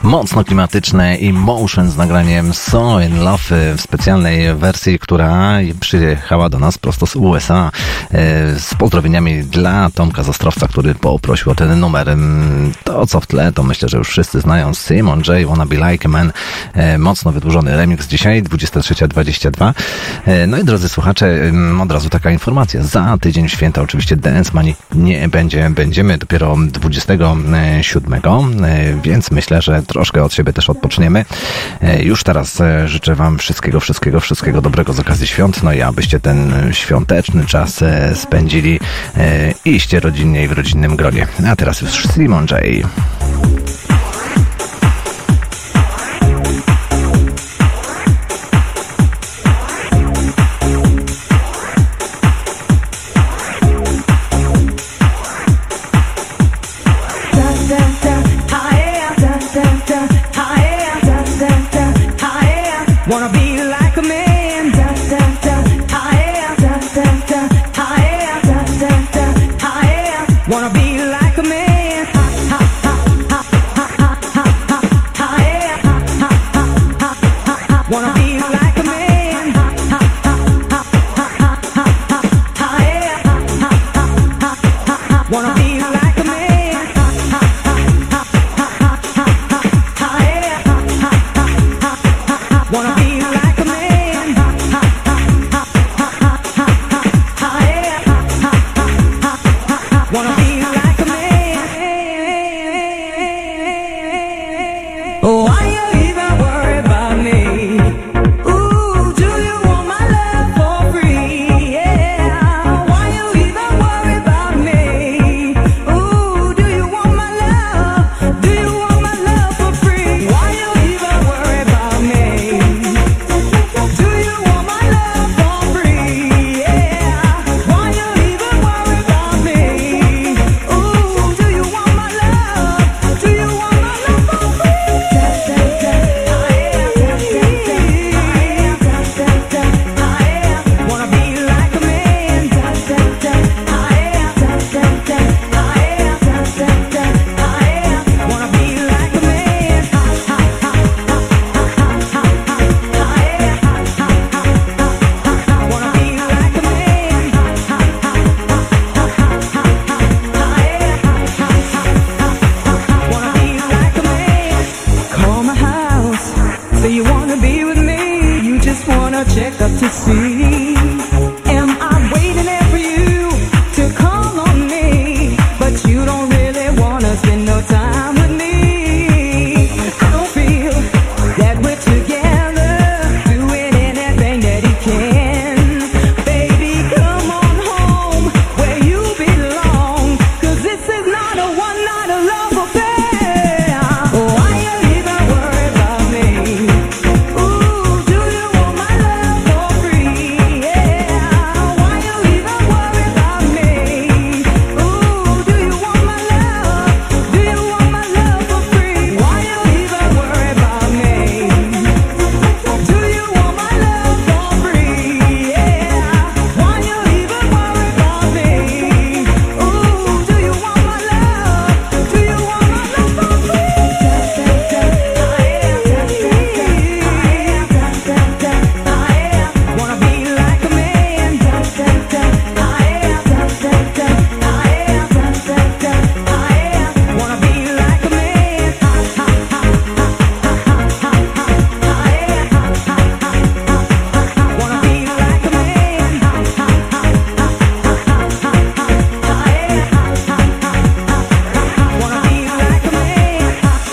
Mocno klimatyczne Emotion z nagraniem So In Love w specjalnej wersji, która przyjechała do nas prosto z USA z pozdrowieniami dla Tomka z Ostrowca, który poprosił o ten numer. To co w tle, to myślę, że już wszyscy znają. Simon J. Wanna Be Like a Man. Mocno wydłużony remix dzisiaj, 23:22. No i drodzy słuchacze, od razu taka informacja. Za tydzień w święta oczywiście Dance Money nie będzie. Będziemy dopiero 27, więc myślę, że troszkę od siebie też odpoczniemy. Już teraz życzę wam wszystkiego dobrego z okazji świąt, no i abyście ten świąteczny czas spędzili iście rodzinnie i w rodzinnym gronie. A teraz już Simon J. Wanna be like a man, da da da, yeah, da da da, yeah, da da da, yeah. Wanna be like a man, ha ha ha ha ha ha ha ha, yeah, ha ha ha ha ha. Wanna be like a man, ha ha ha ha ha ha ha, yeah, ha ha ha ha ha. Wanna be like a man, ha ha ha ha ha ha ha, yeah, ha ha ha ha. Wanna be like a man, ha ha ha ha ha ha ha, yeah, ha ha ha ha. Wanna be like a man. Oh, why you even worry about me? Ooh, do you want my love for free? Yeah, why you even worry about me? Ooh, do you want my love? Do you want my love for free? Why you even worry about me? Do you want my love for free? Yeah, why you even worry about me? Ooh, do you want my love? Do you want my love for free? Wanna be like a man, wanna be like a man, wanna be like a man, wanna be like a man. Call my house, say you wanna be with me. You just wanna check up to see, am I waiting there for you to call on me? But you don't really wanna spend no time with me. I don't feel that we're together, doing anything that he can. Baby, come on home where you belong, 'cause this is not a one-night love affair. Why you even worry about me? Ooh, do you want my love for free? Yeah, why you even worry about me? Ooh, do you want my love? Do you want my love for free? Why you even worry about me? Do you want my love for free? Yeah, why you even worry about me? Ooh, do you want my love? Do you want my love for free? Wanna be like a man, wanna be like a man, wanna be like a man, wanna be like a man,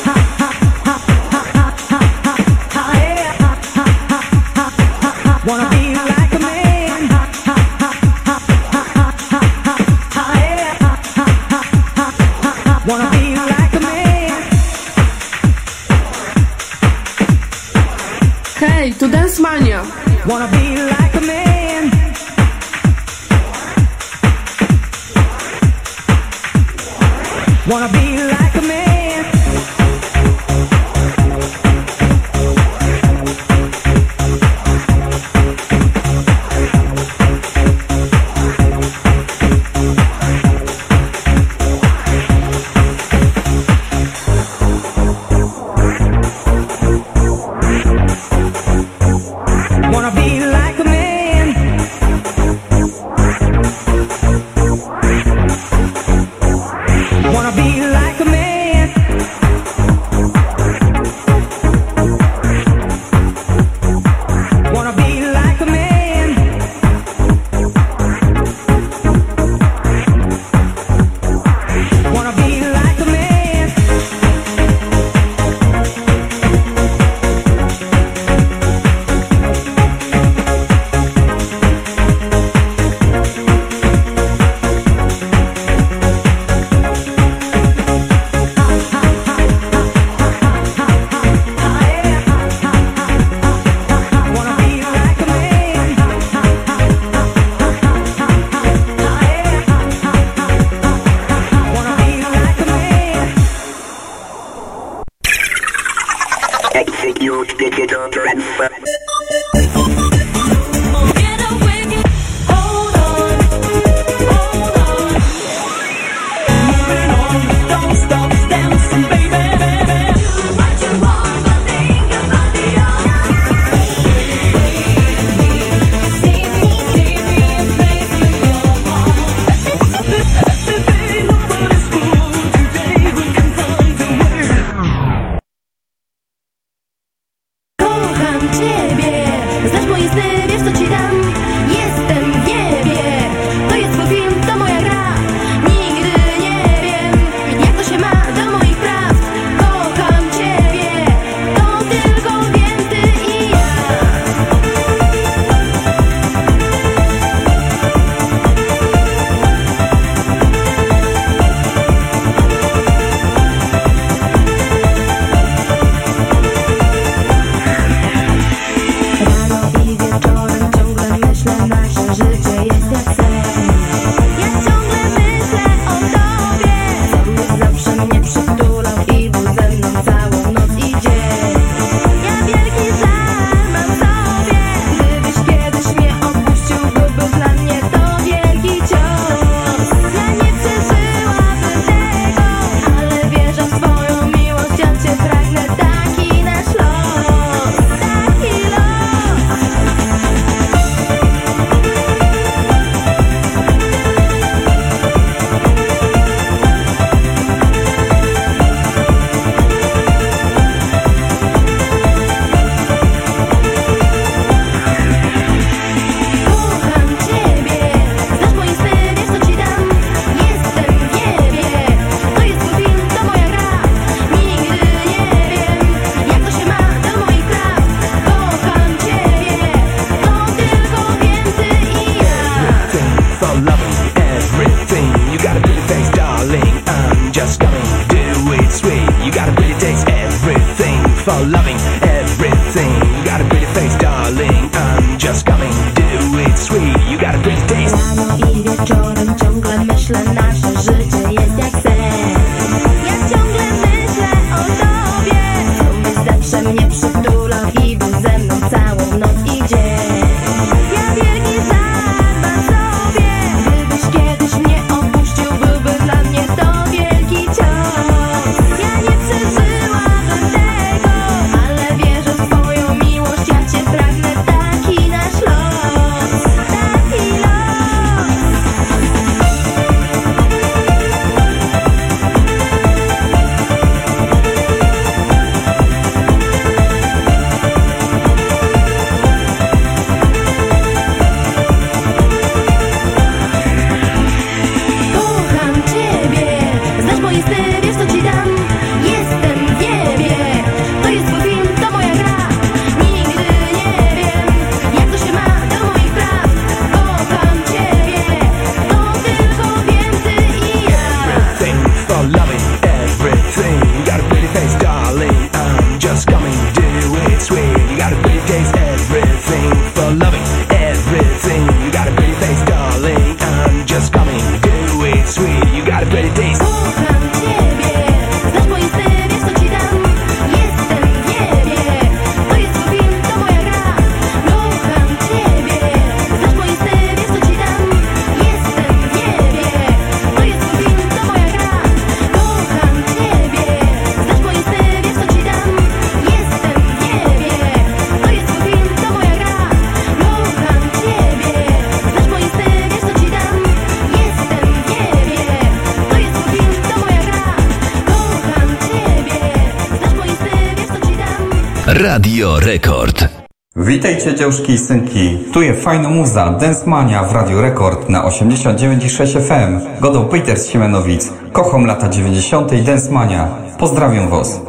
wanna be like a man, wanna be like a man. Hej, tu Dance Mania. Wanna be like a man. Wanna be like a man. Wanna be like a man. Wanna be like a man. Wanna be like a man. Execute digital transfer. Don't stop dancing, baby. What you want, but think about the Kocham ciebie, znasz moje sny, wiesz co ci dam. Jestem w niebie, to jest mój film, to moja gra. Nigdy nie wiem, jak to się ma do moich praw. Kocham ciebie, to tylko wiem ty i ja. Rano i wieczorem ciągle myślę, nasze życie jest jak sen. Ja ciągle myślę o tobie, co byś zawsze mnie przytulał i był ze mną całą noc i dzień. Ja wielki żal mam w sobie, gdybyś kiedyś mnie opuścił, byłby dla mnie to wielki cios. Ja nie przeżyłabym tego, ale wierzę w swoją miłość, ja cię pragnę, taki nasz los, taki los. Kocham ciebie, znasz moje sny, wiesz co ci dam. Jestem w niebie, to jest mój film, to moja gra. Nigdy nie wiem, jak to się ma do moich praw. Kocham ciebie, to tylko wiem ty i ja. For loving everything, you got a pretty face, darling. I'm just coming, do it sweet. You got a pretty taste, everything. For loving everything, you got a pretty face, darling. I'm just coming, do it sweet. You got a pretty taste. Rano i wieczorem ciągle myślę, nasze życie jest jak sen. Ja ciągle myślę o tobie, co byś zawsze mnie przytulał i był ze mną całą noc i dzień. Ja wielki żal mam w sobie, gdybyś kiedyś mnie opuścił, byłby dla mnie to wielki cios. Ja nie przeżyłabym tego, ale wierzę w swoją miłość, ja cię pragnę, taki nasz los, taki los. Kocham ciebie, znasz moje sny, wiesz co ci dam. Jestem w niebie, to jest mój film, to moja gra. Nigdy nie wiem, jak to się ma do moich praw. Kocham ciebie, to tylko wiem ty i ja. Everything for loving everything. You got a pretty face, darling. I'm just coming, do it sweet. You got a pretty taste, everything for loving everything. You got a pretty face, darling. I'm just coming, do it sweet. You got a pretty taste. Kocham ciebie, znasz moje sny, wiesz co ci dam. Jestem w niebie, to jest mój film, to moja gra. Kocham ciebie, znasz moje sny, wiesz co ci dam. Jestem w niebie, to jest mój film, to moja gra. Kocham ciebie, znasz moje sny, wiesz co ci dam. Jestem w niebie, to jest mój film, to moja gra. Kocham ciebie, znasz moje sny, wiesz co ci dam. Jestem w niebie, to jest mój film, to moja gra. Radio Rekord. Witajcie dziążki i synki, tu jest fajna muza, Dance Mania w Radio Rekord na 89,6 FM. Godą Peter z Siemianowic, kocham lata 90. i Dance Mania. Pozdrawiam was.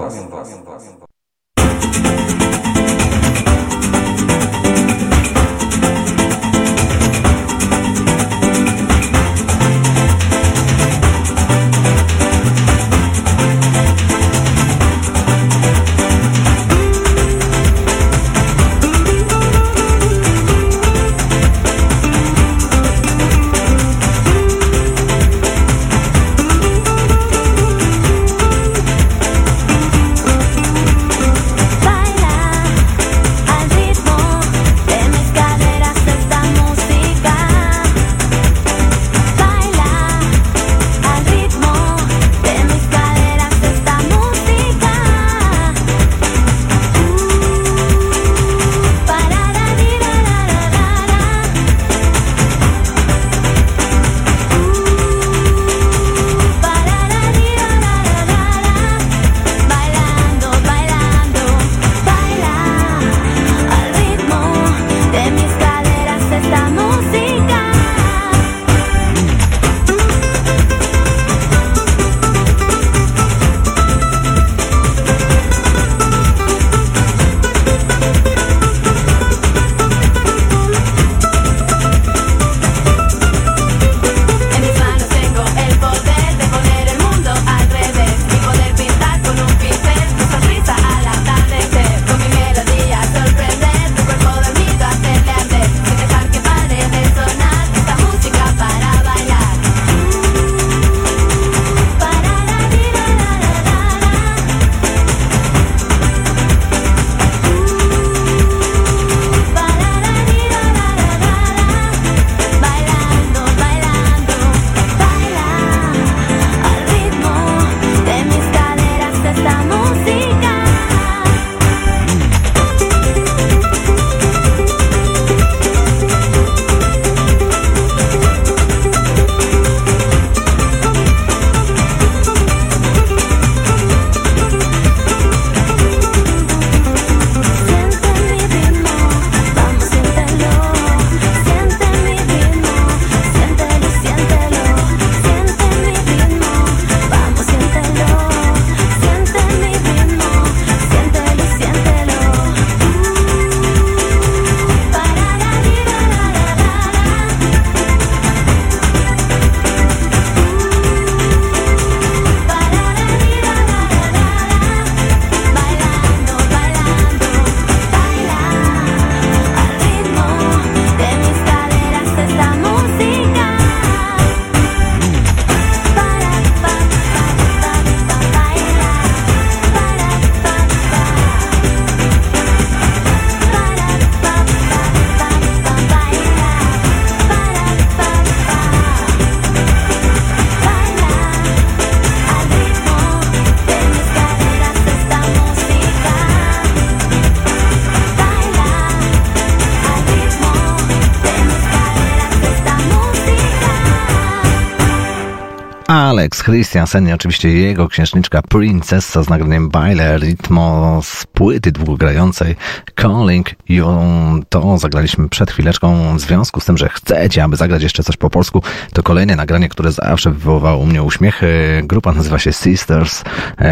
Alex Christiansen i oczywiście jego księżniczka Princessa z nagraniem Baile Ritmo z płyty długogrającej Calling You. To zagraliśmy przed chwileczką. W związku z tym, że chcecie, aby zagrać jeszcze coś po polsku, to kolejne nagranie, które zawsze wywoływało u mnie uśmiechy. Grupa nazywa się Sisters,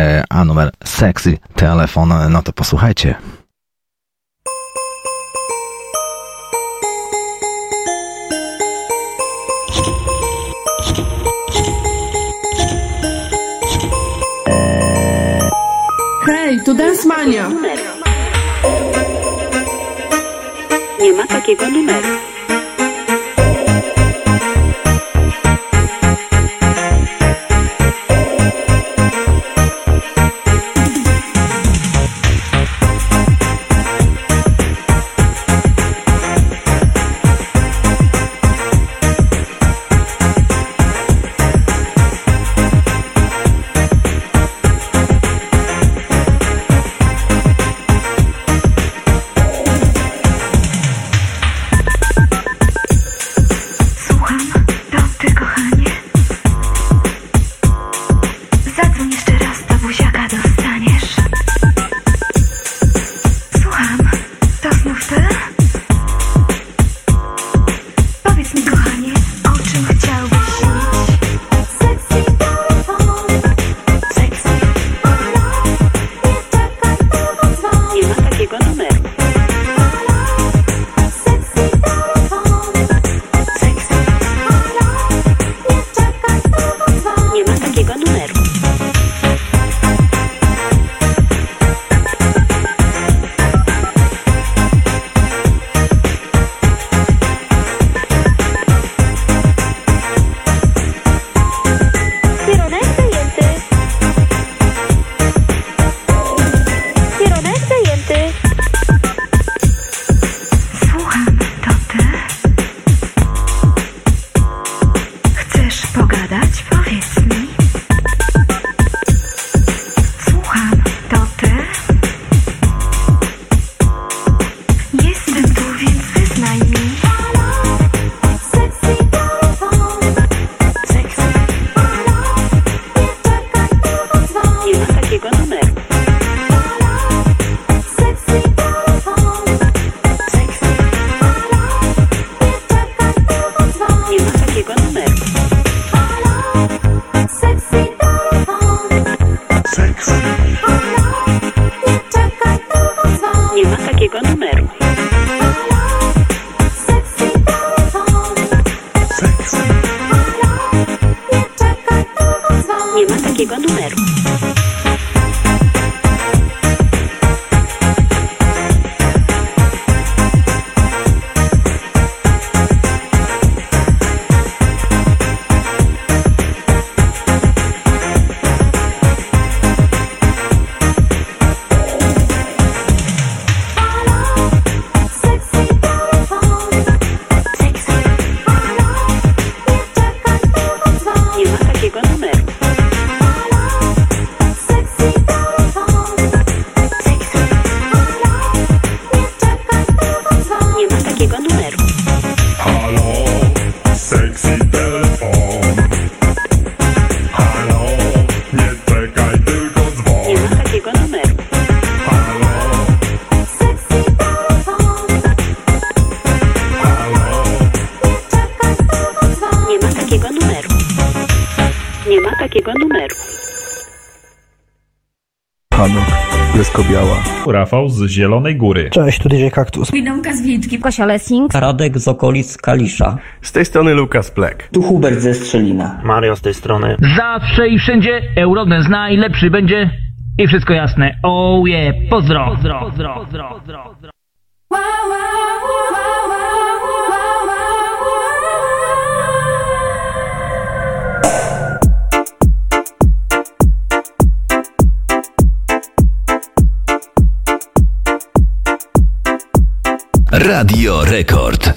a numer Sexy Telefon. No to posłuchajcie. Hej, tu Dance Mania. Nie ma takiego numeru. takiego numeru. Rafał z Zielonej Góry. Cześć, tu DJ Kaktus. Widomka z Wilczki, Kosia Lessing. Radek z okolic Kalisza. Z tej strony Lukas Plek. Tu Hubert ze Strzelina. Mario z tej strony. Zawsze i wszędzie Eurodance najlepszy będzie i wszystko jasne. Oh yeah, pozdro. Radio Rekord.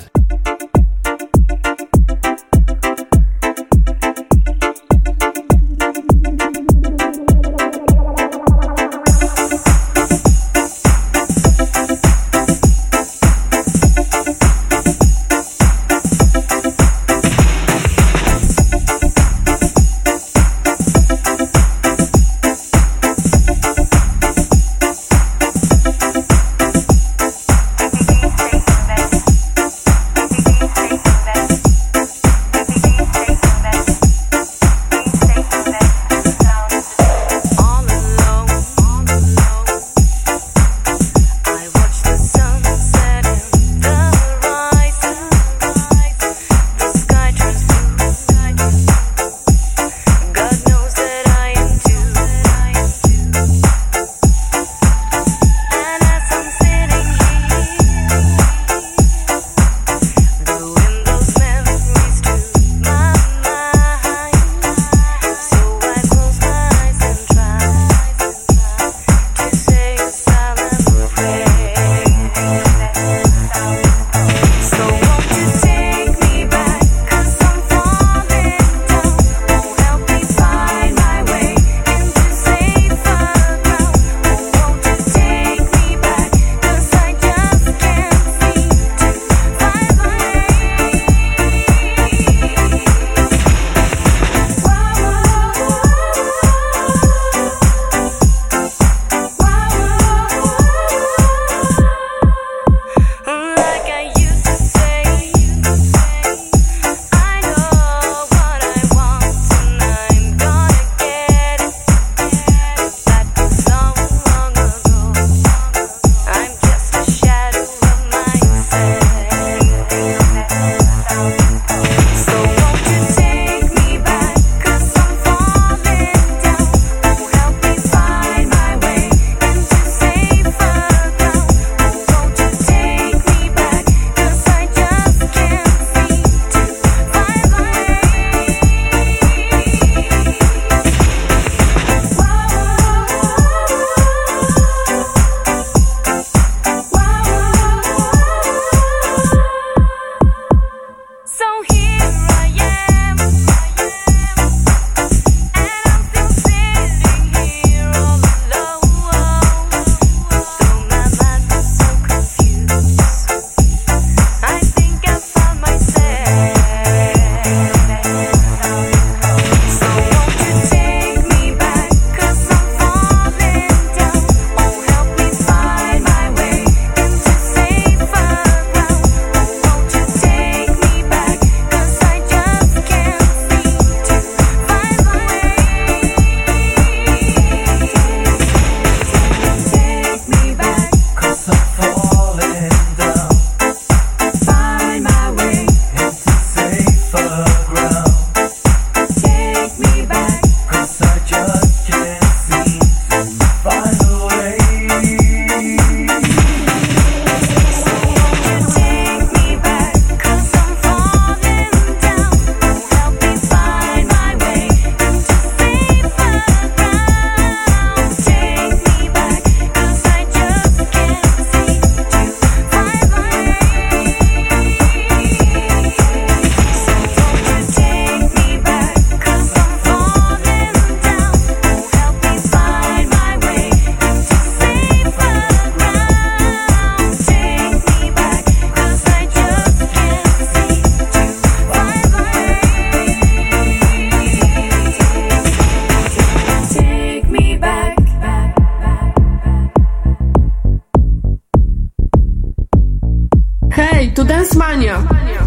Mania.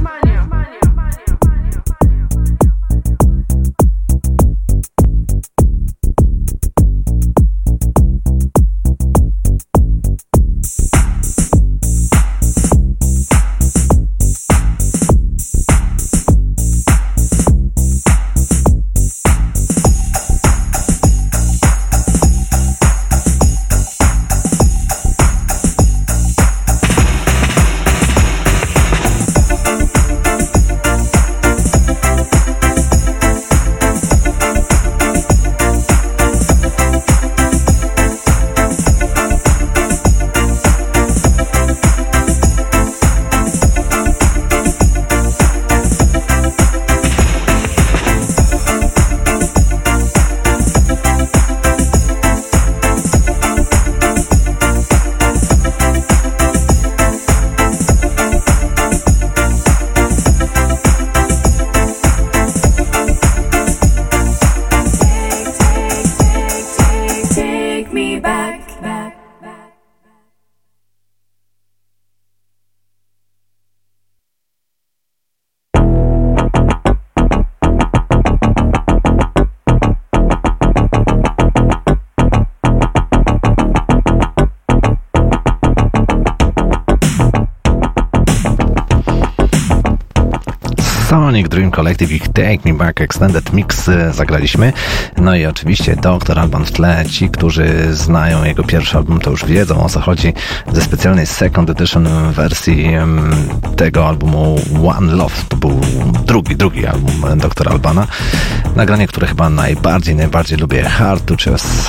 Sonic Dream Collective, ich Take Me Back Extended Mix zagraliśmy. No i oczywiście Dr. Alban w tle. Ci, którzy znają jego pierwszy album, to już wiedzą, o co chodzi. Ze specjalnej Second Edition wersji tego albumu One Love. To był drugi album Dr. Albana. Nagranie, które chyba najbardziej lubię. Hard to Choose.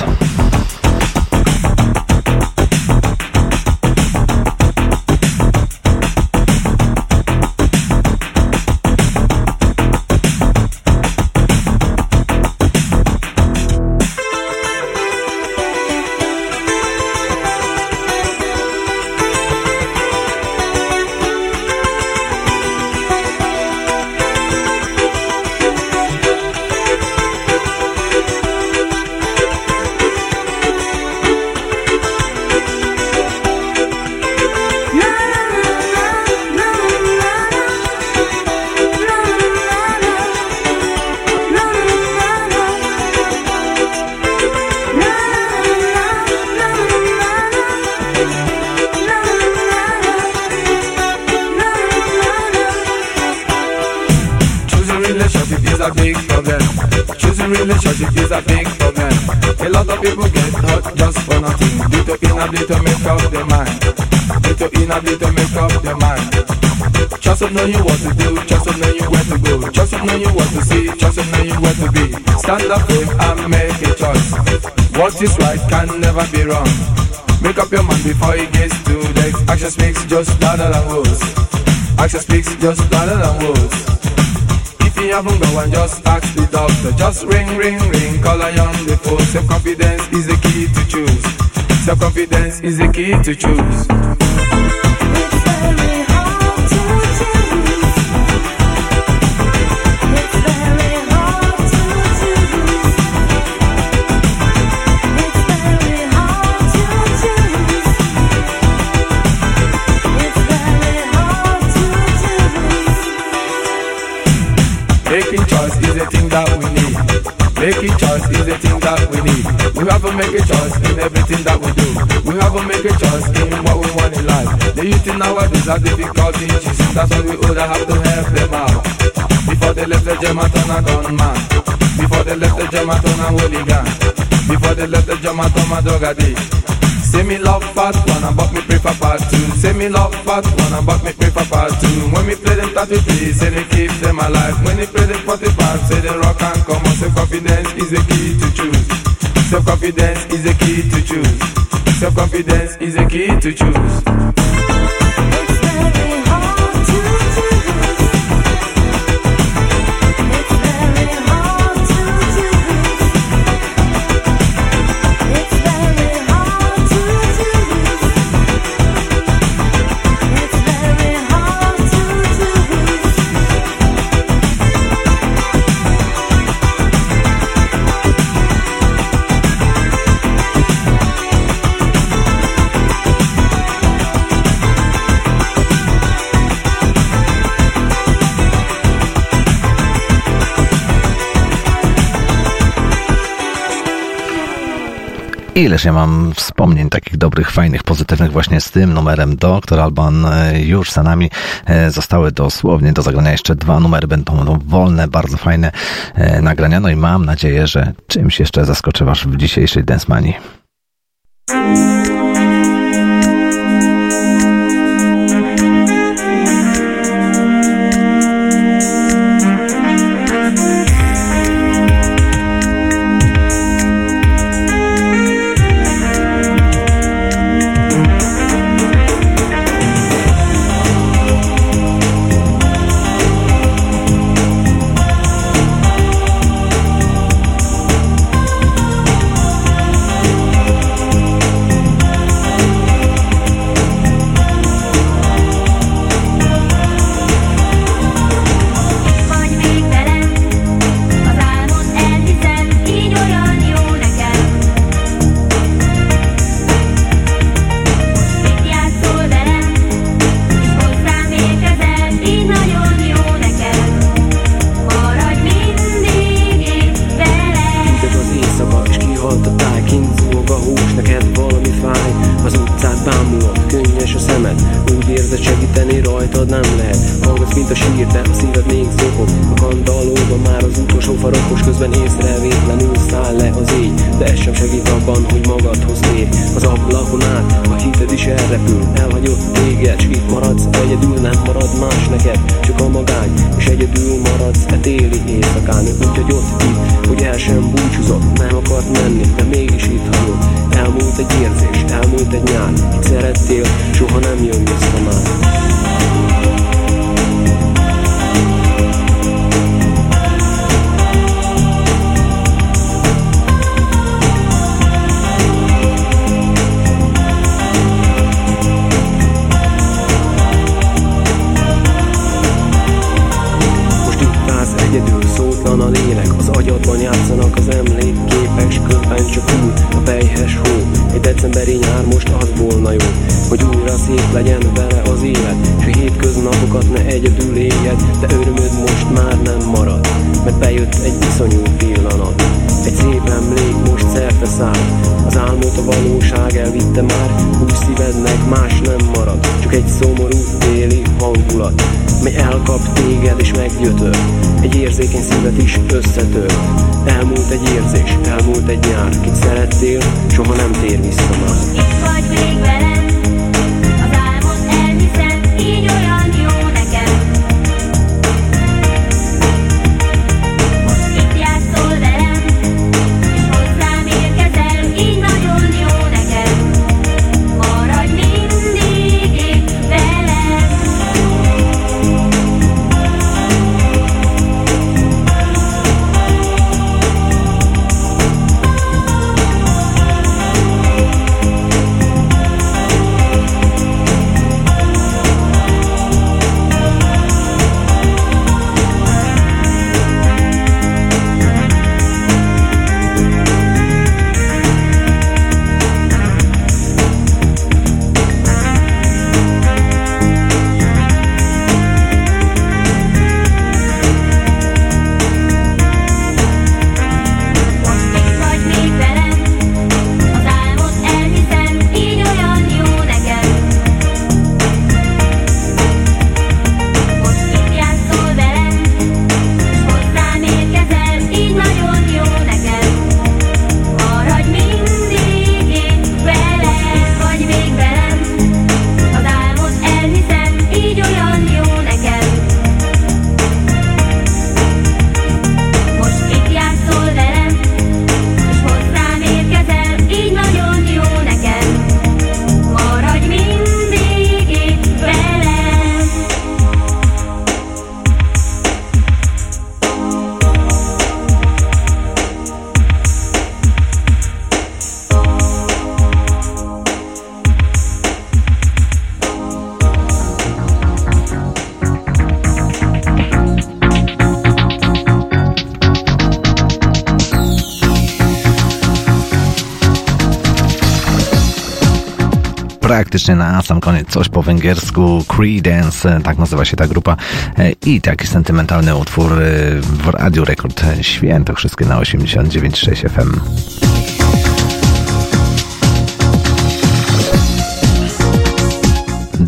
Know you what to do, just know you where to go, just know you what to see, just know you where to be. Stand up and make a choice. What is right can never be wrong. Make up your mind before it gets too late. Action speaks just louder than words. Action speaks just louder than words. If you haven't got one, just ask the doctor. Just ring, ring, ring, call on the phone. Self-confidence is the key to choose. Self-confidence is the key to choose. Making choice is the thing that we need. Making choice is the thing that we need. We have to make a choice in everything that we do. We have to make a choice in what we want in life. The youth in nowadays have difficulty choosing. That's why we all have to help them out. Before they left the German turn and gunman. Before they left the German turn and hooligan. Before they left the German turn and drug addict. Say me love part one, but me prefer part two. Say me love part one, but me prefer part two. When me play them 33, say they keep them alive. When they play them 45, say they rock and come on. Self-confidence is the key to choose. Self-confidence is the key to choose. Self-confidence is the key to choose. Ileż ja mam wspomnień takich dobrych, fajnych, pozytywnych właśnie z tym numerem. Dr. Alban już za nami. Zostały dosłownie do zagrania jeszcze 2 numery. Będą wolne, bardzo fajne nagrania. No i mam nadzieję, że czymś jeszcze zaskoczę was w dzisiejszej Dance Manii. Praktycznie na sam koniec coś po węgiersku. Creedence, tak nazywa się ta grupa. I taki sentymentalny utwór w Radiu Rekord Świętokrzyskie na 89,6 FM.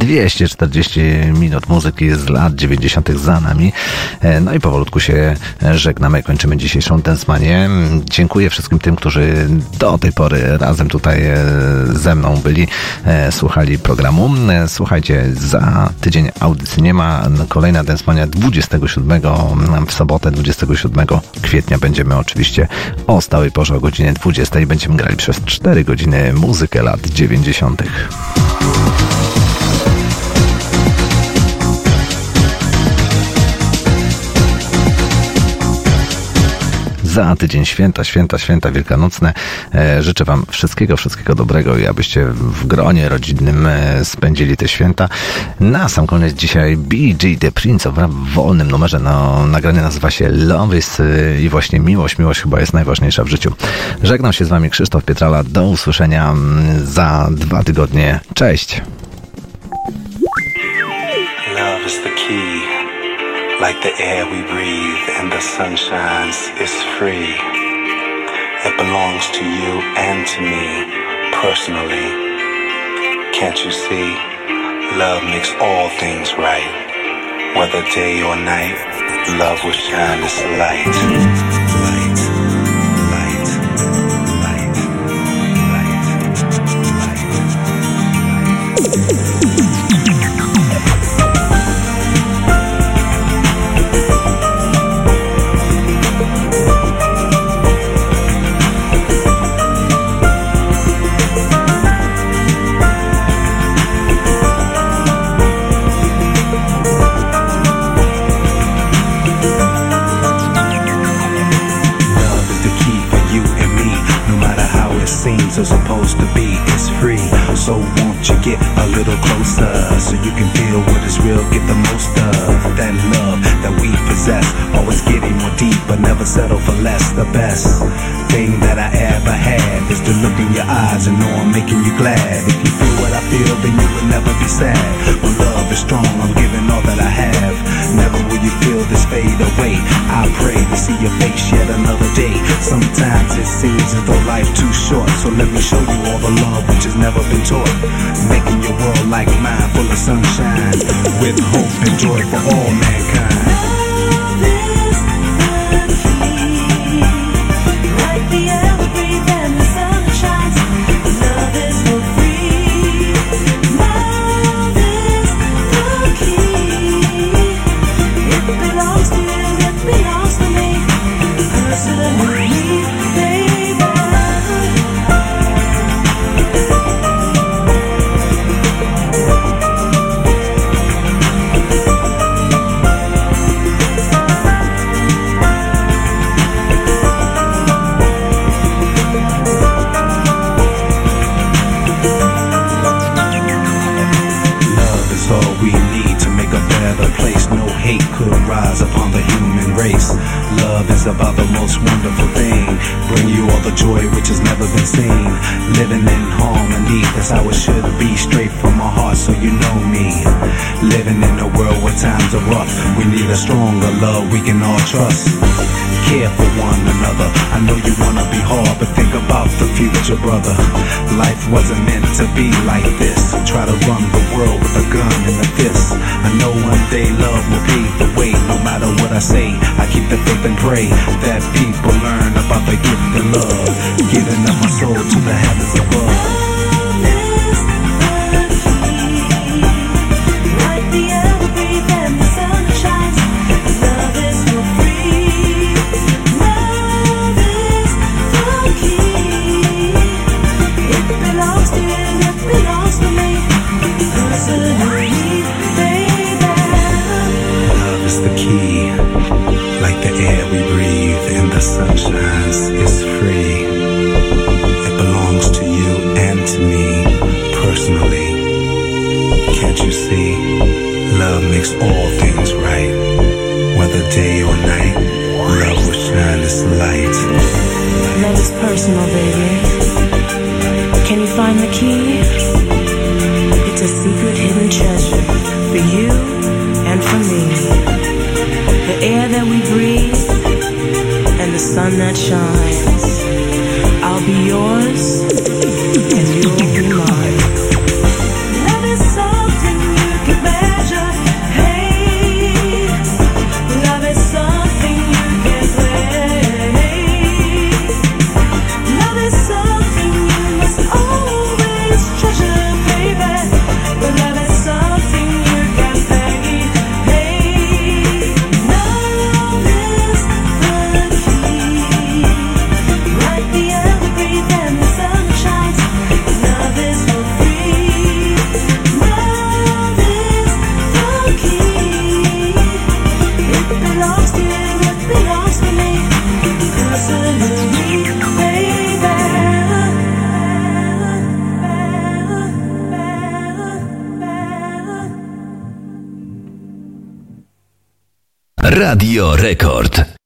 240 minut muzyki z lat 90. za nami. No i powolutku się żegnamy, kończymy dzisiejszą Densmanię. Dziękuję wszystkim tym, którzy do tej pory razem tutaj ze mną byli, słuchali programu. Słuchajcie, za tydzień audycji nie ma. Kolejna Densmania 27 w sobotę, 27 kwietnia będziemy oczywiście o stałej porze o godzinie 20 i będziemy grali przez 4 godziny muzykę lat 90. Za tydzień święta wielkanocne. Życzę Wam wszystkiego dobrego i abyście w gronie rodzinnym spędzili te święta. Na sam koniec dzisiaj B.G. The Prince w wolnym numerze. Nagranie nazywa się Love Is i właśnie miłość chyba jest najważniejsza w życiu. Żegnam się z Wami, Krzysztof Pietrala. Do usłyszenia za 2 tygodnie. Cześć! Love is the key. Like the air we breathe and the sun shines, it's free. It belongs to you and to me, personally. Can't you see? Love makes all things right. Whether day or night, love will shine its light. Light, light, light, light, light. Are supposed to be, it's free. So won't you get a little closer so you can feel what is real, get the most of that love that we possess. Always getting more deep, but never settle for less. The best thing that I ever had is to look in your eyes and know I'm making you glad. If you feel what I feel, then you will never be sad. When love is strong, I'm giving all that I have. Never will you feel this fade away. I pray to see your face yet another day. Sometimes it seems as though life's too short, so let me show you all the love which has never been taught. Making your world like mine, full of sunshine, with hope and joy for all mankind. Love is the key, like the air we breathe and the sun shines. Love is for free. Love is the key. It belongs to you, it belongs to me. Personally, baby. Could rise upon the human race. Love is about the most wonderful thing. Bring you all the joy which has never been seen. Living in harmony, that's how it should be. Straight from my heart, so you know me. Living in a world where times are rough. We need a stronger love we can all trust. Care for one another. I know you wanna be hard, but think about the future, brother. Life wasn't meant to be like this. Try to run the world with a gun in the fist. I know one day love will pave the way. No matter what I say, I keep the faith and pray that people learn about the gift of love, giving up my soul to the heavens above. Like the air we breathe and the sun shines. Love is for free. Love is the key. It belongs to you, it belongs to me. Personally, baby. Love is the key. Like the air we breathe and the sun shines, it's free. It belongs to you and to me, personally. Can't you see? Love makes all things right. Whether day or night, love will shine its light. Love is personal, baby. Can you find the key? It's a secret hidden treasure for you and for me. The air that we breathe and the sun that shines. I'll be yours and you'll be mine. Love is something you Radio Rekord.